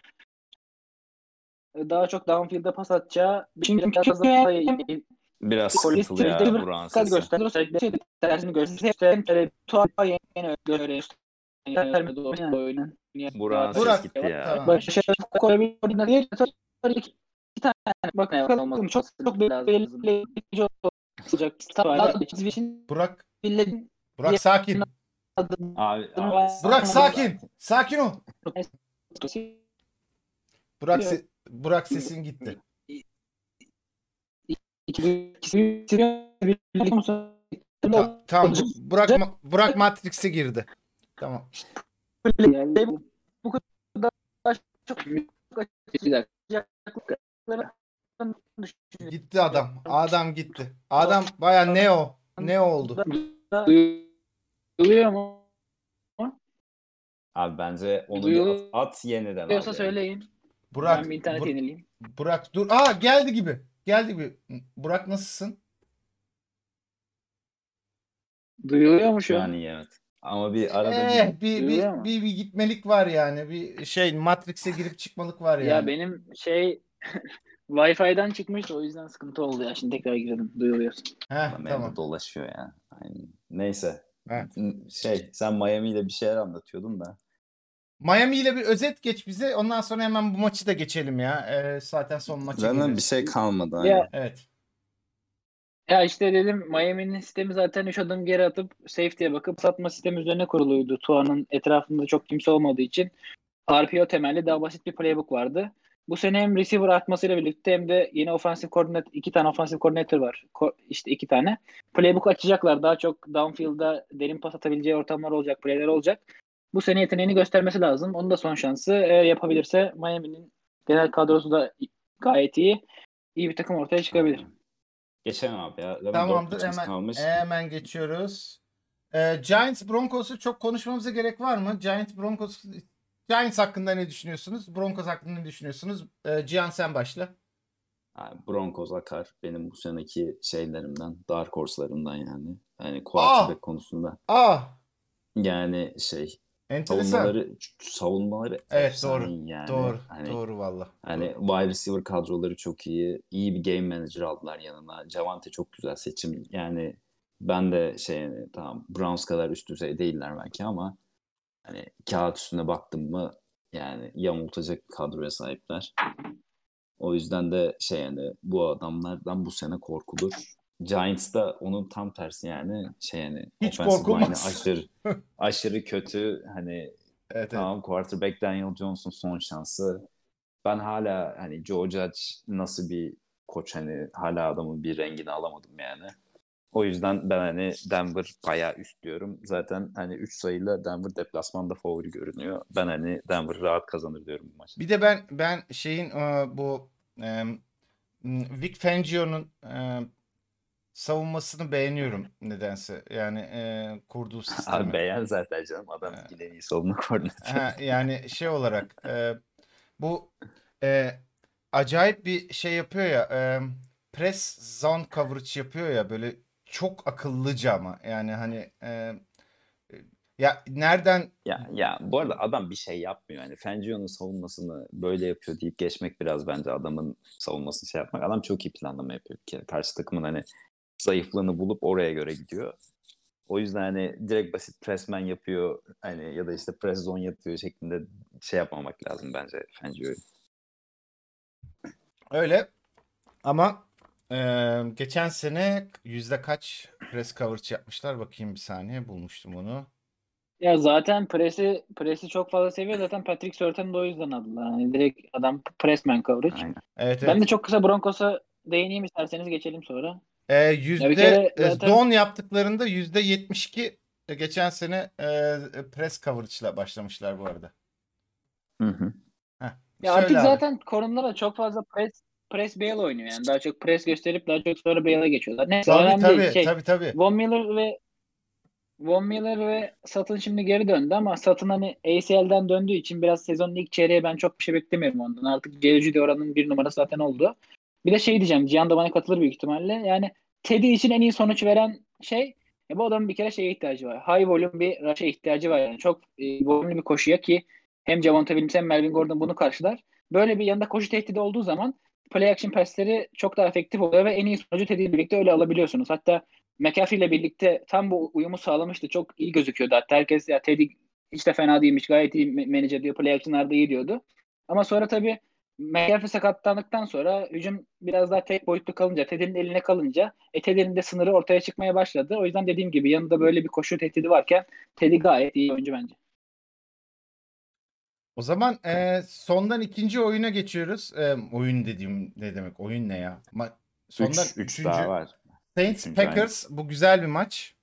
Daha çok downfield'da pas atacağı çünkü Biraz sıkıntılı ya Burak'ın dikkat sesi. gösterdi. Sürekli tersini gösterdi. Tua'ya yeni göstermedi oyunun. Burak'ın ses Burak, gitti ya. tamam. Başarı koyabildiğinde değil. İki tane bakın bakalım çok belirleyici olacak. Burak, Billerin Burak sakin. Abi Burak sakin sakin. sakin. Sakin ol. Burak sesin gitti. Tamam, Burak Matrix'e girdi. Tamam. Bu kadar çok Gitti adam. Adam gitti. Adam baya Neo. Neo oldu. Duyuluyor mu? Abi bence onu bir Duyuluyorsa at yeniden al ya. söyleyin. Ben Burak, bir internet yenileyim. Burak dur. Aa, geldi gibi. Geldi gibi. Burak nasılsın? Duyuluyor mu şu Şu an an? iyi evet. Ama bir arada bir Duyuluyor mu? Bir gitmelik var yani. Bir şey Matrix'e girip çıkmalık var Ya yani. benim Wi-Fi'den çıkmıştı, o yüzden sıkıntı oldu ya. Şimdi tekrar girdim. Duyuluyor. adam evde Tamam. dolaşıyor ya. Aynen. Neyse. Heh. Sen Miami ile bir şeyler anlatıyordun da. Miami ile bir özet geç bize. Ondan sonra hemen bu maçı da geçelim ya. Zaten son maça Zaten bir geliriz. şey kalmadı Ya aynen. Evet. ya işte dedim, Miami'nin sistemi zaten 3 adım geri atıp safety'ye bakıp satma sistemi üzerine kuruluydu. Tua'nın etrafında çok kimse olmadığı için RPO temelli daha basit bir playbook vardı. Bu sene hem receiver artmasıyla birlikte hem de yeni iki tane offensive coordinator var. İşte iki tane. Playbook açacaklar. Daha çok downfield'da derin pas atabileceği ortamlar olacak, playler olacak. Bu sene yeteneğini göstermesi lazım. Onun da son şansı. Eğer yapabilirse Miami'nin genel kadrosu da gayet iyi. İyi bir takım ortaya çıkabilir. Aynen. Geçelim abi ya. Zaten 4 Tamamdır. maçımız kalmış. Hemen geçiyoruz. Giants Broncos'u çok konuşmamıza gerek var mı? Giants hakkında ne düşünüyorsunuz? Broncos hakkında ne düşünüyorsunuz? Cihan sen başla. Abi, Broncos akar. Benim bu seneki şeylerimden, Dark Horse'larımdan yani. Yani Aa! quarterback konusunda. Aa! Yani Enteresan. savunmaları Evet, efsane doğru. iyi yani. Doğru. Hani Doğru valla. hani Doğru. wide receiver kadroları çok iyi. İyi bir game manager aldılar yanına. Javante çok güzel seçim. Yani ben de hani, tamam Browns kadar üst düzey değiller belki ama hani kağıt üstüne baktım mı yani yamultacak bir kadroya sahipler. O yüzden de hani bu adamlardan bu sene korkulur. Giants da onun tam tersi yani hani Hiç offensive line'ı korkulmaz. aşırı kötü. Hani Evet, evet. tamam quarterback Daniel Jones'un son şansı. Ben hala hani Joe Judge nasıl bir koç hani hala adamın bir rengini alamadım yani. O yüzden ben hani Denver bayağı üst diyorum. Zaten hani 3 sayıyla Denver deplasmanda favori görünüyor. Ben hani Denver rahat kazanır diyorum bu maçı. Bir de ben şeyin bu e, Vic Fangio'nun savunmasını beğeniyorum nedense. Yani kurduğu Abi sistemi. beğen zaten canım. Adam E, ligin en iyi savunma koordinatörü. yani şey olarak bu e, acayip bir şey yapıyor ya. Press zone coverage yapıyor ya, böyle çok akıllıca ama yani hani ya nereden Ya bu arada adam bir şey yapmıyor. Yani Fangio'nun savunmasını böyle yapıyor deyip geçmek biraz bence adamın savunmasını şey yapmak. Adam çok iyi planlama yapıyor bir kere. Karşı takımın hani zayıflığını bulup oraya göre gidiyor. O yüzden hani direkt basit pressman yapıyor hani ya da işte press zone yapıyor şeklinde şey yapmamak lazım bence Fangio'yu. öyle. Ama geçen sene yüzde kaç press coverage yapmışlar? Bakayım bir saniye, bulmuştum onu. Ya zaten presi çok fazla seviyor. Zaten Patrick Surtain'i de o yüzden aldılar. Yani direkt adam pressman coverage. Aynen. Evet, Ben de evet. çok kısa Broncos'a değineyim isterseniz geçelim sonra. Ya bir Yüzde kere zaten zone yaptıklarında %72 geçen sene press coverage'la başlamışlar bu arada. Hı hı. Heh, ya artık söyle abi. zaten konumda da çok fazla press bail oynuyor yani. Daha çok press gösterip daha çok sonra bail'e geçiyorlar. Neyse Tabii, önemli değil. tabii, tabii, tabii. Von Miller ve Sutton şimdi geri döndü ama Sutton hani ACL'den döndüğü için biraz sezonun ilk çeyreğe ben çok bir şey beklemiyorum ondan. Artık Jerry de oranın bir numarası zaten oldu. Bir de şey diyeceğim. Cihan da bana katılır büyük ihtimalle. Yani Teddy için en iyi sonuç veren şey bu adamın bir kere şeye ihtiyacı var. High volume bir rush'a ihtiyacı var yani. Çok volümlü bir koşuya ki hem Javonte Williams hem Melvin Gordon bunu karşılar. Böyle bir yanında koşu tehdidi olduğu zaman play action passleri çok daha efektif oluyor ve en iyi sonucu Teddy ile birlikte öyle alabiliyorsunuz. Hatta McAfee ile birlikte tam bu uyumu sağlamıştı. Çok iyi gözüküyordu. Hatta herkes ya Teddy hiç de fena değilmiş. Gayet iyi manager diyor. Play action'larda iyi diyordu. Ama sonra tabii McAfee sakatlandıktan sonra hücum biraz daha tek boyutlu kalınca, Teddy'nin eline kalınca Teddy'nin de sınırı ortaya çıkmaya başladı. O yüzden dediğim gibi yanında böyle bir koşu tehdidi varken Teddy gayet iyi oyuncu bence. O zaman sondan ikinci oyuna geçiyoruz. Oyun dediğim ne demek? Oyun ne ya? Sondan 3 daha üçüncü. var. Saints Üçüncü aynı. Packers, bu güzel bir maç.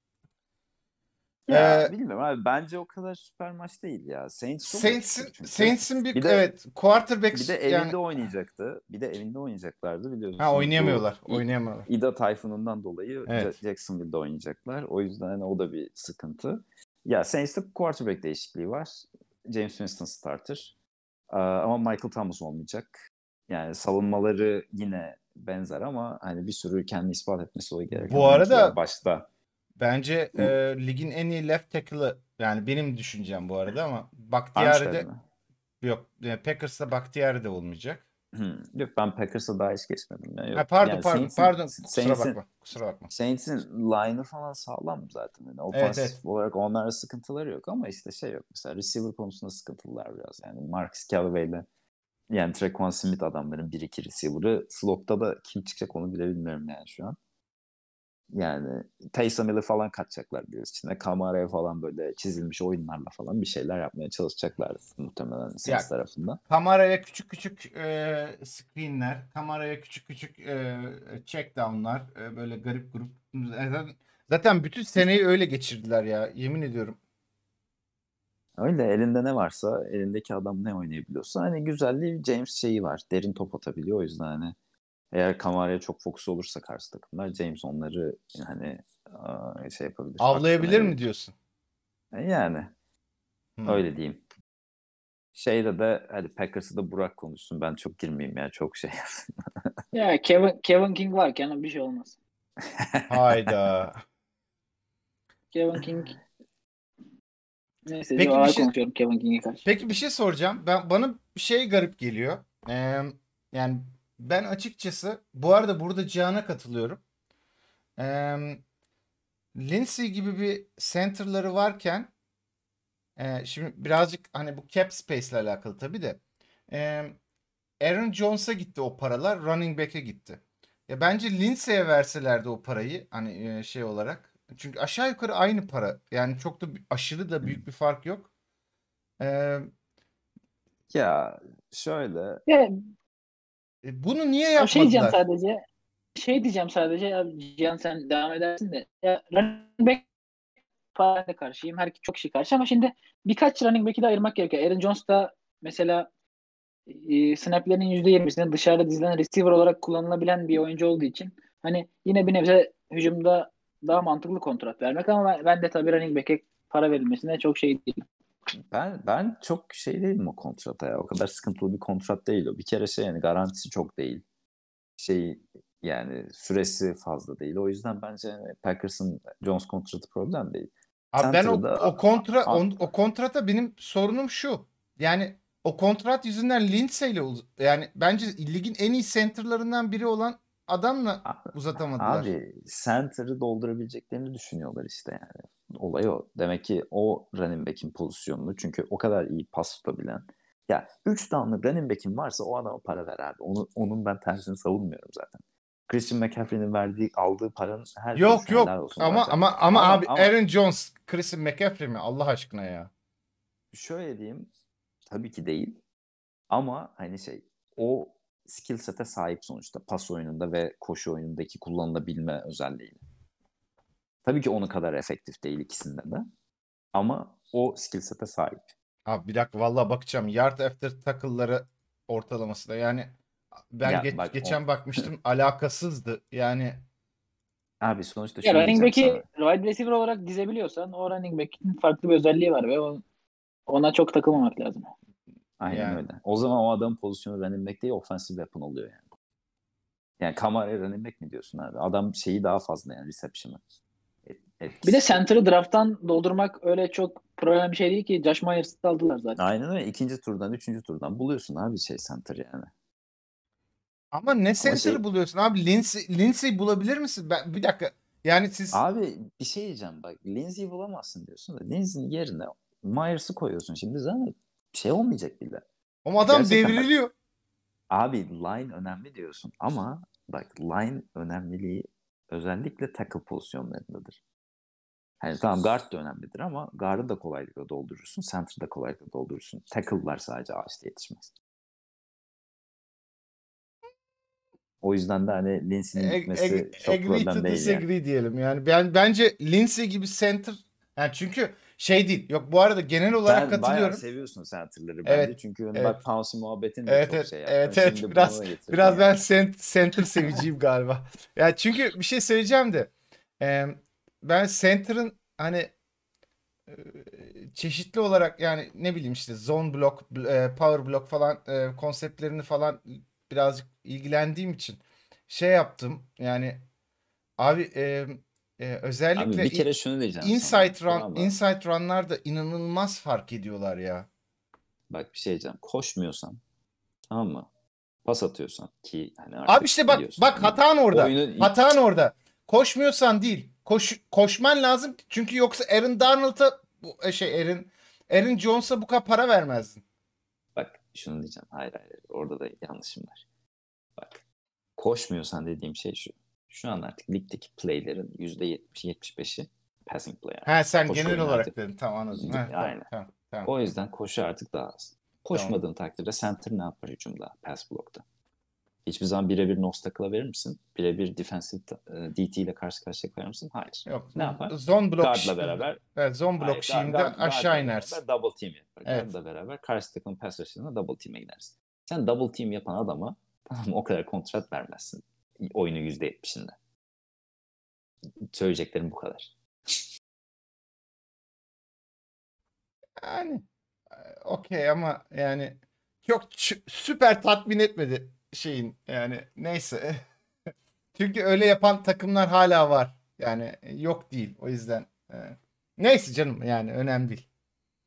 Ya E, bilmiyorum abi bence o kadar süper maç değil ya. Saints çok Saints'in yakışıklı çünkü. Saints'in bir, Bir de evet, quarterback bir de yani, evinde oynayacaktı. Bir de evinde oynayacaklardı ha, biliyorsun. Bu oynayamıyorlar. Oynayamıyorlar. Ida Tayfun'undan dolayı Evet. Jacksonville'de oynayacaklar. O yüzden hani o da bir sıkıntı. Ya Saints'te quarterback değişikliği var. James Winston starter. Ama Michael Thomas olmayacak. Yani savunmaları yine benzer ama hani bir sürü kendi ispat etmesi gereken Bu oyuncu var arada başta. bence ligin en iyi left tackle'ı, yani benim düşüncem bu arada, ama Armstead Bakhtiari'de mi? yok. Packers'ta Bakhtiari de olmayacak. Yok ben Packers'a daha hiç geçmedim. Ya. Ha, Yok. pardon, Yani pardon, Saints'in pardon, kusura Saints'in bakma. Kusura bakma. Saints'in line'ı falan sağlam zaten. Yani Evet, evet. ofansif olarak onlarda sıkıntıları yok ama işte şey yok. Mesela receiver konusunda sıkıntılar biraz. Yani Marcus Callaway'le yani Tre'Quan Smith adamların 1-2 receiver'ı. Slot'ta da kim çıkacak onu bile bilmiyorum yani şu an. Yani Taysom Hill'i falan katacaklar biraz içine. Kamara'ya falan böyle çizilmiş oyunlarla falan bir şeyler yapmaya çalışacaklar muhtemelen Saints Ya, tarafında. kameraya küçük küçük screenler, kameraya küçük küçük check down'lar, böyle garip grup. Zaten bütün seneyi öyle geçirdiler ya, yemin ediyorum. Öyle elinde ne varsa, elindeki adam ne oynayabiliyorsa hani güzelliği James şeyi var. Derin top atabiliyor o yüzden hani eğer Kamara'ya çok fokus olursa karşı takımlar James onları hani şey yapabilir, hakikaten Avlayabilir mi edebilir. diyorsun? Yani Hmm. öyle diyeyim. Şeyde de hadi Packers'ı da Burak konuşsun. Ben çok girmeyeyim ya çok şey. Ya Kevin King varken bir şey olmaz. Hayda. Kevin King Neyse Peki bir ağır şey konuşuyorum Kevin King'e karşı. peki bir şey soracağım. Bana bir şey garip geliyor. Yani ben açıkçası bu arada burada Cihan'a katılıyorum. Ee, Lindsey gibi bir center'ları varken şimdi birazcık hani bu cap space ile alakalı tabii de ee, Aaron Jones'a gitti o paralar, running back'e gitti. Ya bence Lindsey'e verselerdi o parayı hani şey olarak. Çünkü aşağı yukarı aynı para. Yani çok da aşırı da büyük bir fark yok. Ee, Ya şöyle Ya, bunu niye şey diyeceğim yapmadılar? sadece. Şey diyeceğim sadece. Ya, Cihan sen devam edersin de. Ya, running back falan da karşıyım. Her çok kişi karşı ama şimdi birkaç running back'i de ayırmak gerekiyor. Aaron Jones da mesela snaplerin %20'sini dışarıda dizilen receiver olarak kullanılabilen bir oyuncu olduğu için hani yine bir nebze hücumda daha mantıklı kontrat vermek ama ben de tabii running back'e para verilmesine çok şey değilim. ben çok şey değilim o kontrata ya. O kadar sıkıntılı bir kontrat değil o. Bir kere şey yani garantisi çok değil. Şey yani süresi fazla değil. O yüzden bence hani Packers'ın Jones kontratı problem değil. Abi ben Center'ı da o kontrata benim sorunum şu. Yani o kontrat yüzünden Lindsey ile yani bence ligin en iyi center'larından biri olan adamla uzatamadılar. abi center'ı doldurabileceklerini düşünüyorlar işte yani. Olay o. Demek ki o running back'in pozisyonunu çünkü o kadar iyi pas tutabilen. Ya 3 down'lık running back'in varsa o adama para ver abi. Onun ben tersini savunmuyorum zaten. Christian McCaffrey'nin aldığı paranın her Yok kuruşuna yok helal olsun ama zaten. ama ama Ama abi ama Aaron Jones, Christian McCaffrey mi? Allah aşkına ya. şöyle diyeyim tabii ki değil. Ama hani şey o skill set'e sahip sonuçta pas oyununda ve koşu oyunundaki kullanılabilme özelliğiyle. Tabii ki onun kadar efektif değil ikisinde de. Ama o skill set'e sahip. Abi bir dakika vallahi bakacağım. Yard after tackle'ları ortalaması da yani ben Ya bak geçen bakmıştım alakasızdı. Yani abi sonuçta Ya şunu running diyeceğim back'i sana. wide receiver olarak dizebiliyorsan o running back'in farklı bir özelliği var ve ona çok takılmamak lazım. Aynen yani öyle. O zaman o adamın pozisyonu running back değil offensive weapon oluyor yani. Yani Kamara running back mi diyorsun abi? Adam şeyi daha fazla yani reception'ı. Bir de Etkisi. center'ı draft'tan doldurmak öyle çok problem bir şey değil ki. Josh Myers'ı aldılar zaten. Aynen öyle. İkinci turdan, üçüncü turdan buluyorsun abi şey center yani. ama ne Ama center şey buluyorsun abi? Lindsey bulabilir misin? Bir dakika. Yani siz abi bir şey diyeceğim bak. Lindsey'i bulamazsın diyorsun da Lindsey'nin yerine Myers'ı koyuyorsun şimdi zaten bir şey olmayacak bile. o adam Gerçekten bak devriliyor. abi line önemli diyorsun ama bak line önemliliği özellikle tackle pozisyonlarındadır. Hani tamam guard da önemlidir ama guard'ı da kolaylıkla doldurursun. Center'ı da kolaylıkla doldurursun. Tackle'lar sadece ağaçta yetişmez. O yüzden de hani Lindsey'nin gitmesi çok Agree problem to değil yani. disagree diyelim. Yani bence Lindsey gibi center yani çünkü şey değil. Yok bu arada genel olarak Sen bayağı katılıyorum. seviyorsun center'ları bence. Evet. Çünkü hani Evet. bak Pouncey muhabbetin de Evet çok evet şey yaptın. evet evet Şimdi bunu biraz da getirdin biraz yani. ben center seviciyim galiba. Ya çünkü bir şey söyleyeceğim de e, ben center'ın hani e, çeşitli olarak yani ne bileyim işte zone block, power block falan konseptlerini falan birazcık ilgilendiğim için şey yaptım. Yani abi Abi özellikle bir kere şunu diyeceğim sana. Tamam mı? inside run'lar da inanılmaz fark ediyorlar ya. Bak bir şey diyeceğim. Koşmuyorsan tamam mı? Pas atıyorsan ki hani Abi artık işte biliyorsun bak hani hatan orada. oyunun Hatan orada. Koşmuyorsan değil. Koşman lazım. Çünkü yoksa Aaron Donald'a Aaron Jones'a bu kadar para vermezdin. bak şunu diyeceğim. Hayır. Orada da yanlışım var. Bak koşmuyorsan dediğim şey şu. Şu an artık ligdeki playlerin %70-75'i passing play Ha artık. sen Koşu genel oyunu olarak artık. dedin. Tamam anladım. Ha, tamam Aynen. tamam tamam O yüzden koşu artık daha az. tamam. Koşmadığın takdirde center ne yapar hücumda, pass block'ta? Hiçbir zaman birebir nose tackle'a verir misin? Birebir defensive DT ile karşı karşıya koyar mısın? Hayır. Yok. Ne yapar? Zone block Guard'la beraber evet, zone block hayır, şeyinde aşağı guard'la inersin. beraber double team yapar. Evet. Guard'la beraber karşı takımın pass rush'ına double team'e gidersin. Sen double team yapan adama tamam o kadar kontrat vermezsin. Oyunu %70'inde. Söyleyeceklerim bu kadar. Yani okey ama yani çok süper tatmin etmedi şeyin yani neyse. Çünkü öyle yapan takımlar hala var. Yani yok değil o yüzden. Neyse canım yani önemli değil.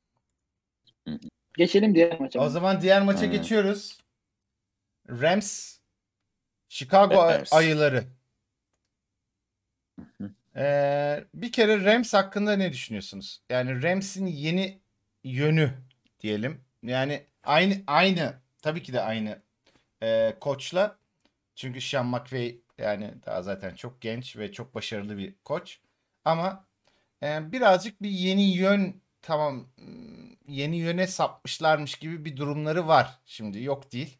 Hı. Geçelim diğer maça. O zaman diğer maça Aynen. geçiyoruz. Rams Chicago Bears. Ayıları. Hı. Bir kere Rams hakkında ne düşünüyorsunuz? Yani Rams'in yeni yönü diyelim. Yani aynı tabii ki de aynı koçla. Çünkü Sean McVay yani daha zaten çok genç ve çok başarılı bir koç. Ama birazcık bir yeni yön, tamam, yeni yöne sapmışlarmış gibi bir durumları var. Şimdi yok değil.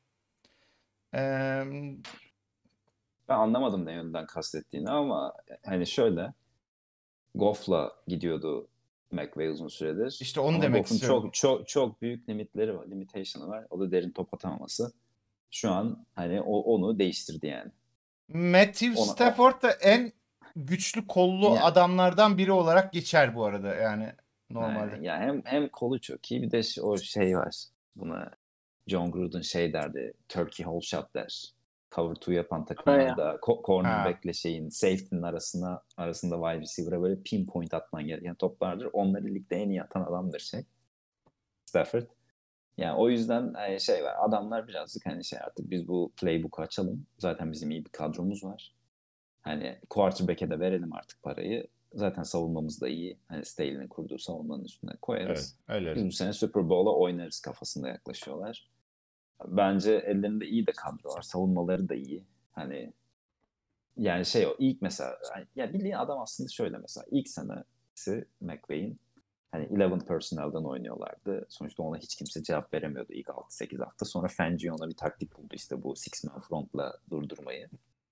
Ee, Ben anlamadım ne yönden kastettiğini ama hani şöyle Goff'la gidiyordu McVay uzun süredir. işte onu Ama demek Goff'un istiyorum. çok büyük limitleri var, limitation'ı var. O da derin top atamaması. Şu an hani onu değiştirdi yani. Matthew Ona Stafford da en güçlü kollu yani, adamlardan biri olarak geçer bu arada yani normalde. yani hem kolu çok iyi bir de o şey var. Buna John Gruden şey derdi. Turkey hole shot der. Cover 2 yapan Araya. takımlarda Ha. cornerback'le safety'nin arasında wide receiver'a böyle pinpoint atman gereken toplardır. Onları ligde en iyi atan adamdır Stafford. Yani o yüzden şey var. Adamlar birazcık hani şey artık biz bu playbook'u açalım. Zaten bizim iyi bir kadromuz var. Hani quarterback'e de verelim artık parayı. Zaten savunmamız da iyi. Hani Staley'nin kurduğu savunmanın üstüne Evet, koyarız. öyle. Biz bu sene Super Bowl'a oynarız kafasında yaklaşıyorlar. Bence ellerinde iyi de kadro var. Savunmaları da iyi. Hani yani şey o ilk mesela ya bildiğin adam aslında şöyle mesela ilk senesi McVay'in hani 11 personnel'dan oynuyorlardı. Sonuçta ona hiç kimse cevap veremiyordu ilk 6-8 hafta. Sonra Fangio ona bir taktik buldu işte bu six man front'la durdurmayı.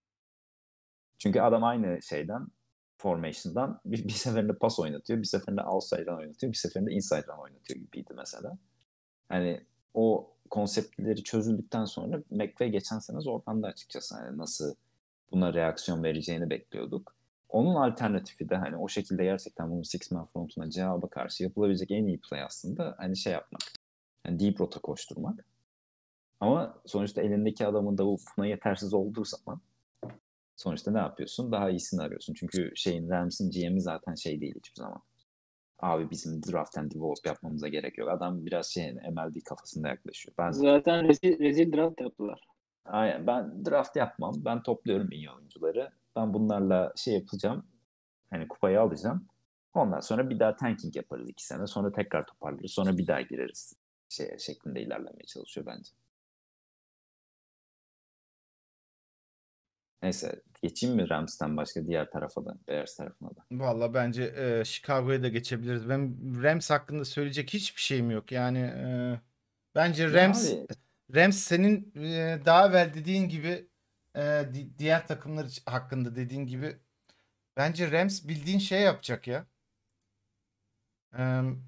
Çünkü adam aynı şeyden formation'dan bir seferinde pas oynatıyor, bir seferinde outside'dan oynatıyor, bir seferinde inside'dan oynatıyor gibiydi mesela. Hani o konseptleri çözüldükten sonra McVay geçen sene zorlandı açıkçası. Hani nasıl buna reaksiyon vereceğini bekliyorduk. Onun alternatifi de hani o şekilde gerçekten bunun six man frontuna cevaba karşı yapılabilecek en iyi play aslında hani şey yapmak. Yani deep rota koşturmak. Ama sonuçta elindeki adamın da buna yetersiz olduğu zaman sonuçta ne yapıyorsun? Daha iyisini arıyorsun. Çünkü Rams'in GM'i zaten şey değil hiçbir zaman. Abi bizim draft and develop yapmamıza gerek yok. Adam biraz MLB kafasında yaklaşıyor. Zaten rezil draft yaptılar. Ben draft yapmam. Ben topluyorum iyi oyuncuları. Ben bunlarla şey yapacağım. Hani kupayı alacağım. Ondan sonra bir daha tanking yaparız 2 sene. Sonra tekrar toparlarız. Sonra bir daha gireriz. Şeklinde ilerlemeye çalışıyor bence. Neyse geçeyim mi Rams'ten başka diğer tarafa da Bears tarafına da. Valla bence Chicago'ya da geçebiliriz. Ben Rams hakkında söyleyecek hiçbir şeyim yok. Yani bence Ya abi Rams senin daha evvel dediğin gibi diğer takımlar hakkında dediğin gibi bence Rams bildiğin şey yapacak ya. E,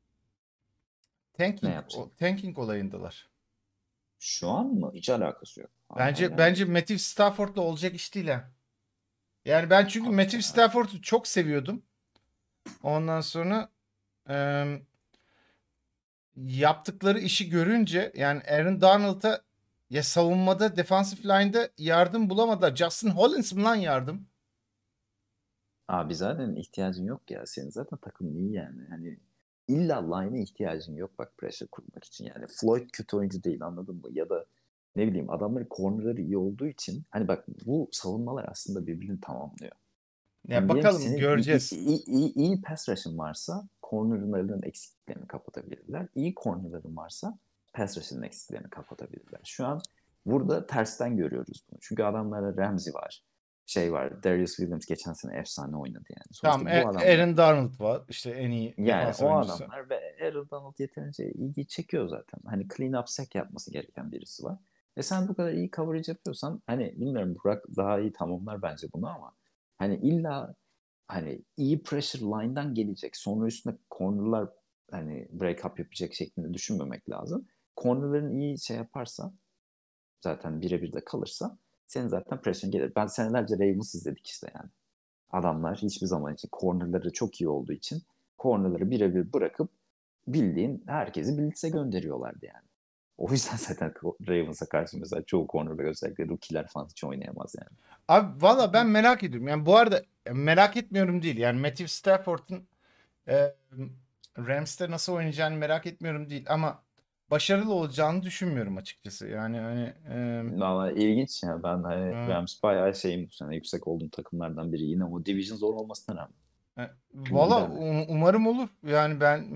ne yapacak? tanking olayındalar. Şu an mı? Hiç alakası yok. Hayır, Bence hayır. Matthew Stafford'la olacak iş değil ha. Yani ben çünkü Abi Matthew ya. Stafford'u çok seviyordum. Ondan sonra e, yaptıkları işi görünce yani Aaron Donald'a ya savunmada defensive line'da yardım bulamadılar. Justin Hollins mi lan yardım? Abi zaten ihtiyacın yok ya. Senin zaten takımın iyi yani. Hani illa line'e ihtiyacın yok bak pressure kurmak için yani. Floyd kötü oyuncu değil anladın mı? Ya da ne bileyim adamların cornerları iyi olduğu için hani bak bu savunmalar aslında birbirini tamamlıyor. Ya Hani diyelim ki bakalım senin göreceğiz. iyi pass rush'ın varsa cornerların eksikliklerini kapatabilirler. İyi cornerların varsa pass rush'ın eksikliklerini kapatabilirler. Şu an burada tersten görüyoruz bunu. Çünkü adamlarda Ramsey var. Şey var. Darius Williams geçen sene efsane oynadı yani. Tamam, Sonuçta bu adamlar Aaron Donald var. İşte en iyi yani defans o oyuncusu. adamlar ve Aaron Donald yeterince ilgi çekiyor zaten. Hani clean up sack yapması gereken birisi var. Sen bu kadar iyi coverage yapıyorsan hani bilmiyorum Burak daha iyi tamamlar bence bunu ama hani illa hani iyi pressure line'dan gelecek. Sonra üstüne corner'lar hani break up yapacak şeklinde düşünmemek lazım. Corner'ların iyi şey yaparsa zaten birebir de kalırsa senin zaten pressure gelir. Ben senelerce Ravens izledik işte yani. Adamlar hiçbir zaman için corner'ları çok iyi olduğu için corner'ları birebir bırakıp bildiğin herkesi blitz'e gönderiyorlardı yani. O yüzden zaten Ravens'a karşı mesela çoğu cornerback özellikle rookie'ler falan hiç oynayamaz yani. Abi valla ben merak ediyorum. Yani bu arada merak etmiyorum değil. Yani Matthew Stafford'un e, Rams'te nasıl oynayacağını merak etmiyorum değil ama başarılı olacağını düşünmüyorum açıkçası. Yani hani Valla ilginç ya. Ben hani evet. Rams bayağı şeyim bu sene. Yüksek olduğum takımlardan biri. Yine o division zor olmasına rağmen. Şimdi Valla giderler. umarım olur. Yani ben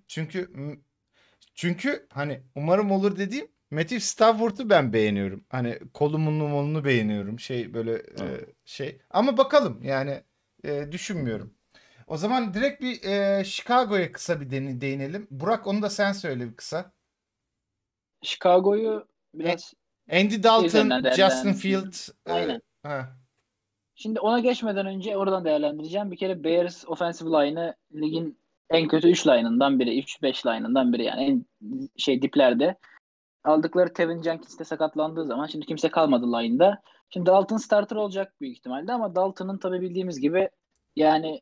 çünkü hani umarım olur dediğim Matthew Stafford'u ben beğeniyorum. Hani kolunu beğeniyorum. Şey böyle Ha. şey. Ama bakalım yani düşünmüyorum. O zaman direkt bir Chicago'ya kısa bir değinelim. Burak onu da sen söyle bir kısa. Chicago'yu E- biraz Andy şey Dalton, üzerinden Justin değerlendireceğim. Fields. Aynen. Ha, Şimdi ona geçmeden önce oradan değerlendireceğim. Bir kere Bears offensive line'ı ligin en kötü 3 line'ından biri. 3-5 line'ından biri yani en şey diplerde. Aldıkları Tevin Jenkins de sakatlandığı zaman şimdi kimse kalmadı line'da. Şimdi Dalton starter olacak büyük ihtimalle ama Dalton'ın tabii bildiğimiz gibi yani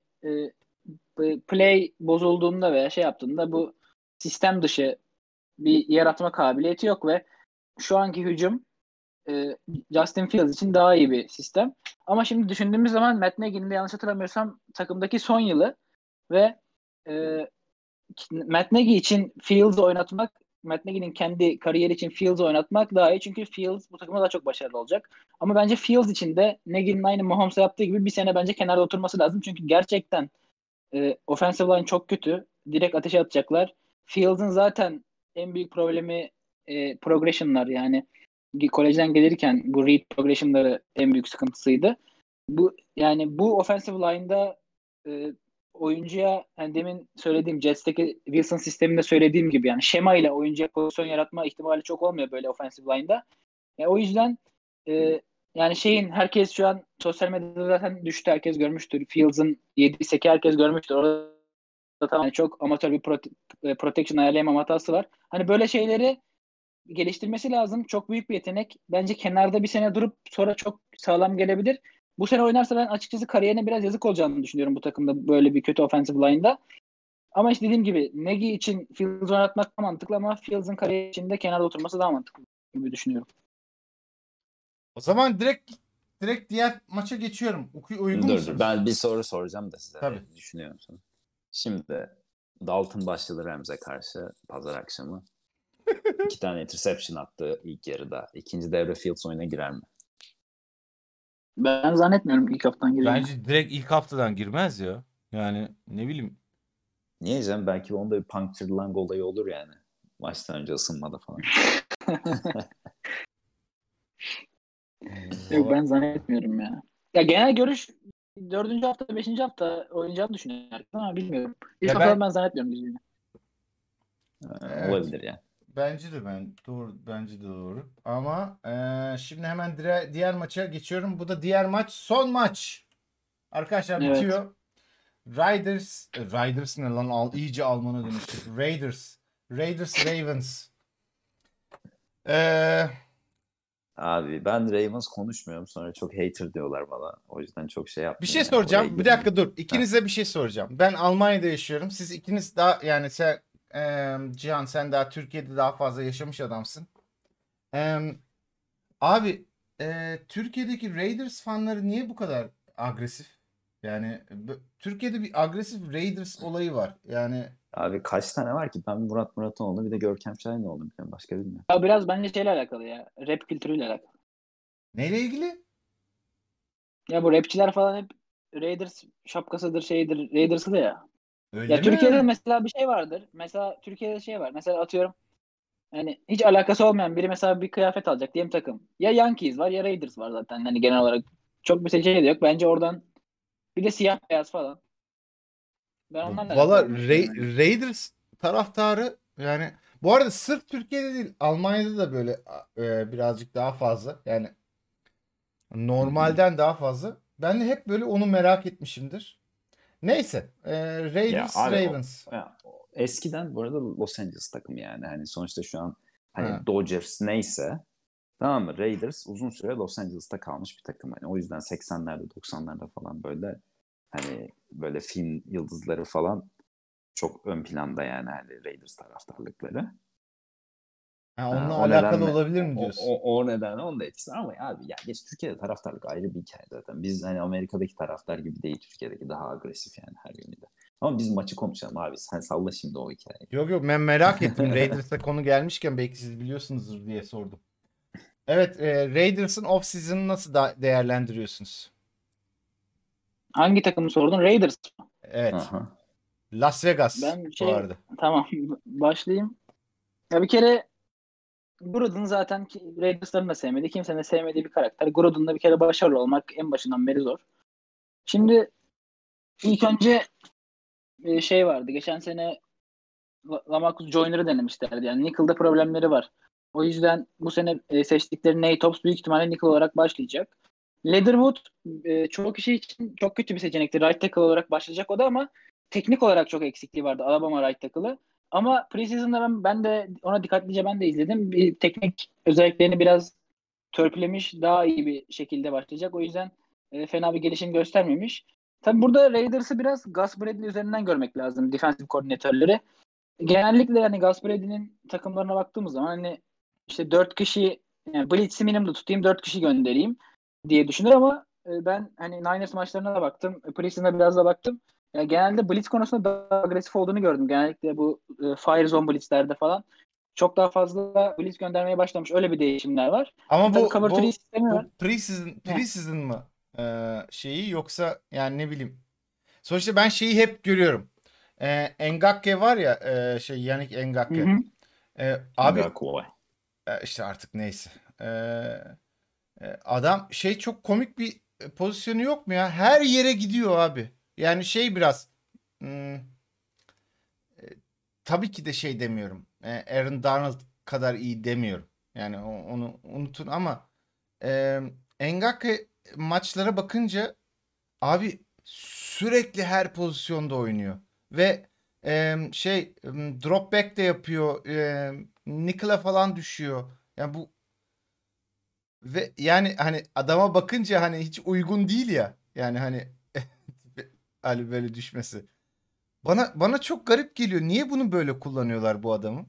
play bozulduğunda veya şey yaptığında bu sistem dışı bir yaratma kabiliyeti yok ve şu anki hücum Justin Fields için daha iyi bir sistem. Ama şimdi düşündüğümüz zaman Matt Nagy'nin de yanlış hatırlamıyorsam takımdaki son yılı ve e, Matt Nagy için Fields'ı oynatmak, Matt Nagy'nin kendi kariyeri için Fields'ı oynatmak daha iyi. Çünkü Fields bu takımda daha çok başarılı olacak. Ama bence Fields için de Nagy'nin aynı Mahomes'a yaptığı gibi bir sene bence kenarda oturması lazım. Çünkü gerçekten offensive line çok kötü. Direkt ateşe atacaklar. Fields'ın zaten en büyük problemi progression'lar yani kolejden gelirken bu read progression'ları en büyük sıkıntısıydı. Bu yani bu offensive line'da e, oyuncuya yani demin söylediğim Jets'teki Wilson sisteminde söylediğim gibi yani şema ile oyuncuya pozisyon yaratma ihtimali çok olmuyor böyle offensive line'da. O yüzden e, yani şeyin herkes şu an sosyal medyada zaten düştü. Herkes görmüştür. Fields'ın yediği seki herkes görmüştür. Orada tamam çok amatör bir protection ayarlayamama hatası var. Hani böyle şeyleri geliştirmesi lazım. Çok büyük bir yetenek. Bence kenarda bir sene durup sonra çok sağlam gelebilir. Bu sene oynarsa ben açıkçası kariyerine biraz yazık olacağını düşünüyorum bu takımda böyle bir kötü offensive line'da. Ama işte dediğim gibi Nagy için Fields oynatmak da mantıklı ama Fields'ın kariyeri içinde kenarda oturması daha mantıklı gibi düşünüyorum. o zaman direkt diğer maça geçiyorum. Uygun Dur. musunuz? Ben bir soru soracağım da size. Tabii. Ne düşünüyorsunuz? Şimdi Dalton başladı Rams'e karşı pazar akşamı. 2 tane interception attı ilk yarıda. İkinci devre Fields oyuna girer mi? Ben zannetmiyorum ilk haftadan gireceğini. Bence direkt ilk haftadan girmez ya. Yani ne bileyim. Niye canım? Belki onda bir puncture'lan olayı olur yani. Maçtan önce ısınmada falan. Yok Valla ben zannetmiyorum ya. Ya genel görüş 4. hafta, 5. hafta oynayacağını düşünüyorum herkes ama bilmiyorum. İlk ya haftadan ben zannetmiyorum gireceğini. evet. Olabilir yani. Bence de doğru. Ama şimdi hemen diğer maça geçiyorum. Bu da diğer maç. Son maç. Arkadaşlar Evet. bitiyor. Riders ne lan? İyice Alman'a dönüştük. Raiders Ravens. Eee, Abi ben Ravens konuşmuyorum. Sonra çok hater diyorlar bana. O yüzden çok şey bir şey yapmıyorum yani. Oraya soracağım. Bir girmeyeyim. dakika dur. Heh. İkinize bir şey soracağım. Ben Almanya'da yaşıyorum. Siz ikiniz daha yani sen Cihan sen daha Türkiye'de daha fazla yaşamış adamsın. Eee, abi Türkiye'deki Raiders fanları niye bu kadar agresif? Yani Türkiye'de bir agresif Raiders olayı var. Yani Abi kaç tane var ki? Ben Murat Muratoğlu bir de Görkem Şahinoğlu biliyorum. Başka bilmiyorum. Ya biraz bence şeyle alakalı ya. Rap kültürüyle alakalı. neyle ilgili? Ya bu rapçiler falan hep Raiders şapkasıdır şeydir. Raiders'ı da ya. Öyle Ya Türkiye'de mi? mesela bir şey vardır. Mesela Türkiye'de şey var. Mesela atıyorum hani hiç alakası olmayan biri mesela bir kıyafet alacak diyelim takım. Ya Yankees var ya Raiders var zaten. Hani genel olarak çok bir seçeneği de yok. Bence oradan bir de siyah beyaz falan. Ben onlarla alakalı Valla olduğunu düşünüyorum. Yani. Raiders taraftarı yani bu arada sırf Türkiye'de değil Almanya'da da böyle birazcık daha fazla. Yani Hı hı. normalden daha fazla. Ben de hep böyle onu merak etmişimdir. Neyse. Ya Raiders abi Ravens. eskiden bu arada Los Angeles takımı yani. Hani sonuçta şu an Ha. hani Dodgers neyse tamam mı? Raiders uzun süre Los Angeles'ta kalmış bir takım. Hani o yüzden 80'lerde 90'larda falan böyle hani böyle film yıldızları falan çok ön planda yani hani Raiders taraftarlıkları. Ha, onunla O alakalı nedenle olabilir mi diyorsun? o nedenle onun da etkisi var ama abi ya geç Türkiye'de taraftarlık ayrı bir hikaye zaten. Biz hani Amerika'daki taraftar gibi değil Türkiye'deki daha agresif yani her yönüyle. Ama biz maçı konuşalım abi. Sen salla şimdi o hikayeyi. Yok ben merak ettim. Raiders'a konu gelmişken belki siz biliyorsunuzdur diye sordum. Evet, Raiders'ın off-season'ı nasıl değerlendiriyorsunuz? Hangi takımı sordun? Raiders mı? Evet. Aha. Las Vegas Ben bu arada. tamam başlayayım. Ya bir kere Gruden zaten Raiders'ların da sevmediği, kimsenin de sevmediği bir karakter. Gruden'da bir kere başarılı olmak en başından beri zor. Şimdi ilk önce şey vardı. Geçen sene Lamarcus Joyner'ı denemişlerdi. Yani nickel'da problemleri var. O yüzden bu sene seçtikleri Nate Hobbs büyük ihtimalle nickel olarak başlayacak. Leatherwood çoğu kişi için çok kötü bir seçenekti. Right tackle olarak başlayacak o da ama teknik olarak çok eksikliği vardı Alabama right tackle'ı. Ama preseason'da ben de ona dikkatlice ben de izledim. Bir teknik özelliklerini biraz törpülemiş, daha iyi bir şekilde başlayacak. O yüzden fena bir gelişim göstermemiş. Tabi burada Raiders'ı biraz Gus Bradley üzerinden görmek lazım. Defensive koordinatörleri. Genellikle yani Gus Bradley'nin takımlarına baktığımız zaman hani işte 4 kişi yani Blitz'i minimumda tutayım 4 kişi göndereyim diye düşünür ama ben hani Niners maçlarına da baktım. Preseason'a biraz da baktım. Yani genelde Blitz konusunda daha agresif olduğunu gördüm. Genellikle bu Fire Zone Blitz'lerde falan çok daha fazla Blitz göndermeye başlamış. Öyle bir değişimler var. Ama Tabii Cover 3 sistemi var. bu preseason mı şeyi yoksa yani ne bileyim. Sonuçta ben şeyi hep görüyorum. Ngakoue var ya Yannick Hı Ngakoue. hı. Abi Ngakoue. işte artık neyse. Adam çok komik bir pozisyonu yok mu ya? Her yere gidiyor abi. Yani biraz hmm, tabii ki de demiyorum. Aaron Donald kadar iyi demiyorum. Yani onu unutun ama Ngakoue maçlara bakınca abi sürekli her pozisyonda oynuyor ve drop back de yapıyor. Nickel'a falan düşüyor. Yani bu ve yani hani adama bakınca hani hiç uygun değil ya. Yani hani hani böyle düşmesi. Bana çok garip geliyor. Niye bunu böyle kullanıyorlar bu adamı?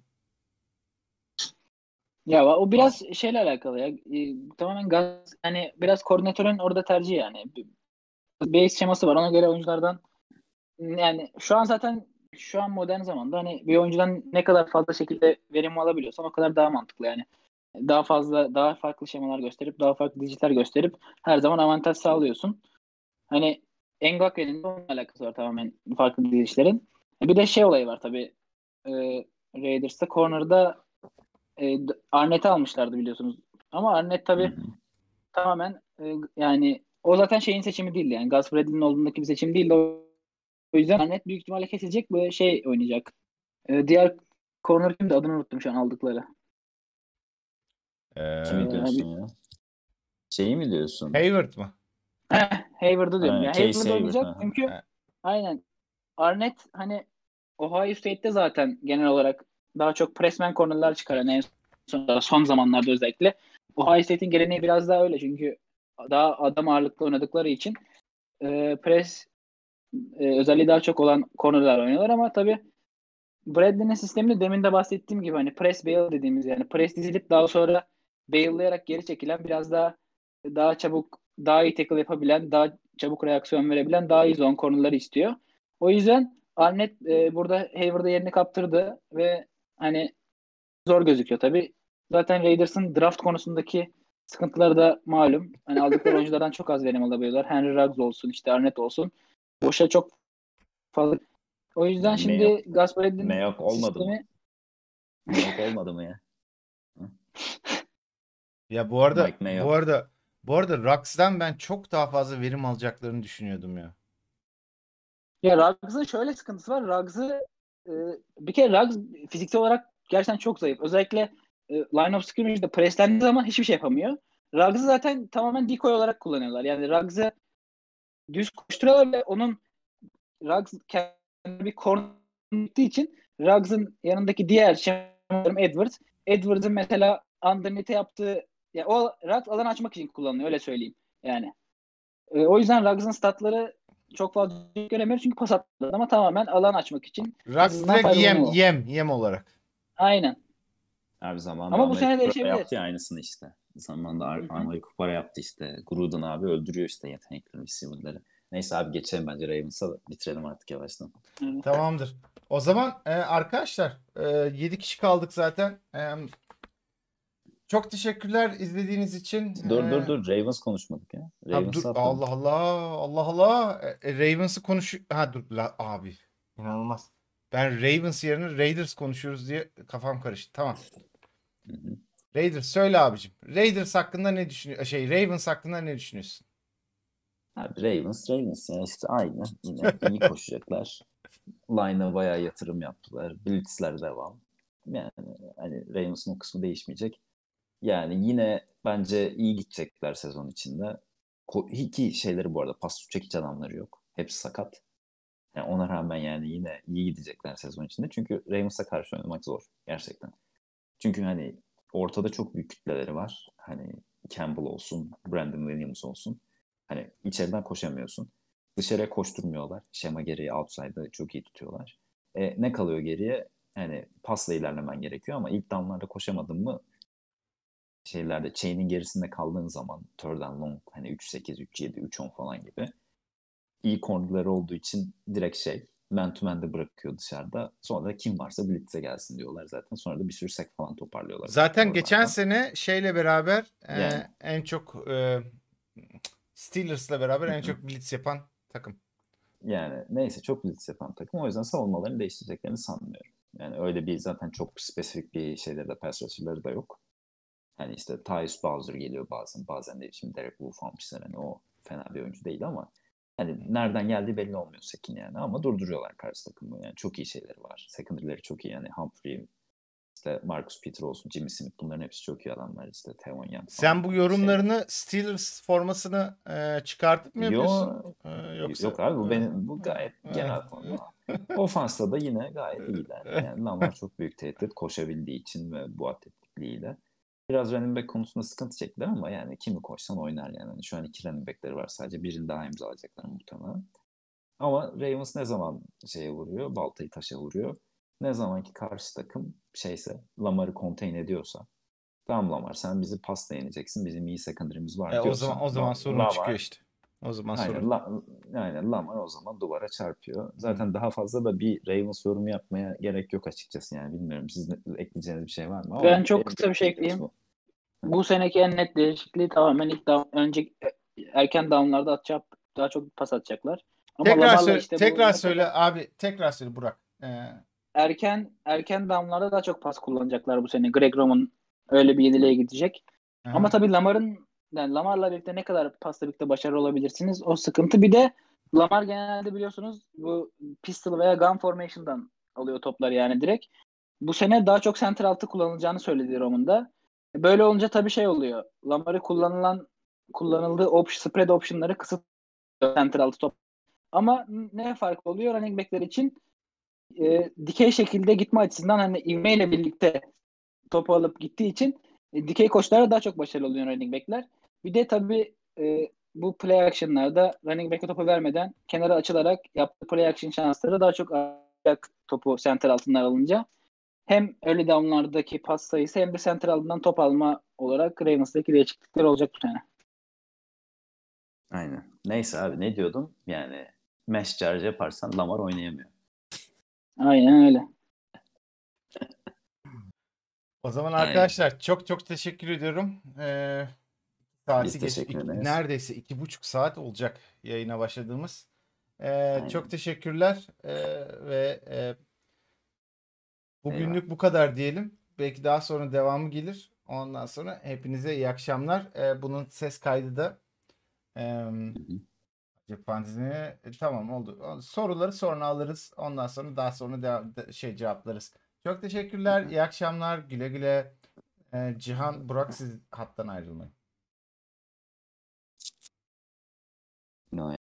Ya o biraz şeyle alakalı ya. Tamamen gaz yani biraz koordinatörün orada tercihi yani. Base şeması var. Ona göre oyunculardan yani şu an modern zamanda hani bir oyuncudan ne kadar fazla şekilde verim alabiliyorsan o kadar daha mantıklı yani. Daha fazla daha farklı şemalar gösterip daha farklı dijital gösterip her zaman avantaj sağlıyorsun. Hani Ngakoue'nin de onunla alakası var tamamen farklı dizilişlerin. Bir de şey olayı var tabii. E, Raiders'ta corner'da Arnett'i almışlardı biliyorsunuz. Ama Arnett Hı tabii hı. tamamen yani o zaten şeyin seçimi değildi yani. Gus Bradley'nin olduğundaki bir seçim değildi. O yüzden Arnett büyük ihtimalle kesilecek böyle şey oynayacak. Diğer corner kimdi? Adını unuttum şu an aldıkları. Kimi Bir, diyorsun ya? Şeyi mi diyorsun? Hayward mı? Hayward'ı diyorum. Aynen, Yani Case Hayward Hayward. oynayacak Aha. çünkü aynen Arnett hani Ohio State'te zaten genel olarak daha çok pressman corner'lar çıkaran en son zamanlarda özellikle. Ohio State'in geleneği biraz daha öyle çünkü daha adam ağırlıklı oynadıkları için press özelliği daha çok olan corner'lar oynuyorlar ama tabii Bradley'nin sisteminde demin de bahsettiğim gibi hani press bail dediğimiz yani press dizilip daha sonra baillayarak geri çekilen biraz daha çabuk daha iyi tackle yapabilen daha çabuk reaksiyon verebilen daha iyi zone corner'ları istiyor. O yüzden Arnett burada Hayward'a yerini kaptırdı ve hani zor gözüküyor tabii. Zaten Raiders'ın draft konusundaki sıkıntıları da malum. Hani aldıkları oyunculardan çok az verim alabiliyorlar. Henry Ruggs olsun, işte Arnett olsun. Boşa çok fazla. O yüzden Yani şimdi Gus Bradley'nin Mayock olmadı mı? sistemi Mayock olmadı mı ya? Ya bu arada Mike Mayock. Rux'dan ben çok daha fazla verim alacaklarını düşünüyordum ya. ya Ruggs'ın şöyle sıkıntısı var. E, bir kere Ruggs fiziksel olarak gerçekten çok zayıf. Özellikle line of scrimmage'de preslendiği zaman hiçbir şey yapamıyor. Ruggs'ı zaten tamamen decoy olarak kullanıyorlar. Yani Ruggs'ı düz koşturuyorlar ve Ruggs kendi bir corner gittiği için Ruggs'ın yanındaki diğer Edwards. Edwards'ın mesela underneath'e yaptığı ya o Ruggs alan açmak için kullanılıyor öyle söyleyeyim. Yani o yüzden Ruggs'ın statları çok fazla göremiyoruz çünkü pas attılar ama tamamen alan açmak için Rux hızından direkt faydalanıyor. yem olarak. Aynen. Her zamanında Ama bu sene Amerika değişebilir. yaptı ya aynısını işte. Zamanında Hı hı. Amerika Kupara yaptı işte. Gruden abi öldürüyor işte yetenekli receiver'ları. Neyse abi geçelim bence Ravens'a da bitirelim artık yavaştan. Evet. Tamamdır. O zaman arkadaşlar 7 kişi kaldık zaten. Çok teşekkürler izlediğiniz için. Dur Ravens konuşmadık ya. Abi dur Ravens'ı atladık. Allah. Ravens'ı dur abi. İnanılmaz. Ben Ravens yerine Raiders konuşuyoruz diye kafam karıştı. Tamam. Hı hı. Raiders söyle abicim. Raiders hakkında ne düşünüyorsun? Ravens hakkında ne düşünüyorsun? Abi Ravens ya işte aynı. Yine iyi koşacaklar. Line'a bayağı yatırım yaptılar. Blitz'ler devam. Yani hani Ravens'ın o kısmı değişmeyecek. Yani yine bence iyi gidecekler sezon içinde. İki şeyleri bu arada pas tutacak hiç adamları yok. Hepsi sakat. Yani ona rağmen yani yine iyi gidecekler sezon içinde. Çünkü Ravens'a karşı oynamak zor gerçekten. Çünkü hani ortada çok büyük kütleleri var. Hani Campbell olsun, Brandon Williams olsun. Hani içeriden koşamıyorsun. Dışarıya koşturmuyorlar. Şema gereği outside'ı çok iyi tutuyorlar. Ne kalıyor geriye? Hani pasla ilerlemen gerekiyor ama ilk down'larda koşamadın mı şeylerde chain'in gerisinde kaldığın zaman third and long hani 3-8, 3-7, 3-10 falan gibi iyi cornerları olduğu için direkt man to man'de bırakıyor dışarıda. Sonra da kim varsa blitz'e gelsin diyorlar zaten. Sonra da bir sürü sack falan toparlıyorlar. Zaten geçen oralardan. sene şeyle beraber Yani. en çok Steelers'la beraber en çok blitz yapan takım. Yani neyse çok blitz yapan takım. O yüzden savunmalarını değiştireceklerini sanmıyorum. Yani öyle bir zaten çok spesifik bir şeyleri de pass rusher'ları da yok. Hani işte Tyus Bowser geliyor bazen. Bazen de şimdi Derek Wolf almışlar. Hani o fena bir oyuncu değil ama hani nereden geldiği belli olmuyor Sekin yani. Ama durduruyorlar karşı takımı. Yani çok iyi şeyleri var. Secondary'leri çok iyi. Yani Humphrey, işte Marcus Peters olsun, Jimmy Smith bunların hepsi çok iyi adamlar. İşte Tevon Young falan. Sen bu Şey. yorumlarını Steelers formasını çıkartıp mı yapıyorsun? Yo, Yoksa yok abi bu gayet genel konu. Ofansta da yine gayet iyiler. Yani Lamar çok büyük tehdit koşabildiği için ve bu atletikliğiyle. Biraz running back konusunda sıkıntı çektiler ama yani kimi koşsan oynar yani. Yani şu an iki running backleri var sadece. Birini daha imzalayacaklar muhtemelen. Ama Ravens ne zaman şeye vuruyor, baltayı taşa vuruyor. Ne zamanki karşı takım Lamar'ı contain ediyorsa, tamam Lamar sen bizi pasla yeneceksin, bizim iyi secondary'miz var o diyorsa, zaman sorun çıkıyor Lamar işte. O zaman aynen, sorun. aynen Lamar o zaman duvara çarpıyor. Zaten daha fazla da bir Ravens yorumu yapmaya gerek yok açıkçası yani bilmiyorum. Sizin ekleyeceğiniz bir şey var mı? Ama Ben çok benim kısa bir şey fikrimiz ekleyeyim. bu. Bu seneki en net değişikliği tamamen erken downlarda daha çok pas atacaklar. Ama Lamar'la işte bu Tekrar ne söyle kadar abi. Tekrar söyle Burak. erken downlarda daha çok pas kullanacaklar bu sene. Greg Roman öyle bir yeniliğe gidecek. Ama Aha. tabii Lamar'la birlikte ne kadar pasla birlikte başarılı olabilirsiniz o sıkıntı. Bir de Lamar genelde biliyorsunuz bu pistol veya gun formation'dan alıyor topları yani direkt. Bu sene daha çok center altı kullanılacağını söyledi Roman'da. Böyle olunca tabii şey oluyor. Lamar'ı kullanıldığı spread option'ları kısıtlıyor center altı top. Ama ne fark oluyor running back'ler için? Dikey şekilde gitme açısından hani ivmeyle birlikte topu alıp gittiği için dikey koşularda daha çok başarılı oluyor running back'ler. Bir de tabii bu play action'larda running back'e topu vermeden kenara açılarak yaptığı play action şansları daha çok artacak topu center altından alınca. Hem early down'lardaki pas sayısı hem de center altından top alma olarak Ravens'daki değişiklikler olacak bu sene. Aynen. Neyse abi ne diyordum? Yani mesh charge yaparsan Lamar oynayamıyor. Aynen öyle. O zaman Aynen. arkadaşlar çok çok teşekkür ediyorum. Biz teşekkür ederiz. Neredeyse 2,5 saat olacak yayına başladığımız. Çok Aynen. teşekkürler. Ve Eyvallah. bugünlük bu kadar diyelim. Belki daha sonra devamı gelir. Ondan sonra hepinize iyi akşamlar. Bunun ses kaydı da Hı hı. cephanesine tamam oldu. Soruları sonra alırız. Ondan sonra daha sonra cevaplarız. Çok Hı teşekkürler. hı. İyi akşamlar. Güle güle. Cihan, Burak siz hattan ayrılmayın. No,